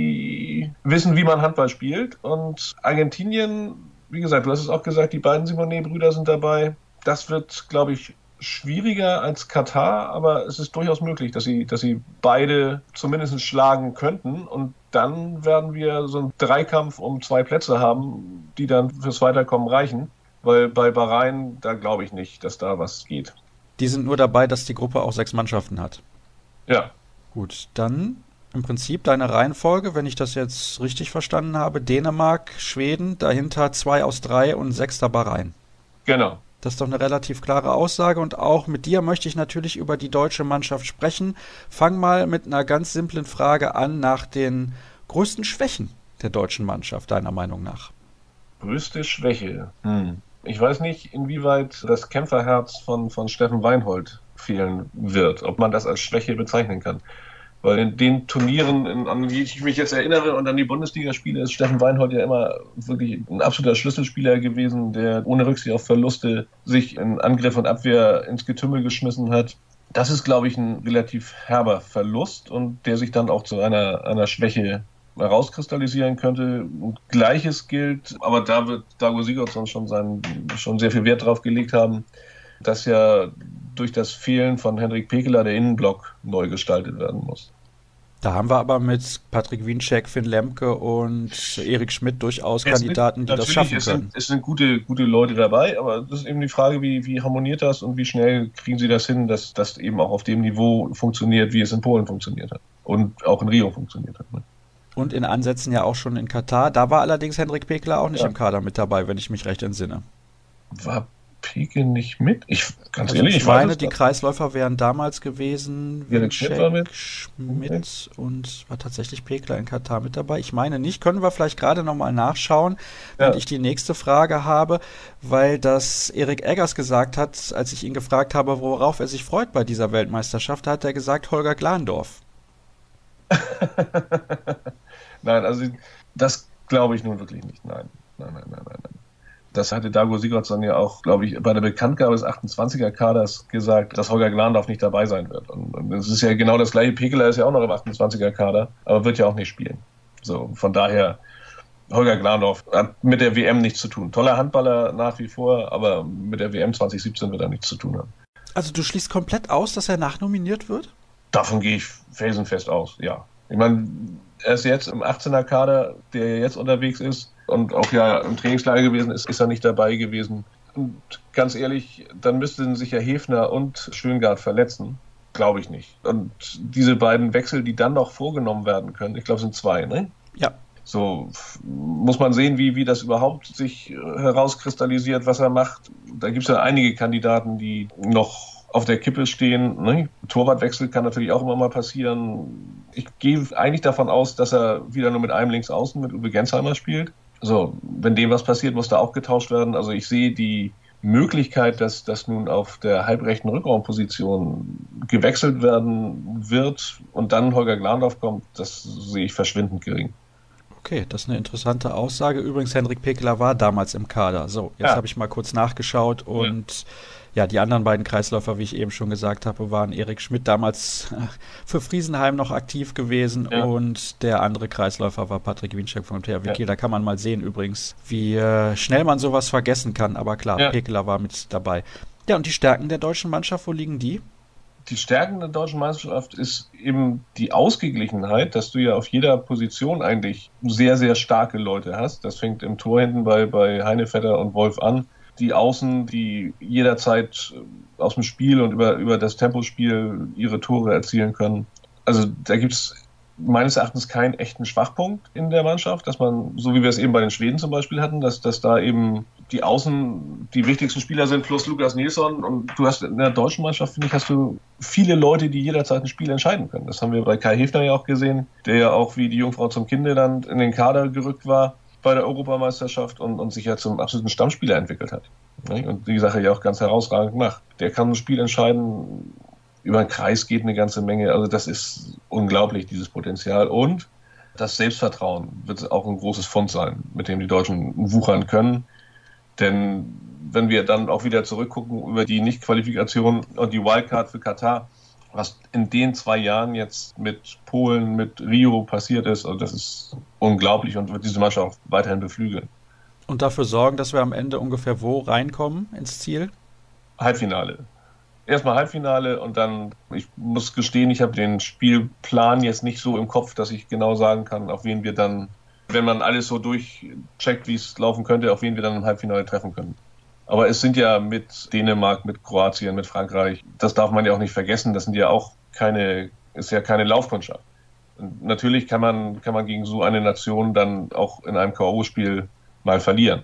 die wissen, wie man Handball spielt. Und Argentinien, wie gesagt, du hast es auch gesagt, die beiden Simonet-Brüder sind dabei. Das wird, glaube ich, schwieriger als Katar, aber es ist durchaus möglich, dass sie beide zumindest schlagen könnten und dann werden wir so einen Dreikampf um 2 Plätze haben, die dann fürs Weiterkommen reichen, weil bei Bahrain, da glaube ich nicht, dass da was geht. Die sind nur dabei, dass die Gruppe auch 6 Mannschaften hat. Ja. Gut, dann im Prinzip deine Reihenfolge, wenn ich das jetzt richtig verstanden habe, Dänemark, Schweden, dahinter 2 aus 3 und 6. Bahrain. Genau. Das ist doch eine relativ klare Aussage und auch mit dir möchte ich natürlich über die deutsche Mannschaft sprechen. Fang mal mit einer ganz simplen Frage an nach den größten Schwächen der deutschen Mannschaft, deiner Meinung nach. Größte Schwäche? Ich weiß nicht, inwieweit das Kämpferherz von Steffen Weinhold fehlen wird, ob man das als Schwäche bezeichnen kann. Weil in den Turnieren, an die ich mich jetzt erinnere und an die Bundesligaspiele, ist Steffen Weinhold ja immer wirklich ein absoluter Schlüsselspieler gewesen, der ohne Rücksicht auf Verluste sich in Angriff und Abwehr ins Getümmel geschmissen hat. Das ist, glaube ich, ein relativ herber Verlust und der sich dann auch zu einer Schwäche herauskristallisieren könnte. Und Gleiches gilt, aber da wird Dago Sigurdsson schon sehr viel Wert drauf gelegt haben, dass ja durch das Fehlen von Henrik Pekeler der Innenblock neu gestaltet werden muss. Da haben wir aber mit Patrick Wiencheck, Finn Lemke und Erik Schmidt durchaus Kandidaten, die das schaffen können. Es sind gute Leute dabei, aber das ist eben die Frage, wie harmoniert das und wie schnell kriegen sie das hin, dass das eben auch auf dem Niveau funktioniert, wie es in Polen funktioniert hat und auch in Rio funktioniert hat. Ne? Und in Ansätzen ja auch schon in Katar. Da war allerdings Henrik Pekeler auch nicht im Kader mit dabei, wenn ich mich recht entsinne. War Peke nicht mit? Ich meine, die Kreisläufer wären damals gewesen, Wiencheck, Schmidt und war tatsächlich Pekeler in Katar mit dabei. Ich meine nicht. Können wir vielleicht gerade nochmal nachschauen, wenn ich die nächste Frage habe, weil das Erik Eggers gesagt hat, als ich ihn gefragt habe, worauf er sich freut bei dieser Weltmeisterschaft, hat er gesagt, Holger Glandorf. Nein, also das glaube ich nun wirklich nicht. Nein. Das hatte Dago Sigurdsson ja auch, glaube ich, bei der Bekanntgabe des 28er-Kaders gesagt, dass Holger Glandorf nicht dabei sein wird. Und es ist ja genau das gleiche. Pekeler ist ja auch noch im 28er-Kader, aber wird ja auch nicht spielen. So, von daher, Holger Glandorf hat mit der WM nichts zu tun. Toller Handballer nach wie vor, aber mit der WM 2017 wird er nichts zu tun haben. Also du schließt komplett aus, dass er nachnominiert wird? Davon gehe ich felsenfest aus, ja. Ich meine, er ist jetzt im 18er-Kader, der jetzt unterwegs ist und auch ja im Trainingslager gewesen ist, ist er nicht dabei gewesen. Und ganz ehrlich, dann müssten sich ja Hefner und Schöngard verletzen. Glaube ich nicht. Und diese beiden Wechsel, die dann noch vorgenommen werden können, ich glaube, es sind 2, ne? Ja. So muss man sehen, wie das überhaupt sich herauskristallisiert, was er macht. Da gibt es ja einige Kandidaten, die noch auf der Kippe stehen. Ne? Torwartwechsel kann natürlich auch immer mal passieren. Ich gehe eigentlich davon aus, dass er wieder nur mit einem Linksaußen, mit Uwe Gensheimer spielt. So, wenn dem was passiert, muss da auch getauscht werden. Also ich sehe die Möglichkeit, dass das nun auf der halbrechten Rückraumposition gewechselt werden wird und dann Holger Glandorf kommt, das sehe ich verschwindend gering. Okay, das ist eine interessante Aussage. Übrigens, Henrik Pekeler war damals im Kader. So, jetzt habe ich mal kurz nachgeschaut und ja, die anderen beiden Kreisläufer, wie ich eben schon gesagt habe, waren Erik Schmidt, damals für Friesenheim noch aktiv gewesen und der andere Kreisläufer war Patrick Winczek vom THW Kiel. Da kann man mal sehen übrigens, wie schnell man sowas vergessen kann. Aber klar, Pekeler war mit dabei. Ja, und die Stärken der deutschen Mannschaft, wo liegen die? Die Stärken der deutschen Mannschaft ist eben die Ausgeglichenheit, dass du ja auf jeder Position eigentlich sehr, sehr starke Leute hast. Das fängt im Tor hinten bei Heinevetter und Wolf an. Die Außen, die jederzeit aus dem Spiel und über das Tempospiel ihre Tore erzielen können. Also da gibt es meines Erachtens keinen echten Schwachpunkt in der Mannschaft, dass man, so wie wir es eben bei den Schweden zum Beispiel hatten, dass da eben die Außen die wichtigsten Spieler sind, plus Lukas Nilsson. Und du hast in der deutschen Mannschaft, finde ich, hast du viele Leute, die jederzeit ein Spiel entscheiden können. Das haben wir bei Kai Hefner ja auch gesehen, der ja auch wie die Jungfrau zum Kinde dann in den Kader gerückt war bei der Europameisterschaft und sich ja zum absoluten Stammspieler entwickelt hat. Und die Sache ja auch ganz herausragend macht. Der kann ein Spiel entscheiden, über den Kreis geht eine ganze Menge. Also das ist unglaublich, dieses Potenzial. Und das Selbstvertrauen wird auch ein großes Fund sein, mit dem die Deutschen wuchern können. Denn wenn wir dann auch wieder zurückgucken über die Nichtqualifikation und die Wildcard für Katar, was in den 2 Jahren jetzt mit Polen, mit Rio passiert ist, also das ist unglaublich und wird diese Mannschaft auch weiterhin beflügeln. Und dafür sorgen, dass wir am Ende ungefähr wo reinkommen ins Ziel? Halbfinale. Erstmal Halbfinale und dann, ich muss gestehen, ich habe den Spielplan jetzt nicht so im Kopf, dass ich genau sagen kann, auf wen wir dann, wenn man alles so durchcheckt, wie es laufen könnte, auf wen wir dann im Halbfinale treffen können. Aber es sind ja mit Dänemark, mit Kroatien, mit Frankreich, das darf man ja auch nicht vergessen, das sind ja auch ist ja keine Laufkundschaft. Und natürlich kann man gegen so eine Nation dann auch in einem K.O.-Spiel mal verlieren.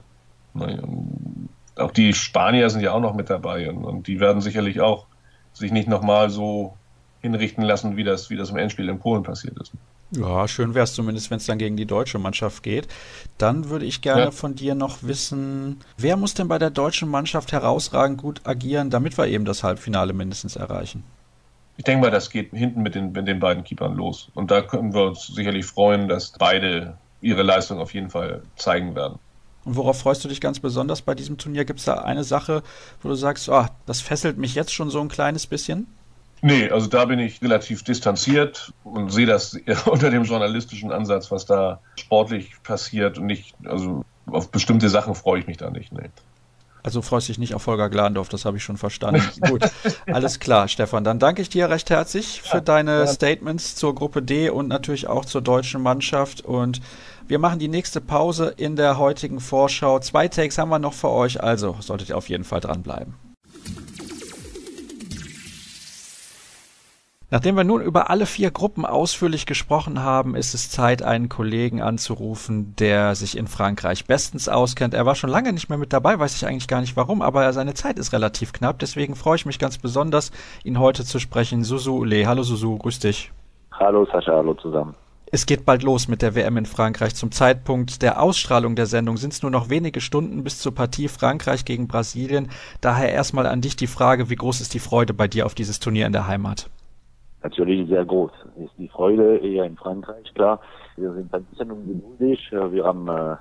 Und auch die Spanier sind ja auch noch mit dabei und die werden sicherlich auch sich nicht nochmal so hinrichten lassen, wie das im Endspiel in Polen passiert ist. Ja, schön wäre es zumindest, wenn es dann gegen die deutsche Mannschaft geht. Dann würde ich gerne von dir noch wissen, wer muss denn bei der deutschen Mannschaft herausragend gut agieren, damit wir eben das Halbfinale mindestens erreichen? Ich denke mal, das geht hinten mit den beiden Keepern los. Und da können wir uns sicherlich freuen, dass beide ihre Leistung auf jeden Fall zeigen werden. Und worauf freust du dich ganz besonders bei diesem Turnier? Gibt es da eine Sache, wo du sagst, das fesselt mich jetzt schon so ein kleines bisschen? Nee, also da bin ich relativ distanziert und sehe das unter dem journalistischen Ansatz, was da sportlich passiert und nicht, also auf bestimmte Sachen freue ich mich da nicht. Nee. Also freust dich nicht auf Holger Glandorf, das habe ich schon verstanden. Gut, alles klar, Stefan. Dann danke ich dir recht herzlich für deine Statements zur Gruppe D und natürlich auch zur deutschen Mannschaft. Und wir machen die nächste Pause in der heutigen Vorschau. 2 Takes haben wir noch für euch, also solltet ihr auf jeden Fall dranbleiben. Nachdem wir nun über alle 4 Gruppen ausführlich gesprochen haben, ist es Zeit, einen Kollegen anzurufen, der sich in Frankreich bestens auskennt. Er war schon lange nicht mehr mit dabei, weiß ich eigentlich gar nicht warum, aber seine Zeit ist relativ knapp. Deswegen freue ich mich ganz besonders, ihn heute zu sprechen. Susu Ule. Hallo Susu, grüß dich. Hallo Sascha, hallo zusammen. Es geht bald los mit der WM in Frankreich. Zum Zeitpunkt der Ausstrahlung der Sendung sind es nur noch wenige Stunden bis zur Partie Frankreich gegen Brasilien. Daher erstmal an dich die Frage, wie groß ist die Freude bei dir auf dieses Turnier in der Heimat? Natürlich sehr groß. Ist die Freude eher in Frankreich, klar. Wir sind ein bisschen ungeduldig. Wir haben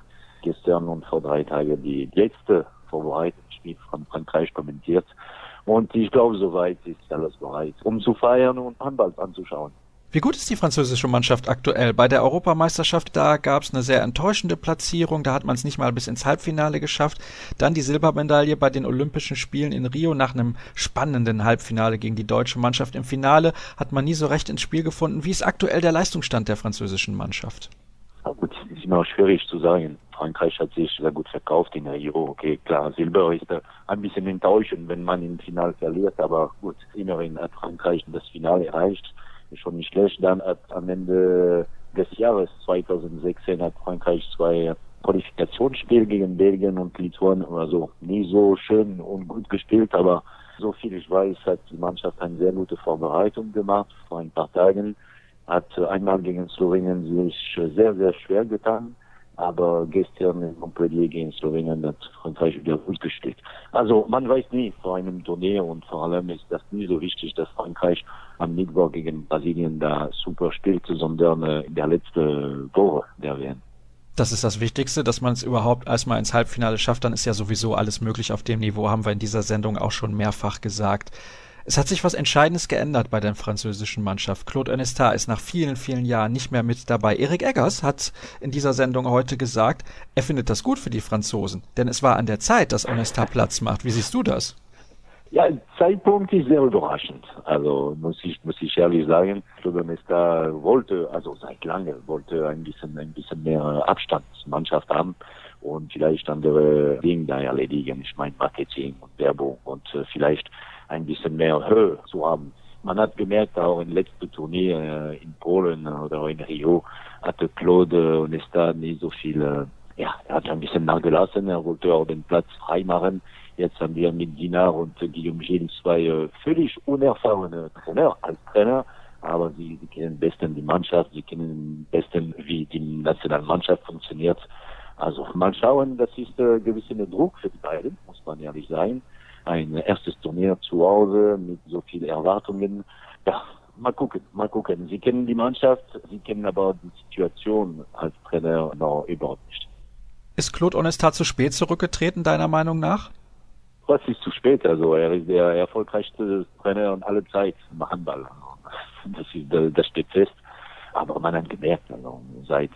gestern und vor 3 Tagen die letzte Vorbereitungsspiel von Frankreich kommentiert. Und ich glaube, soweit ist alles bereit, um zu feiern und Handball anzuschauen. Wie gut ist die französische Mannschaft aktuell? Bei der Europameisterschaft, da gab es eine sehr enttäuschende Platzierung, da hat man es nicht mal bis ins Halbfinale geschafft. Dann die Silbermedaille bei den Olympischen Spielen in Rio nach einem spannenden Halbfinale gegen die deutsche Mannschaft. Im Finale hat man nie so recht ins Spiel gefunden. Wie ist aktuell der Leistungsstand der französischen Mannschaft? Ja, gut, ist immer schwierig zu sagen. Frankreich hat sich sehr gut verkauft in Rio. Okay, klar, Silber ist ein bisschen enttäuschend, wenn man im Finale verliert, aber gut, immerhin hat Frankreich das Finale erreicht. Ist schon nicht schlecht. Dann hat am Ende des Jahres 2016 hat Frankreich 2 Qualifikationsspiele gegen Belgien und Litauen, also nie so schön und gut gespielt, aber so viel ich weiß, hat die Mannschaft eine sehr gute Vorbereitung gemacht vor ein paar Tagen, hat einmal gegen Slowenien sich sehr, sehr schwer getan, aber gestern in Montpellier gegen Slowenien hat Frankreich wieder gut gespielt. Also man weiß nie vor einem Turnier und vor allem ist das nie so wichtig, dass Frankreich am Mittwoch gegen Brasilien da super spielt, sondern in der letzten Woche der WM. Das ist das Wichtigste, dass man es überhaupt erstmal ins Halbfinale schafft, dann ist ja sowieso alles möglich auf dem Niveau, haben wir in dieser Sendung auch schon mehrfach gesagt. Es hat sich was Entscheidendes geändert bei der französischen Mannschaft. Claude Onesta ist nach vielen, vielen Jahren nicht mehr mit dabei. Erik Eggers hat in dieser Sendung heute gesagt, er findet das gut für die Franzosen, denn es war an der Zeit, dass Onesta Platz macht. Wie siehst du das? Ja, der Zeitpunkt ist sehr überraschend. Also muss ich ehrlich sagen, Claude Onesta wollte ein bisschen mehr Abstand zur Mannschaft haben und vielleicht andere Dinge da erledigen. Ich meine Marketing und Werbung und vielleicht ein bisschen mehr Höhe zu haben. Man hat gemerkt, auch im letzten Turnier in Polen oder in Rio hatte Claude Onesta nicht so viel, er hat ein bisschen nachgelassen, er wollte auch den Platz frei machen. Jetzt haben wir mit Dinard und Guillaume Gilles 2 völlig unerfahrene Trainer als Trainer, aber sie kennen besten die Mannschaft, sie kennen besten, wie die Nationalmannschaft funktioniert. Also mal schauen, das ist gewisser Druck für die beiden, muss man ehrlich sein. Ein erstes Turnier zu Hause mit so vielen Erwartungen. Ja, mal gucken. Sie kennen die Mannschaft, sie kennen aber die Situation als Trainer noch überhaupt nicht. Ist Claude Onesta zu spät zurückgetreten, deiner Meinung nach? Was ist zu spät? Also er ist der erfolgreichste Trainer aller Zeit im Handball. Das steht fest. Aber man hat gemerkt, also seit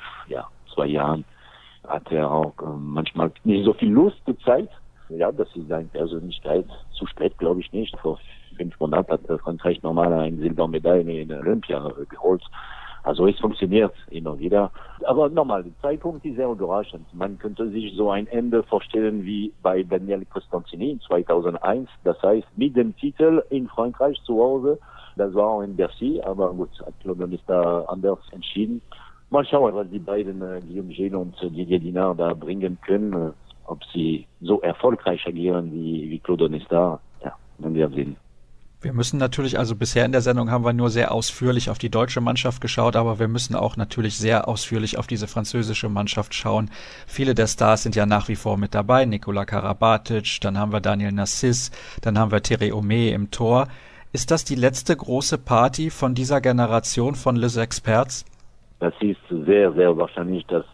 2 Jahren hat er auch manchmal nicht so viel Lust gezeigt. Ja, das ist seine Persönlichkeit. Zu spät glaube ich nicht. Vor 5 Monaten hat Frankreich normal eine Silbermedaille in Olympia geholt. Also es funktioniert immer wieder. Aber nochmal, der Zeitpunkt ist sehr überraschend. Man könnte sich so ein Ende vorstellen wie bei Daniel Costantini in 2001. Das heißt, mit dem Titel in Frankreich zu Hause. Das war auch in Bercy, aber gut, hat Claude Onesta anders entschieden. Mal schauen, was die beiden, Guillaume Gilles und Didier Dinard, da bringen können. Ob sie so erfolgreich agieren wie Claude Onesta, ja, werden wir sehen. Wir müssen natürlich, also bisher in der Sendung haben wir nur sehr ausführlich auf die deutsche Mannschaft geschaut, aber wir müssen auch natürlich sehr ausführlich auf diese französische Mannschaft schauen. Viele der Stars sind ja nach wie vor mit dabei. Nicolas Karabatic, dann haben wir Daniel Narcisse, dann haben wir Thierry Homé im Tor. Ist das die letzte große Party von dieser Generation von Les Experts? Das ist sehr, sehr wahrscheinlich das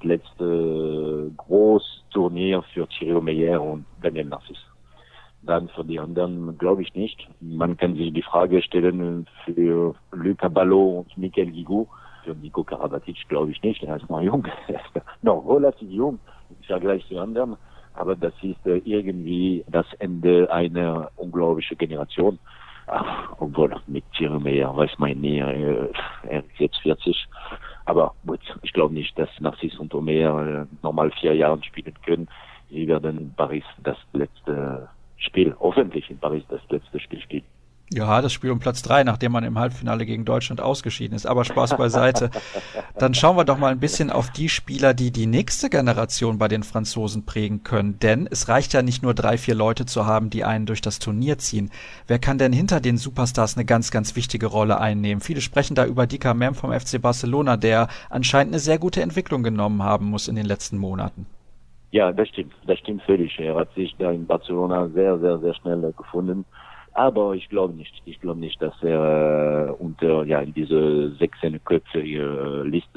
letzte Großturnier für Thierry Homé und Daniel Narcisse. Dann für die anderen glaube ich nicht. Man kann sich die Frage stellen für Lucas Ballot und Michael Guigou. Für Nico Karabatic glaube ich nicht. Er ist noch jung. Er ist noch relativ jung im Vergleich zu anderen. Aber das ist irgendwie das Ende einer unglaublichen Generation. Obwohl mit Thierry Homé weiß man nie, er ist jetzt 40. Aber gut, ich glaube nicht, dass Narcisse und Homé normal 4 Jahre spielen können. Sie werden in Paris das letzte Spiel, hoffentlich in Paris das letzte Spiel spielen. Ja, das Spiel um Platz 3, nachdem man im Halbfinale gegen Deutschland ausgeschieden ist. Aber Spaß beiseite. Dann schauen wir doch mal ein bisschen auf die Spieler, die die nächste Generation bei den Franzosen prägen können. Denn es reicht ja nicht nur 3, 4 Leute zu haben, die einen durch das Turnier ziehen. Wer kann denn hinter den Superstars eine ganz, ganz wichtige Rolle einnehmen? Viele sprechen da über Dika Mem vom FC Barcelona, der anscheinend eine sehr gute Entwicklung genommen haben muss in den letzten Monaten. Ja, das stimmt völlig. Er hat sich da in Barcelona sehr, sehr, sehr schnell gefunden. Aber ich glaube nicht, dass er unter in diese 16-köpfige Liste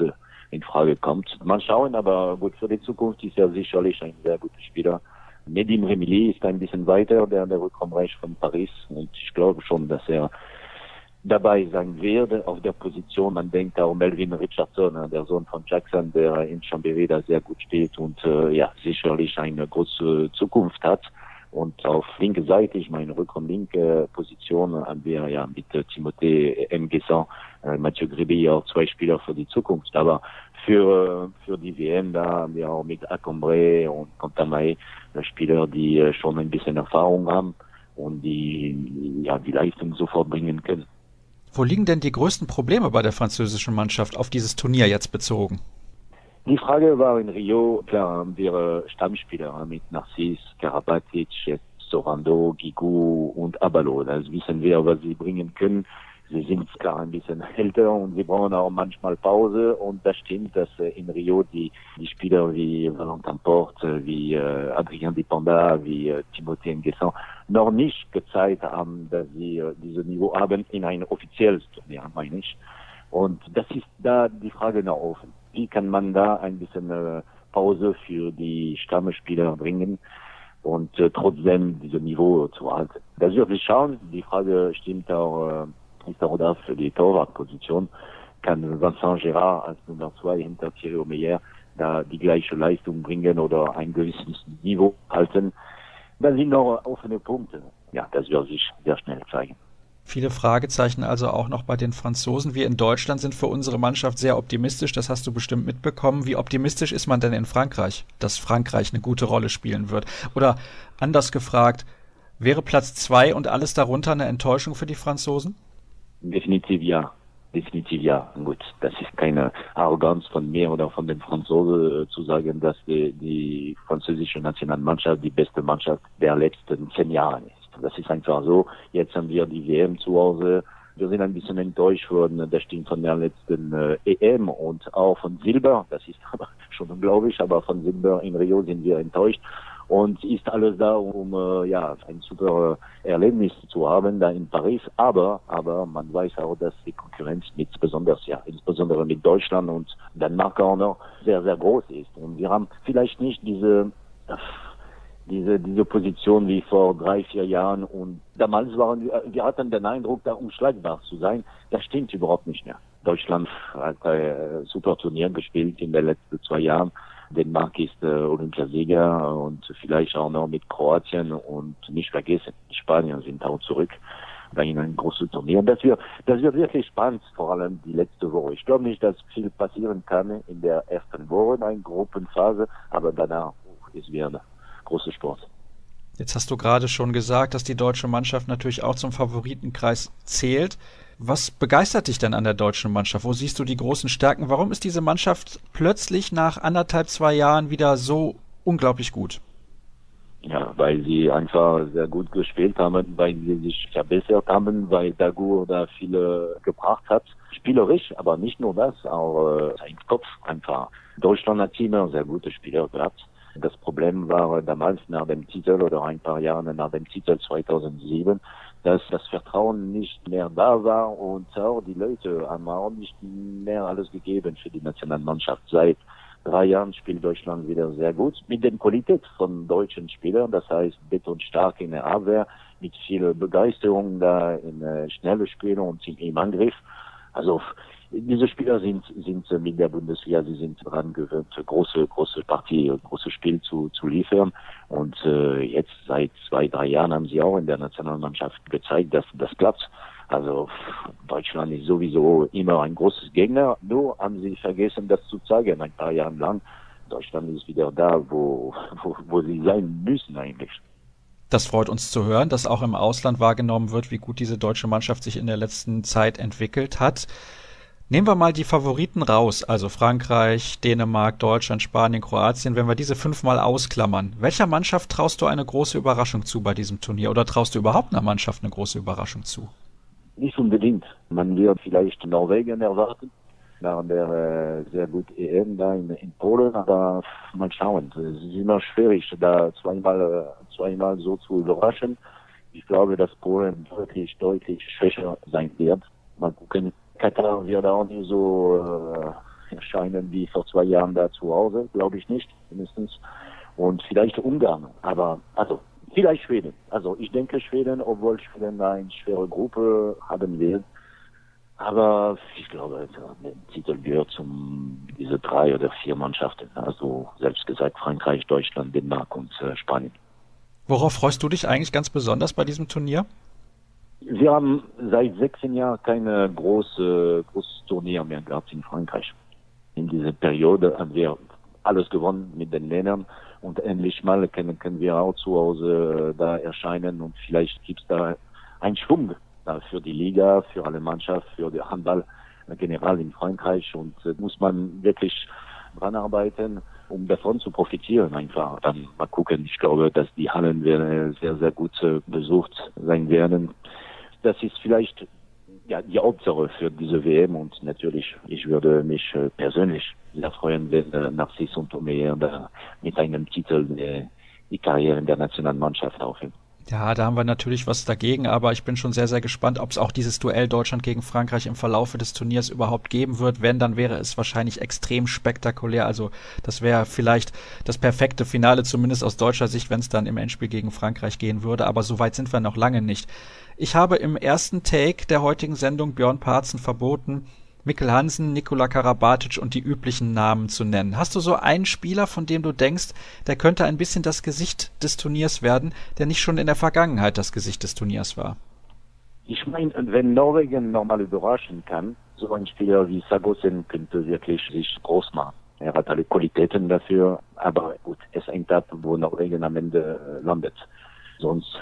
in Frage kommt. Mal schauen, aber gut, für die Zukunft ist er sicherlich ein sehr guter Spieler. Nedim Remili ist ein bisschen weiter, der Rückraumreich von Paris, und ich glaube schon, dass er dabei sein wird auf der Position. Man denkt auch Melvin Richardson, der Sohn von Jackson, der in Chambéry da sehr gut steht und sicherlich eine große Zukunft hat. Und auf linke Seite, ich meine Rückraum-linke Position, haben wir ja mit Timothée N'Guessan, Mathieu Grébé auch zwei Spieler für die Zukunft. Aber für die WM, da haben wir auch mit Acombré und Contamae Spieler, die schon ein bisschen Erfahrung haben und die Leistung sofort bringen können. Wo liegen denn die größten Probleme bei der französischen Mannschaft auf dieses Turnier jetzt bezogen? Die Frage war in Rio, klar haben wir Stammspieler mit Narcisse, Karabatic, Sorando, Guigou und Abalo. Das wissen wir, was sie bringen können. Sie sind klar ein bisschen älter und sie brauchen auch manchmal Pause. Und das stimmt, dass in Rio die Spieler wie Valentin Porte, wie Adrien Dipanda, wie Timothée N'Guessan noch nicht gezeigt haben, dass sie dieses Niveau haben in ein offizielles Turnier, meine ich. Und das ist da die Frage nach offen. Wie kann man da ein bisschen Pause für die Stammspieler bringen und trotzdem dieses Niveau zu halten? Das wird sich schauen. Die Frage stimmt auch, ist auch da für die Torwartposition. Kann Vincent Gérard als Nummer 2 hinter Thierry Omeyer da die gleiche Leistung bringen oder ein gewisses Niveau halten? Da sind noch offene Punkte. Ja, das wird sich sehr schnell zeigen. Viele Fragezeichen also auch noch bei den Franzosen. Wir in Deutschland sind für unsere Mannschaft sehr optimistisch, das hast du bestimmt mitbekommen. Wie optimistisch ist man denn in Frankreich, dass Frankreich eine gute Rolle spielen wird? Oder anders gefragt, wäre Platz 2 und alles darunter eine Enttäuschung für die Franzosen? Definitiv ja. Gut, das ist keine Arroganz von mir oder von den Franzosen zu sagen, dass die französische Nationalmannschaft die beste Mannschaft der letzten 10 Jahre ist. Das ist einfach so. Jetzt haben wir die WM zu Hause. Wir sind ein bisschen enttäuscht worden, das stimmt, von der letzten EM und auch von Silber. Das ist aber schon unglaublich, aber von Silber in Rio sind wir enttäuscht. Und ist alles da, um ein super Erlebnis zu haben da in Paris. Aber man weiß auch, dass die Konkurrenz insbesondere mit Deutschland und Dänemark auch noch sehr, sehr groß ist. Und wir haben vielleicht nicht diese Position wie vor 3-4 Jahren, und damals wir hatten den Eindruck, da unschlagbar zu sein. Das stimmt überhaupt nicht mehr. Deutschland hat ein super Turnier gespielt in den letzten 2 Jahren. Dänemark ist Olympiasieger und vielleicht auch noch mit Kroatien, und nicht vergessen, die Spanier sind auch zurück in ein großes Turnier. Das wird wirklich spannend, vor allem die letzte Woche. Ich glaube nicht, dass viel passieren kann in der ersten Woche, in einer Gruppenphase, aber danach ist wieder großer Sport. Jetzt hast du gerade schon gesagt, dass die deutsche Mannschaft natürlich auch zum Favoritenkreis zählt. Was begeistert dich denn an der deutschen Mannschaft? Wo siehst du die großen Stärken? Warum ist diese Mannschaft plötzlich nach 1,5-2 Jahren wieder so unglaublich gut? Ja, weil sie einfach sehr gut gespielt haben, weil sie sich verbessert haben, weil Dagur da viele gebracht hat. Spielerisch, aber nicht nur das, auch sein Kopf einfach. Deutschland hat immer sehr gute Spieler gehabt. Das Problem war damals nach dem Titel oder ein paar Jahre nach dem Titel 2007, dass das Vertrauen nicht mehr da war, und auch die Leute haben auch nicht mehr alles gegeben für die Nationalmannschaft. Seit 3 Jahren spielt Deutschland wieder sehr gut mit der Qualität von deutschen Spielern, das heißt betonstark in der Abwehr, mit viel Begeisterung da in schnelle Spiele und im Angriff. Also diese Spieler sind mit der Bundesliga, sie sind dran gewöhnt, große Partie, großes Spiel zu liefern. Und jetzt seit 2-3 Jahren haben sie auch in der Nationalmannschaft gezeigt, dass das klappt. Also Deutschland ist sowieso immer ein großes Gegner, nur haben sie vergessen, das zu zeigen ein paar Jahre lang. Deutschland ist wieder da, wo sie sein müssen eigentlich. Das freut uns zu hören, dass auch im Ausland wahrgenommen wird, wie gut diese deutsche Mannschaft sich in der letzten Zeit entwickelt hat. Nehmen wir mal die Favoriten raus, also Frankreich, Dänemark, Deutschland, Spanien, Kroatien. Wenn wir diese 5 mal ausklammern, welcher Mannschaft traust du eine große Überraschung zu bei diesem Turnier? Oder traust du überhaupt einer Mannschaft eine große Überraschung zu? Nicht unbedingt. Man wird vielleicht Norwegen erwarten, nach der sehr guten EM da in Polen, aber mal schauen. Es ist immer schwierig, da zweimal so zu überraschen. Ich glaube, dass Polen deutlich schwächer sein wird. Mal gucken. Katar wird auch nicht so erscheinen wie vor 2 Jahren da zu Hause, glaube ich nicht, mindestens. Und vielleicht Ungarn, aber also vielleicht Schweden. Also ich denke Schweden, obwohl Schweden eine schwere Gruppe haben wird. Aber ich glaube, der Titel gehört diese 3 oder 4 Mannschaften. Also selbst gesagt Frankreich, Deutschland, Dänemark und Spanien. Worauf freust du dich eigentlich ganz besonders bei diesem Turnier? Wir haben seit 16 Jahren kein großes Turnier mehr gehabt in Frankreich. In dieser Periode haben wir alles gewonnen mit den Ländern und endlich mal können wir auch zu Hause da erscheinen und vielleicht gibt es da einen Schwung für die Liga, für alle Mannschaft, für den Handball generell in Frankreich und muss man wirklich dran arbeiten, um davon zu profitieren einfach. Dann mal gucken, ich glaube, dass die Hallen sehr, sehr gut besucht sein werden. Das ist vielleicht die Hauptsache für diese WM und natürlich, ich würde mich persönlich sehr freuen, wenn Narcisse und Omeyer da mit einem Titel die Karriere in der Nationalmannschaft aufhören. Ja, da haben wir natürlich was dagegen, aber ich bin schon sehr, sehr gespannt, ob es auch dieses Duell Deutschland gegen Frankreich im Verlaufe des Turniers überhaupt geben wird. Wenn, dann wäre es wahrscheinlich extrem spektakulär. Also das wäre vielleicht das perfekte Finale, zumindest aus deutscher Sicht, wenn es dann im Endspiel gegen Frankreich gehen würde. Aber so weit sind wir noch lange nicht. Ich habe im ersten Take der heutigen Sendung Björn Parzen verboten, Mikkel Hansen, Nikola Karabatic und die üblichen Namen zu nennen. Hast du so einen Spieler, von dem du denkst, der könnte ein bisschen das Gesicht des Turniers werden, der nicht schon in der Vergangenheit das Gesicht des Turniers war? Ich meine, wenn Norwegen normal überraschen kann, so ein Spieler wie Sagosen könnte wirklich sich groß machen. Er hat alle Qualitäten dafür, aber gut, es hängt ab, wo Norwegen am Ende landet. Sonst,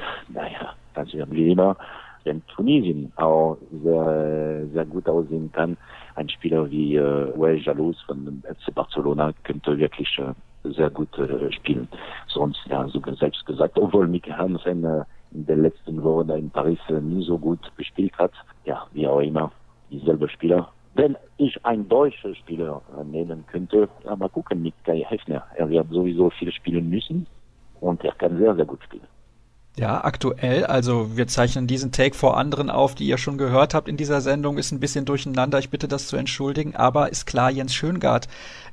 das wird wie immer. Wenn Tunesien auch sehr, sehr gut aussehen kann, ein Spieler wie Wael Jalous von dem FC Barcelona könnte wirklich sehr gut spielen. Sonst, so selbst gesagt, obwohl Mikkel Hansen in den letzten Wochen in Paris nie so gut gespielt hat, wie auch immer, dieselbe Spieler. Wenn ich einen deutschen Spieler nehmen könnte, mal gucken mit Kai Heffner. Er wird sowieso viel spielen müssen und er kann sehr, sehr gut spielen. Ja, aktuell, also wir zeichnen diesen Take vor anderen auf, die ihr schon gehört habt in dieser Sendung, ist ein bisschen durcheinander, ich bitte das zu entschuldigen, aber ist klar, Jens Schöngaard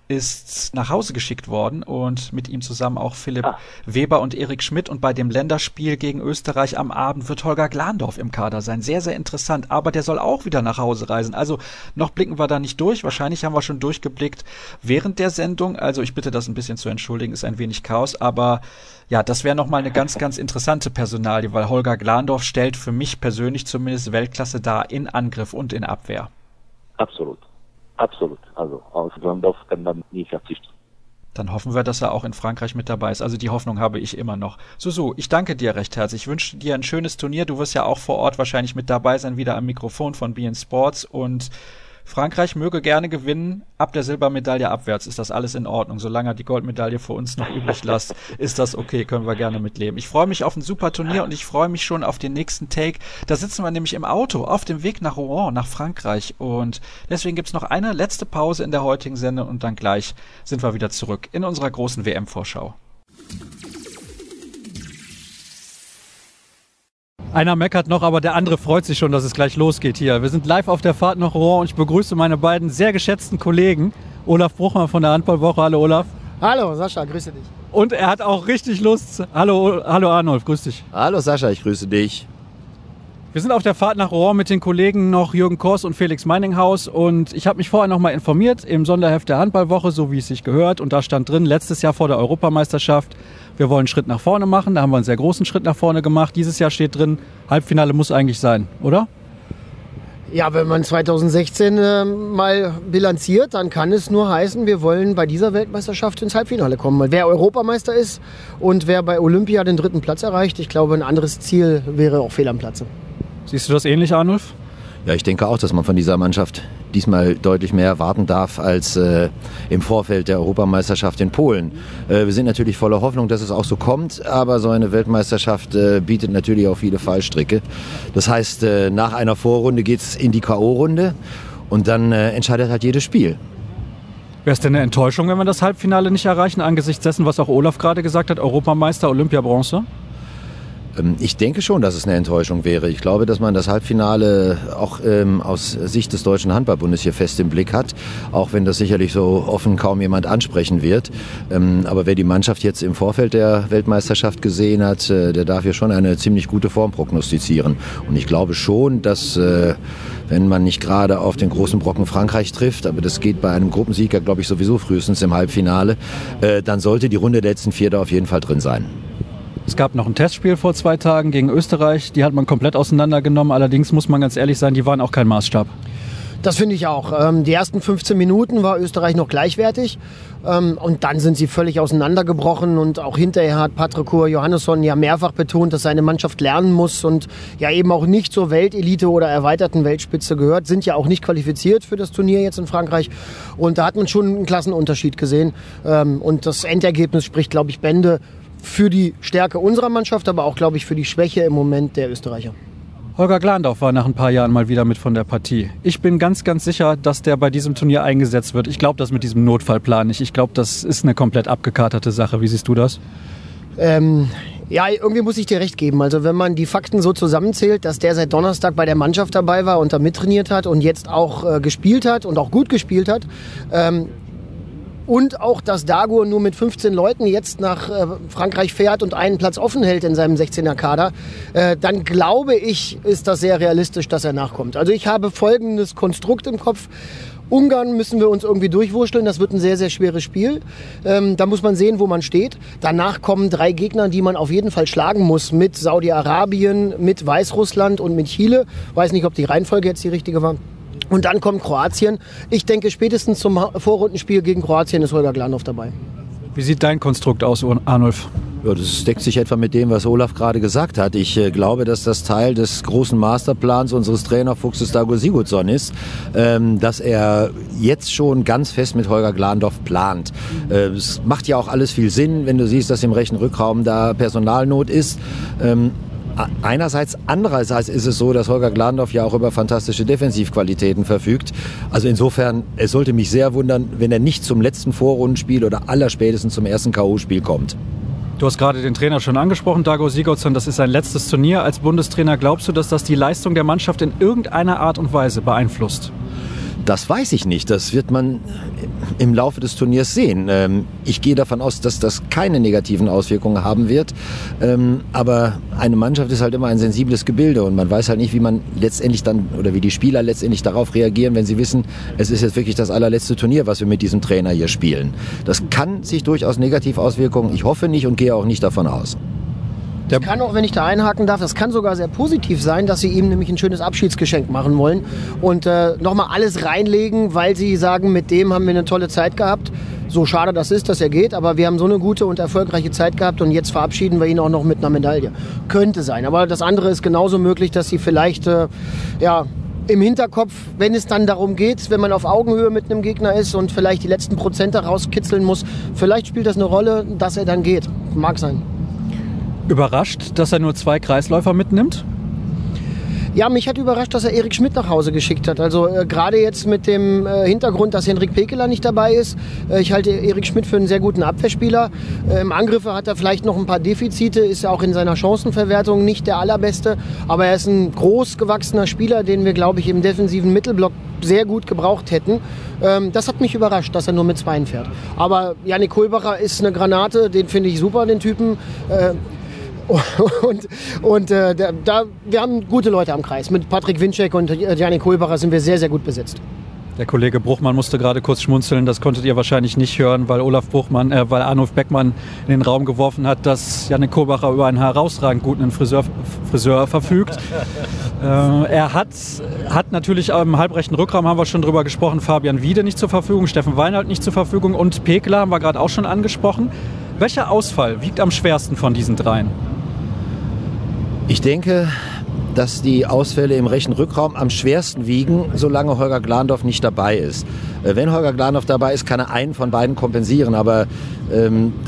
ist nach Hause geschickt worden und mit ihm zusammen auch Philipp Weber und Erik Schmidt und bei dem Länderspiel gegen Österreich am Abend wird Holger Glandorf im Kader sein. Sehr, sehr interessant, aber der soll auch wieder nach Hause reisen. Also noch blicken wir da nicht durch, wahrscheinlich haben wir schon durchgeblickt während der Sendung, also ich bitte das ein bisschen zu entschuldigen, ist ein wenig Chaos, aber ja, das wäre nochmal eine ganz, ganz interessante Personalie, weil Holger Glandorf stellt für mich persönlich zumindest Weltklasse dar in Angriff und in Abwehr. Absolut. Absolut. Also auf Glandorf kann man nie verzichten. Dann hoffen wir, dass er auch in Frankreich mit dabei ist. Also die Hoffnung habe ich immer noch. Susu, ich danke dir recht herzlich. Ich wünsche dir ein schönes Turnier. Du wirst ja auch vor Ort wahrscheinlich mit dabei sein, wieder am Mikrofon von beIN Sports. Und Frankreich möge gerne gewinnen. Ab der Silbermedaille abwärts ist das alles in Ordnung. Solange die Goldmedaille für uns noch übrig lässt, ist das okay, können wir gerne mitleben. Ich freue mich auf ein super Turnier und ich freue mich schon auf den nächsten Take. Da sitzen wir nämlich im Auto auf dem Weg nach Rouen, nach Frankreich. Und deswegen gibt's noch eine letzte Pause in der heutigen Sendung und dann gleich sind wir wieder zurück in unserer großen WM-Vorschau. Einer meckert noch, aber der andere freut sich schon, dass es gleich losgeht hier. Wir sind live auf der Fahrt nach Rouen und ich begrüße meine beiden sehr geschätzten Kollegen. Olaf Bruchmann von der Handballwoche. Hallo Olaf. Hallo Sascha, grüße dich. Und er hat auch richtig Lust. Hallo Arnulf, grüß dich. Hallo Sascha, ich grüße dich. Wir sind auf der Fahrt nach Rouen mit den Kollegen noch Jürgen Kors und Felix Meininghaus und ich habe mich vorher noch mal informiert im Sonderheft der Handballwoche, so wie es sich gehört, und da stand drin, letztes Jahr vor der Europameisterschaft, wir wollen einen Schritt nach vorne machen, da haben wir einen sehr großen Schritt nach vorne gemacht. Dieses Jahr steht drin, Halbfinale muss eigentlich sein, oder? Ja, wenn man 2016 mal bilanziert, dann kann es nur heißen, wir wollen bei dieser Weltmeisterschaft ins Halbfinale kommen. Weil wer Europameister ist und wer bei Olympia den 3. Platz erreicht, ich glaube, ein anderes Ziel wäre auch fehl am Platze. Siehst du das ähnlich, Arnulf? Ja, ich denke auch, dass man von dieser Mannschaft diesmal deutlich mehr erwarten darf als im Vorfeld der Europameisterschaft in Polen. Wir sind natürlich voller Hoffnung, dass es auch so kommt, aber so eine Weltmeisterschaft bietet natürlich auch viele Fallstricke. Das heißt, nach einer Vorrunde geht es in die K.O.-Runde und dann entscheidet halt jedes Spiel. Wäre es denn eine Enttäuschung, wenn wir das Halbfinale nicht erreichen, angesichts dessen, was auch Olaf gerade gesagt hat, Europameister, Olympia-Bronze? Ich denke schon, dass es eine Enttäuschung wäre. Ich glaube, dass man das Halbfinale auch aus Sicht des Deutschen Handballbundes hier fest im Blick hat, auch wenn das sicherlich so offen kaum jemand ansprechen wird. Aber wer die Mannschaft jetzt im Vorfeld der Weltmeisterschaft gesehen hat, der darf hier schon eine ziemlich gute Form prognostizieren. Und ich glaube schon, dass wenn man nicht gerade auf den großen Brocken Frankreich trifft, aber das geht bei einem Gruppensieger, glaube ich, sowieso frühestens im Halbfinale, dann sollte die Runde der letzten 4 da auf jeden Fall drin sein. Es gab noch ein Testspiel vor 2 Tagen gegen Österreich, die hat man komplett auseinandergenommen, allerdings muss man ganz ehrlich sein, die waren auch kein Maßstab. Das finde ich auch. Die ersten 15 Minuten war Österreich noch gleichwertig und dann sind sie völlig auseinandergebrochen und auch hinterher hat Patrik Johannesson ja mehrfach betont, dass seine Mannschaft lernen muss und ja eben auch nicht zur Weltelite oder erweiterten Weltspitze gehört, sind ja auch nicht qualifiziert für das Turnier jetzt in Frankreich und da hat man schon einen Klassenunterschied gesehen und das Endergebnis spricht, glaube ich, Bände für die Stärke unserer Mannschaft, aber auch, glaube ich, für die Schwäche im Moment der Österreicher. Holger Glandorf war nach ein paar Jahren mal wieder mit von der Partie. Ich bin ganz, ganz sicher, dass der bei diesem Turnier eingesetzt wird. Ich glaube das mit diesem Notfallplan nicht. Ich glaube, das ist eine komplett abgekaterte Sache. Wie siehst du das? Ja, irgendwie muss ich dir recht geben. Also wenn man die Fakten so zusammenzählt, dass der seit Donnerstag bei der Mannschaft dabei war und da mittrainiert hat und jetzt auch gespielt hat und auch gut gespielt hat, und auch, dass Dagur nur mit 15 Leuten jetzt nach Frankreich fährt und einen Platz offen hält in seinem 16er-Kader, dann glaube ich, ist das sehr realistisch, dass er nachkommt. Also ich habe folgendes Konstrukt im Kopf. Ungarn müssen wir uns irgendwie durchwurschteln. Das wird ein sehr, sehr schweres Spiel. Da muss man sehen, wo man steht. Danach kommen 3 Gegner, die man auf jeden Fall schlagen muss. Mit Saudi-Arabien, mit Weißrussland und mit Chile. Weiß nicht, ob die Reihenfolge jetzt die richtige war. Und dann kommt Kroatien. Ich denke, spätestens zum Vorrundenspiel gegen Kroatien ist Holger Glandorf dabei. Wie sieht dein Konstrukt aus, Arnulf? Ja, das deckt sich etwa mit dem, was Olaf gerade gesagt hat. Ich glaube, dass das Teil des großen Masterplans unseres Trainerfuchses Dagur Sigurdsson ist, dass er jetzt schon ganz fest mit Holger Glandorf plant. Es macht ja auch alles viel Sinn, wenn du siehst, dass im rechten Rückraum da Personalnot ist. Einerseits, andererseits ist es so, dass Holger Glandorf ja auch über fantastische Defensivqualitäten verfügt. Also insofern, es sollte mich sehr wundern, wenn er nicht zum letzten Vorrundenspiel oder allerspätestens zum ersten K.O.-Spiel kommt. Du hast gerade den Trainer schon angesprochen, Dagur Sigurdsson, das ist sein letztes Turnier als Bundestrainer. Glaubst du, dass das die Leistung der Mannschaft in irgendeiner Art und Weise beeinflusst? Das weiß ich nicht. Das wird man im Laufe des Turniers sehen. Ich gehe davon aus, dass das keine negativen Auswirkungen haben wird. Aber eine Mannschaft ist halt immer ein sensibles Gebilde und man weiß halt nicht, wie man letztendlich dann oder wie die Spieler letztendlich darauf reagieren, wenn sie wissen, es ist jetzt wirklich das allerletzte Turnier, was wir mit diesem Trainer hier spielen. Das kann sich durchaus negativ auswirken. Ich hoffe nicht und gehe auch nicht davon aus. Das kann auch, wenn ich da einhaken darf, das kann sogar sehr positiv sein, dass sie ihm nämlich ein schönes Abschiedsgeschenk machen wollen und nochmal alles reinlegen, weil sie sagen, mit dem haben wir eine tolle Zeit gehabt. So schade das ist, dass er geht, aber wir haben so eine gute und erfolgreiche Zeit gehabt und jetzt verabschieden wir ihn auch noch mit einer Medaille. Könnte sein, aber das andere ist genauso möglich, dass sie vielleicht im Hinterkopf, wenn es dann darum geht, wenn man auf Augenhöhe mit einem Gegner ist und vielleicht die letzten Prozente rauskitzeln muss, vielleicht spielt das eine Rolle, dass er dann geht. Mag sein. Überrascht, dass er nur 2 Kreisläufer mitnimmt? Ja, mich hat überrascht, dass er Erik Schmidt nach Hause geschickt hat. Also gerade jetzt mit dem Hintergrund, dass Henrik Pekeler nicht dabei ist. Ich halte Erik Schmidt für einen sehr guten Abwehrspieler. Im Angriff hat er vielleicht noch ein paar Defizite, ist ja auch in seiner Chancenverwertung nicht der allerbeste. Aber er ist ein groß gewachsener Spieler, den wir, glaube ich, im defensiven Mittelblock sehr gut gebraucht hätten. Das hat mich überrascht, dass er nur mit 2 fährt. Aber Jannik Kohlbacher ist eine Granate, den finde ich super, den Typen. Wir haben gute Leute am Kreis. Mit Patrick Winczek und Jannik Kohlbacher sind wir sehr, sehr gut besetzt. Der Kollege Bruchmann musste gerade kurz schmunzeln, das konntet ihr wahrscheinlich nicht hören, weil weil Arnulf Beckmann in den Raum geworfen hat, dass Jannik Kohlbacher über einen herausragend guten Friseur verfügt. Er hat natürlich im halbrechten Rückraum, haben wir schon drüber gesprochen, Fabian Wiede nicht zur Verfügung, Steffen Weinhold nicht zur Verfügung und Pekeler haben wir gerade auch schon angesprochen. Welcher Ausfall wiegt am schwersten von diesen 3? Ich denke, dass die Ausfälle im rechten Rückraum am schwersten wiegen, solange Holger Glandorf nicht dabei ist. Wenn Holger Glandorf dabei ist, kann er einen von beiden kompensieren, aber das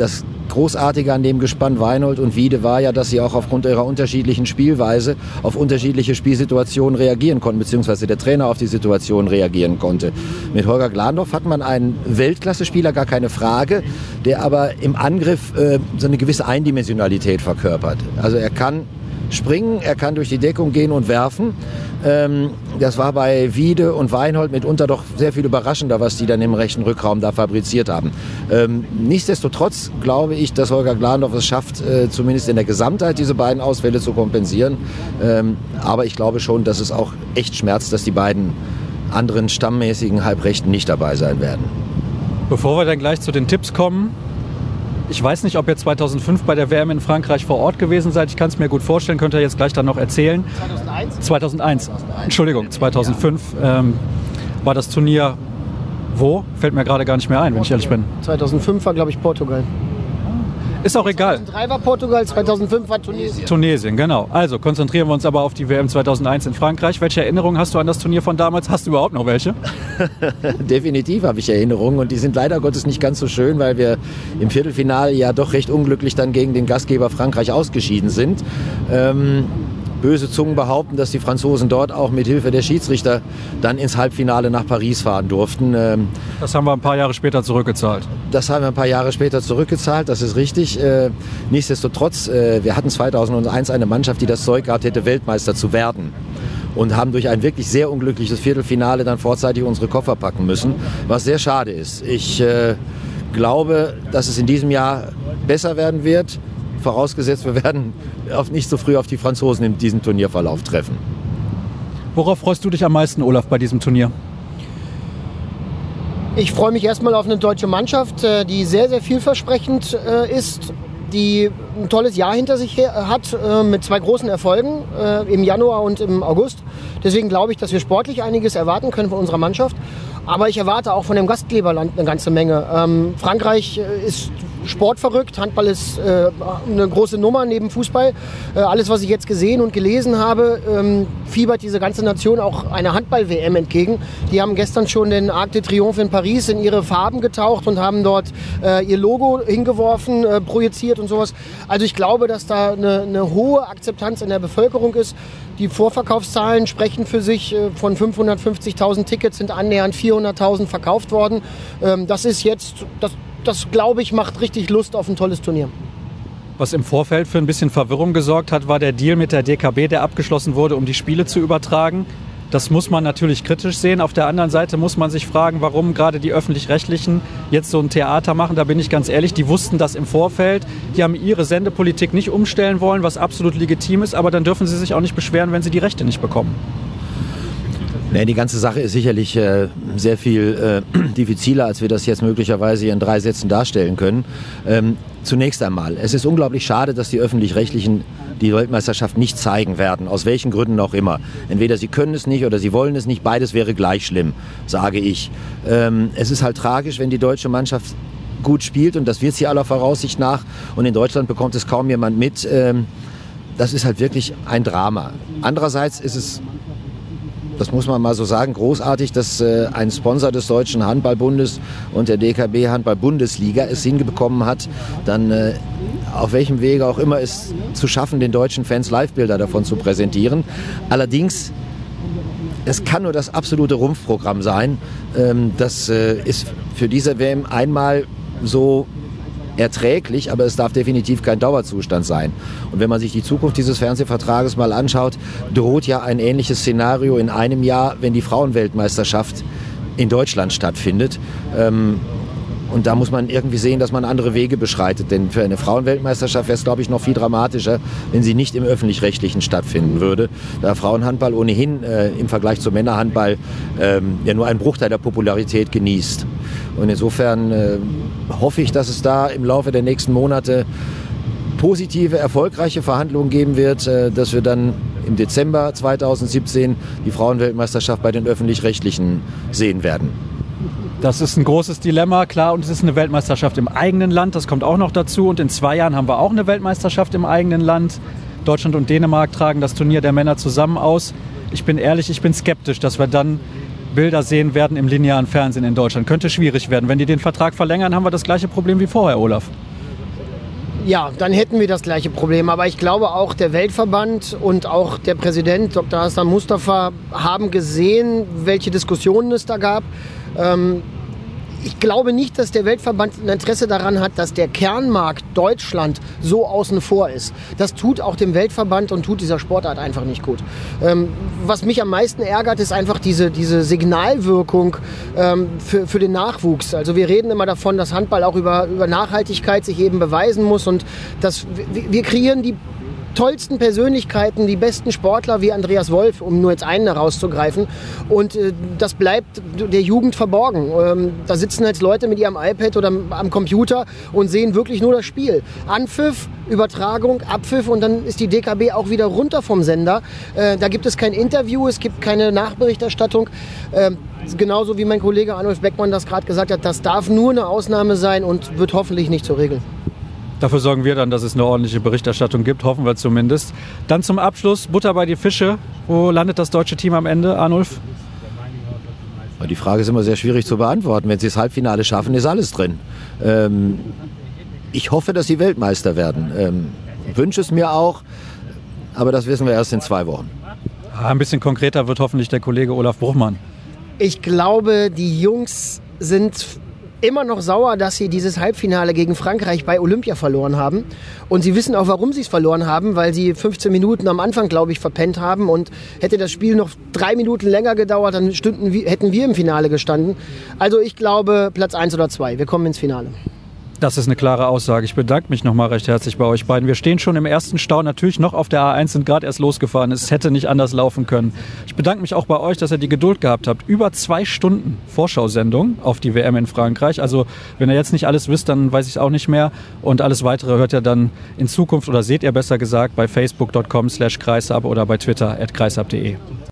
Großartige an dem Gespann Weinhold und Wiede war ja, dass sie auch aufgrund ihrer unterschiedlichen Spielweise auf unterschiedliche Spielsituationen reagieren konnten, beziehungsweise der Trainer auf die Situation reagieren konnte. Mit Holger Glandorf hat man einen Weltklasse-Spieler, gar keine Frage, der aber im Angriff so eine gewisse Eindimensionalität verkörpert. Also er kann springen, er kann durch die Deckung gehen und werfen. Das war bei Wiede und Weinhold mitunter doch sehr viel überraschender, was die dann im rechten Rückraum da fabriziert haben. Nichtsdestotrotz glaube ich, dass Holger Glandorf es schafft, zumindest in der Gesamtheit diese beiden Ausfälle zu kompensieren. Aber ich glaube schon, dass es auch echt schmerzt, dass die beiden anderen stammmäßigen Halbrechten nicht dabei sein werden. Bevor wir dann gleich zu den Tipps kommen, ich weiß nicht, ob ihr 2005 bei der WM in Frankreich vor Ort gewesen seid. Ich kann es mir gut vorstellen, könnt ihr jetzt gleich dann noch erzählen. 2001. Entschuldigung, 2005 war das Turnier wo? Fällt mir gerade gar nicht mehr ein, wenn ich ehrlich bin. 2005 war, glaube ich, Portugal. Ist auch egal. 2003 war Portugal, 2005 war Tunesien. Tunesien, genau. Also konzentrieren wir uns aber auf die WM 2001 in Frankreich. Welche Erinnerungen hast du an das Turnier von damals? Hast du überhaupt noch welche? Definitiv habe ich Erinnerungen und die sind leider Gottes nicht ganz so schön, weil wir im Viertelfinale ja doch recht unglücklich dann gegen den Gastgeber Frankreich ausgeschieden sind. Böse Zungen behaupten, dass die Franzosen dort auch mit Hilfe der Schiedsrichter dann ins Halbfinale nach Paris fahren durften. Das haben wir ein paar Jahre später zurückgezahlt. Das haben wir ein paar Jahre später zurückgezahlt, das ist richtig. Nichtsdestotrotz, wir hatten 2001 eine Mannschaft, die das Zeug gehabt hätte, Weltmeister zu werden. Und haben durch ein wirklich sehr unglückliches Viertelfinale dann vorzeitig unsere Koffer packen müssen, was sehr schade ist. Ich glaube, dass es in diesem Jahr besser werden wird. Vorausgesetzt, wir werden nicht so früh auf die Franzosen in diesem Turnierverlauf treffen. Worauf freust du dich am meisten, Olaf, bei diesem Turnier? Ich freue mich erstmal auf eine deutsche Mannschaft, die sehr, sehr vielversprechend ist, die ein tolles Jahr hinter sich hat, mit 2 großen Erfolgen im Januar und im August. Deswegen glaube ich, dass wir sportlich einiges erwarten können von unserer Mannschaft. Aber ich erwarte auch von dem Gastgeberland eine ganze Menge. Frankreich ist sportverrückt, Handball ist eine große Nummer neben Fußball. Alles, was ich jetzt gesehen und gelesen habe, fiebert diese ganze Nation auch einer Handball-WM entgegen. Die haben gestern schon den Arc de Triomphe in Paris in ihre Farben getaucht und haben dort ihr Logo hingeworfen, projiziert und sowas. Also ich glaube, dass da eine hohe Akzeptanz in der Bevölkerung ist. Die Vorverkaufszahlen sprechen für sich. Von 550.000 Tickets sind annähernd 400.000 verkauft worden. Das ist jetzt, das glaube ich, macht richtig Lust auf ein tolles Turnier. Was im Vorfeld für ein bisschen Verwirrung gesorgt hat, war der Deal mit der DKB, der abgeschlossen wurde, um die Spiele zu übertragen. Das muss man natürlich kritisch sehen. Auf der anderen Seite muss man sich fragen, warum gerade die Öffentlich-Rechtlichen jetzt so ein Theater machen. Da bin ich ganz ehrlich, die wussten das im Vorfeld. Die haben ihre Sendepolitik nicht umstellen wollen, was absolut legitim ist. Aber dann dürfen sie sich auch nicht beschweren, wenn sie die Rechte nicht bekommen. Nee, die ganze Sache ist sicherlich sehr viel diffiziler, als wir das jetzt möglicherweise in 3 Sätzen darstellen können. Zunächst einmal, es ist unglaublich schade, dass die Öffentlich-Rechtlichen die Weltmeisterschaft nicht zeigen werden, aus welchen Gründen auch immer. Entweder sie können es nicht oder sie wollen es nicht, beides wäre gleich schlimm, sage ich. Es ist halt tragisch, wenn die deutsche Mannschaft gut spielt und das wird sie aller Voraussicht nach und in Deutschland bekommt es kaum jemand mit. Das ist halt wirklich ein Drama. Andererseits ist es, das muss man mal so sagen, großartig, dass ein Sponsor des Deutschen Handballbundes und der DKB Handball-Bundesliga es hinbekommen hat, dann auf welchem Wege auch immer es zu schaffen, den deutschen Fans Live-Bilder davon zu präsentieren. Allerdings, es kann nur das absolute Rumpfprogramm sein. Das ist für diese WM einmal so erträglich, aber es darf definitiv kein Dauerzustand sein. Und wenn man sich die Zukunft dieses Fernsehvertrages mal anschaut, droht ja ein ähnliches Szenario in einem Jahr, wenn die Frauenweltmeisterschaft in Deutschland stattfindet. Und da muss man irgendwie sehen, dass man andere Wege beschreitet. Denn für eine Frauenweltmeisterschaft wäre es, glaube ich, noch viel dramatischer, wenn sie nicht im Öffentlich-Rechtlichen stattfinden würde. Da Frauenhandball ohnehin im Vergleich zum Männerhandball ja nur einen Bruchteil der Popularität genießt. Und insofern hoffe ich, dass es da im Laufe der nächsten Monate positive, erfolgreiche Verhandlungen geben wird, dass wir dann im Dezember 2017 die Frauenweltmeisterschaft bei den Öffentlich-Rechtlichen sehen werden. Das ist ein großes Dilemma, klar, und es ist eine Weltmeisterschaft im eigenen Land, das kommt auch noch dazu. Und in 2 Jahren haben wir auch eine Weltmeisterschaft im eigenen Land. Deutschland und Dänemark tragen das Turnier der Männer zusammen aus. Ich bin ehrlich, ich bin skeptisch, dass wir dann Bilder sehen werden im linearen Fernsehen in Deutschland. Könnte schwierig werden. Wenn die den Vertrag verlängern, haben wir das gleiche Problem wie vorher, Olaf. ja, dann hätten wir das gleiche Problem. Aber ich glaube auch der Weltverband und auch der Präsident Dr. Hassan Mustafa haben gesehen, welche Diskussionen es da gab. Ich glaube nicht, dass der Weltverband ein Interesse daran hat, dass der Kernmarkt Deutschland so außen vor ist. Das tut auch dem Weltverband und tut dieser Sportart einfach nicht gut. Was mich am meisten ärgert, ist einfach diese Signalwirkung für den Nachwuchs. Also wir reden immer davon, dass Handball auch über Nachhaltigkeit sich eben beweisen muss und dass wir kreieren die tollsten Persönlichkeiten, die besten Sportler wie Andreas Wolf, um nur jetzt einen herauszugreifen. Und das bleibt der Jugend verborgen. Da sitzen jetzt Leute mit ihrem iPad oder am Computer und sehen wirklich nur das Spiel. Anpfiff, Übertragung, Abpfiff und dann ist die DKB auch wieder runter vom Sender. Da gibt es kein Interview, es gibt keine Nachberichterstattung. Genauso wie mein Kollege Arnulf Beckmann das gerade gesagt hat, das darf nur eine Ausnahme sein und wird hoffentlich nicht zur Regel. Dafür sorgen wir dann, dass es eine ordentliche Berichterstattung gibt, hoffen wir zumindest. Dann zum Abschluss, Butter bei die Fische. Wo landet das deutsche Team am Ende, Arnulf? Die Frage ist immer sehr schwierig zu beantworten. Wenn sie das Halbfinale schaffen, ist alles drin. Ich hoffe, dass sie Weltmeister werden. Wünsche es mir auch, aber das wissen wir erst in 2 Wochen. Ein bisschen konkreter wird hoffentlich der Kollege Olaf Bruchmann. Ich glaube, die Jungs sind immer noch sauer, dass sie dieses Halbfinale gegen Frankreich bei Olympia verloren haben. Und sie wissen auch, warum sie es verloren haben, weil sie 15 Minuten am Anfang, glaube ich, verpennt haben. Und hätte das Spiel noch 3 Minuten länger gedauert, dann hätten wir im Finale gestanden. Also ich glaube, Platz 1 oder 2. Wir kommen ins Finale. Das ist eine klare Aussage. Ich bedanke mich nochmal recht herzlich bei euch beiden. Wir stehen schon im ersten Stau, natürlich noch auf der A1, sind gerade erst losgefahren. Es hätte nicht anders laufen können. Ich bedanke mich auch bei euch, dass ihr die Geduld gehabt habt. Über 2 Stunden Vorschau-Sendung auf die WM in Frankreich. Also wenn ihr jetzt nicht alles wisst, dann weiß ich es auch nicht mehr. Und alles Weitere hört ihr dann in Zukunft oder seht ihr besser gesagt bei facebook.com/kreisab oder bei Twitter @kreisab.de.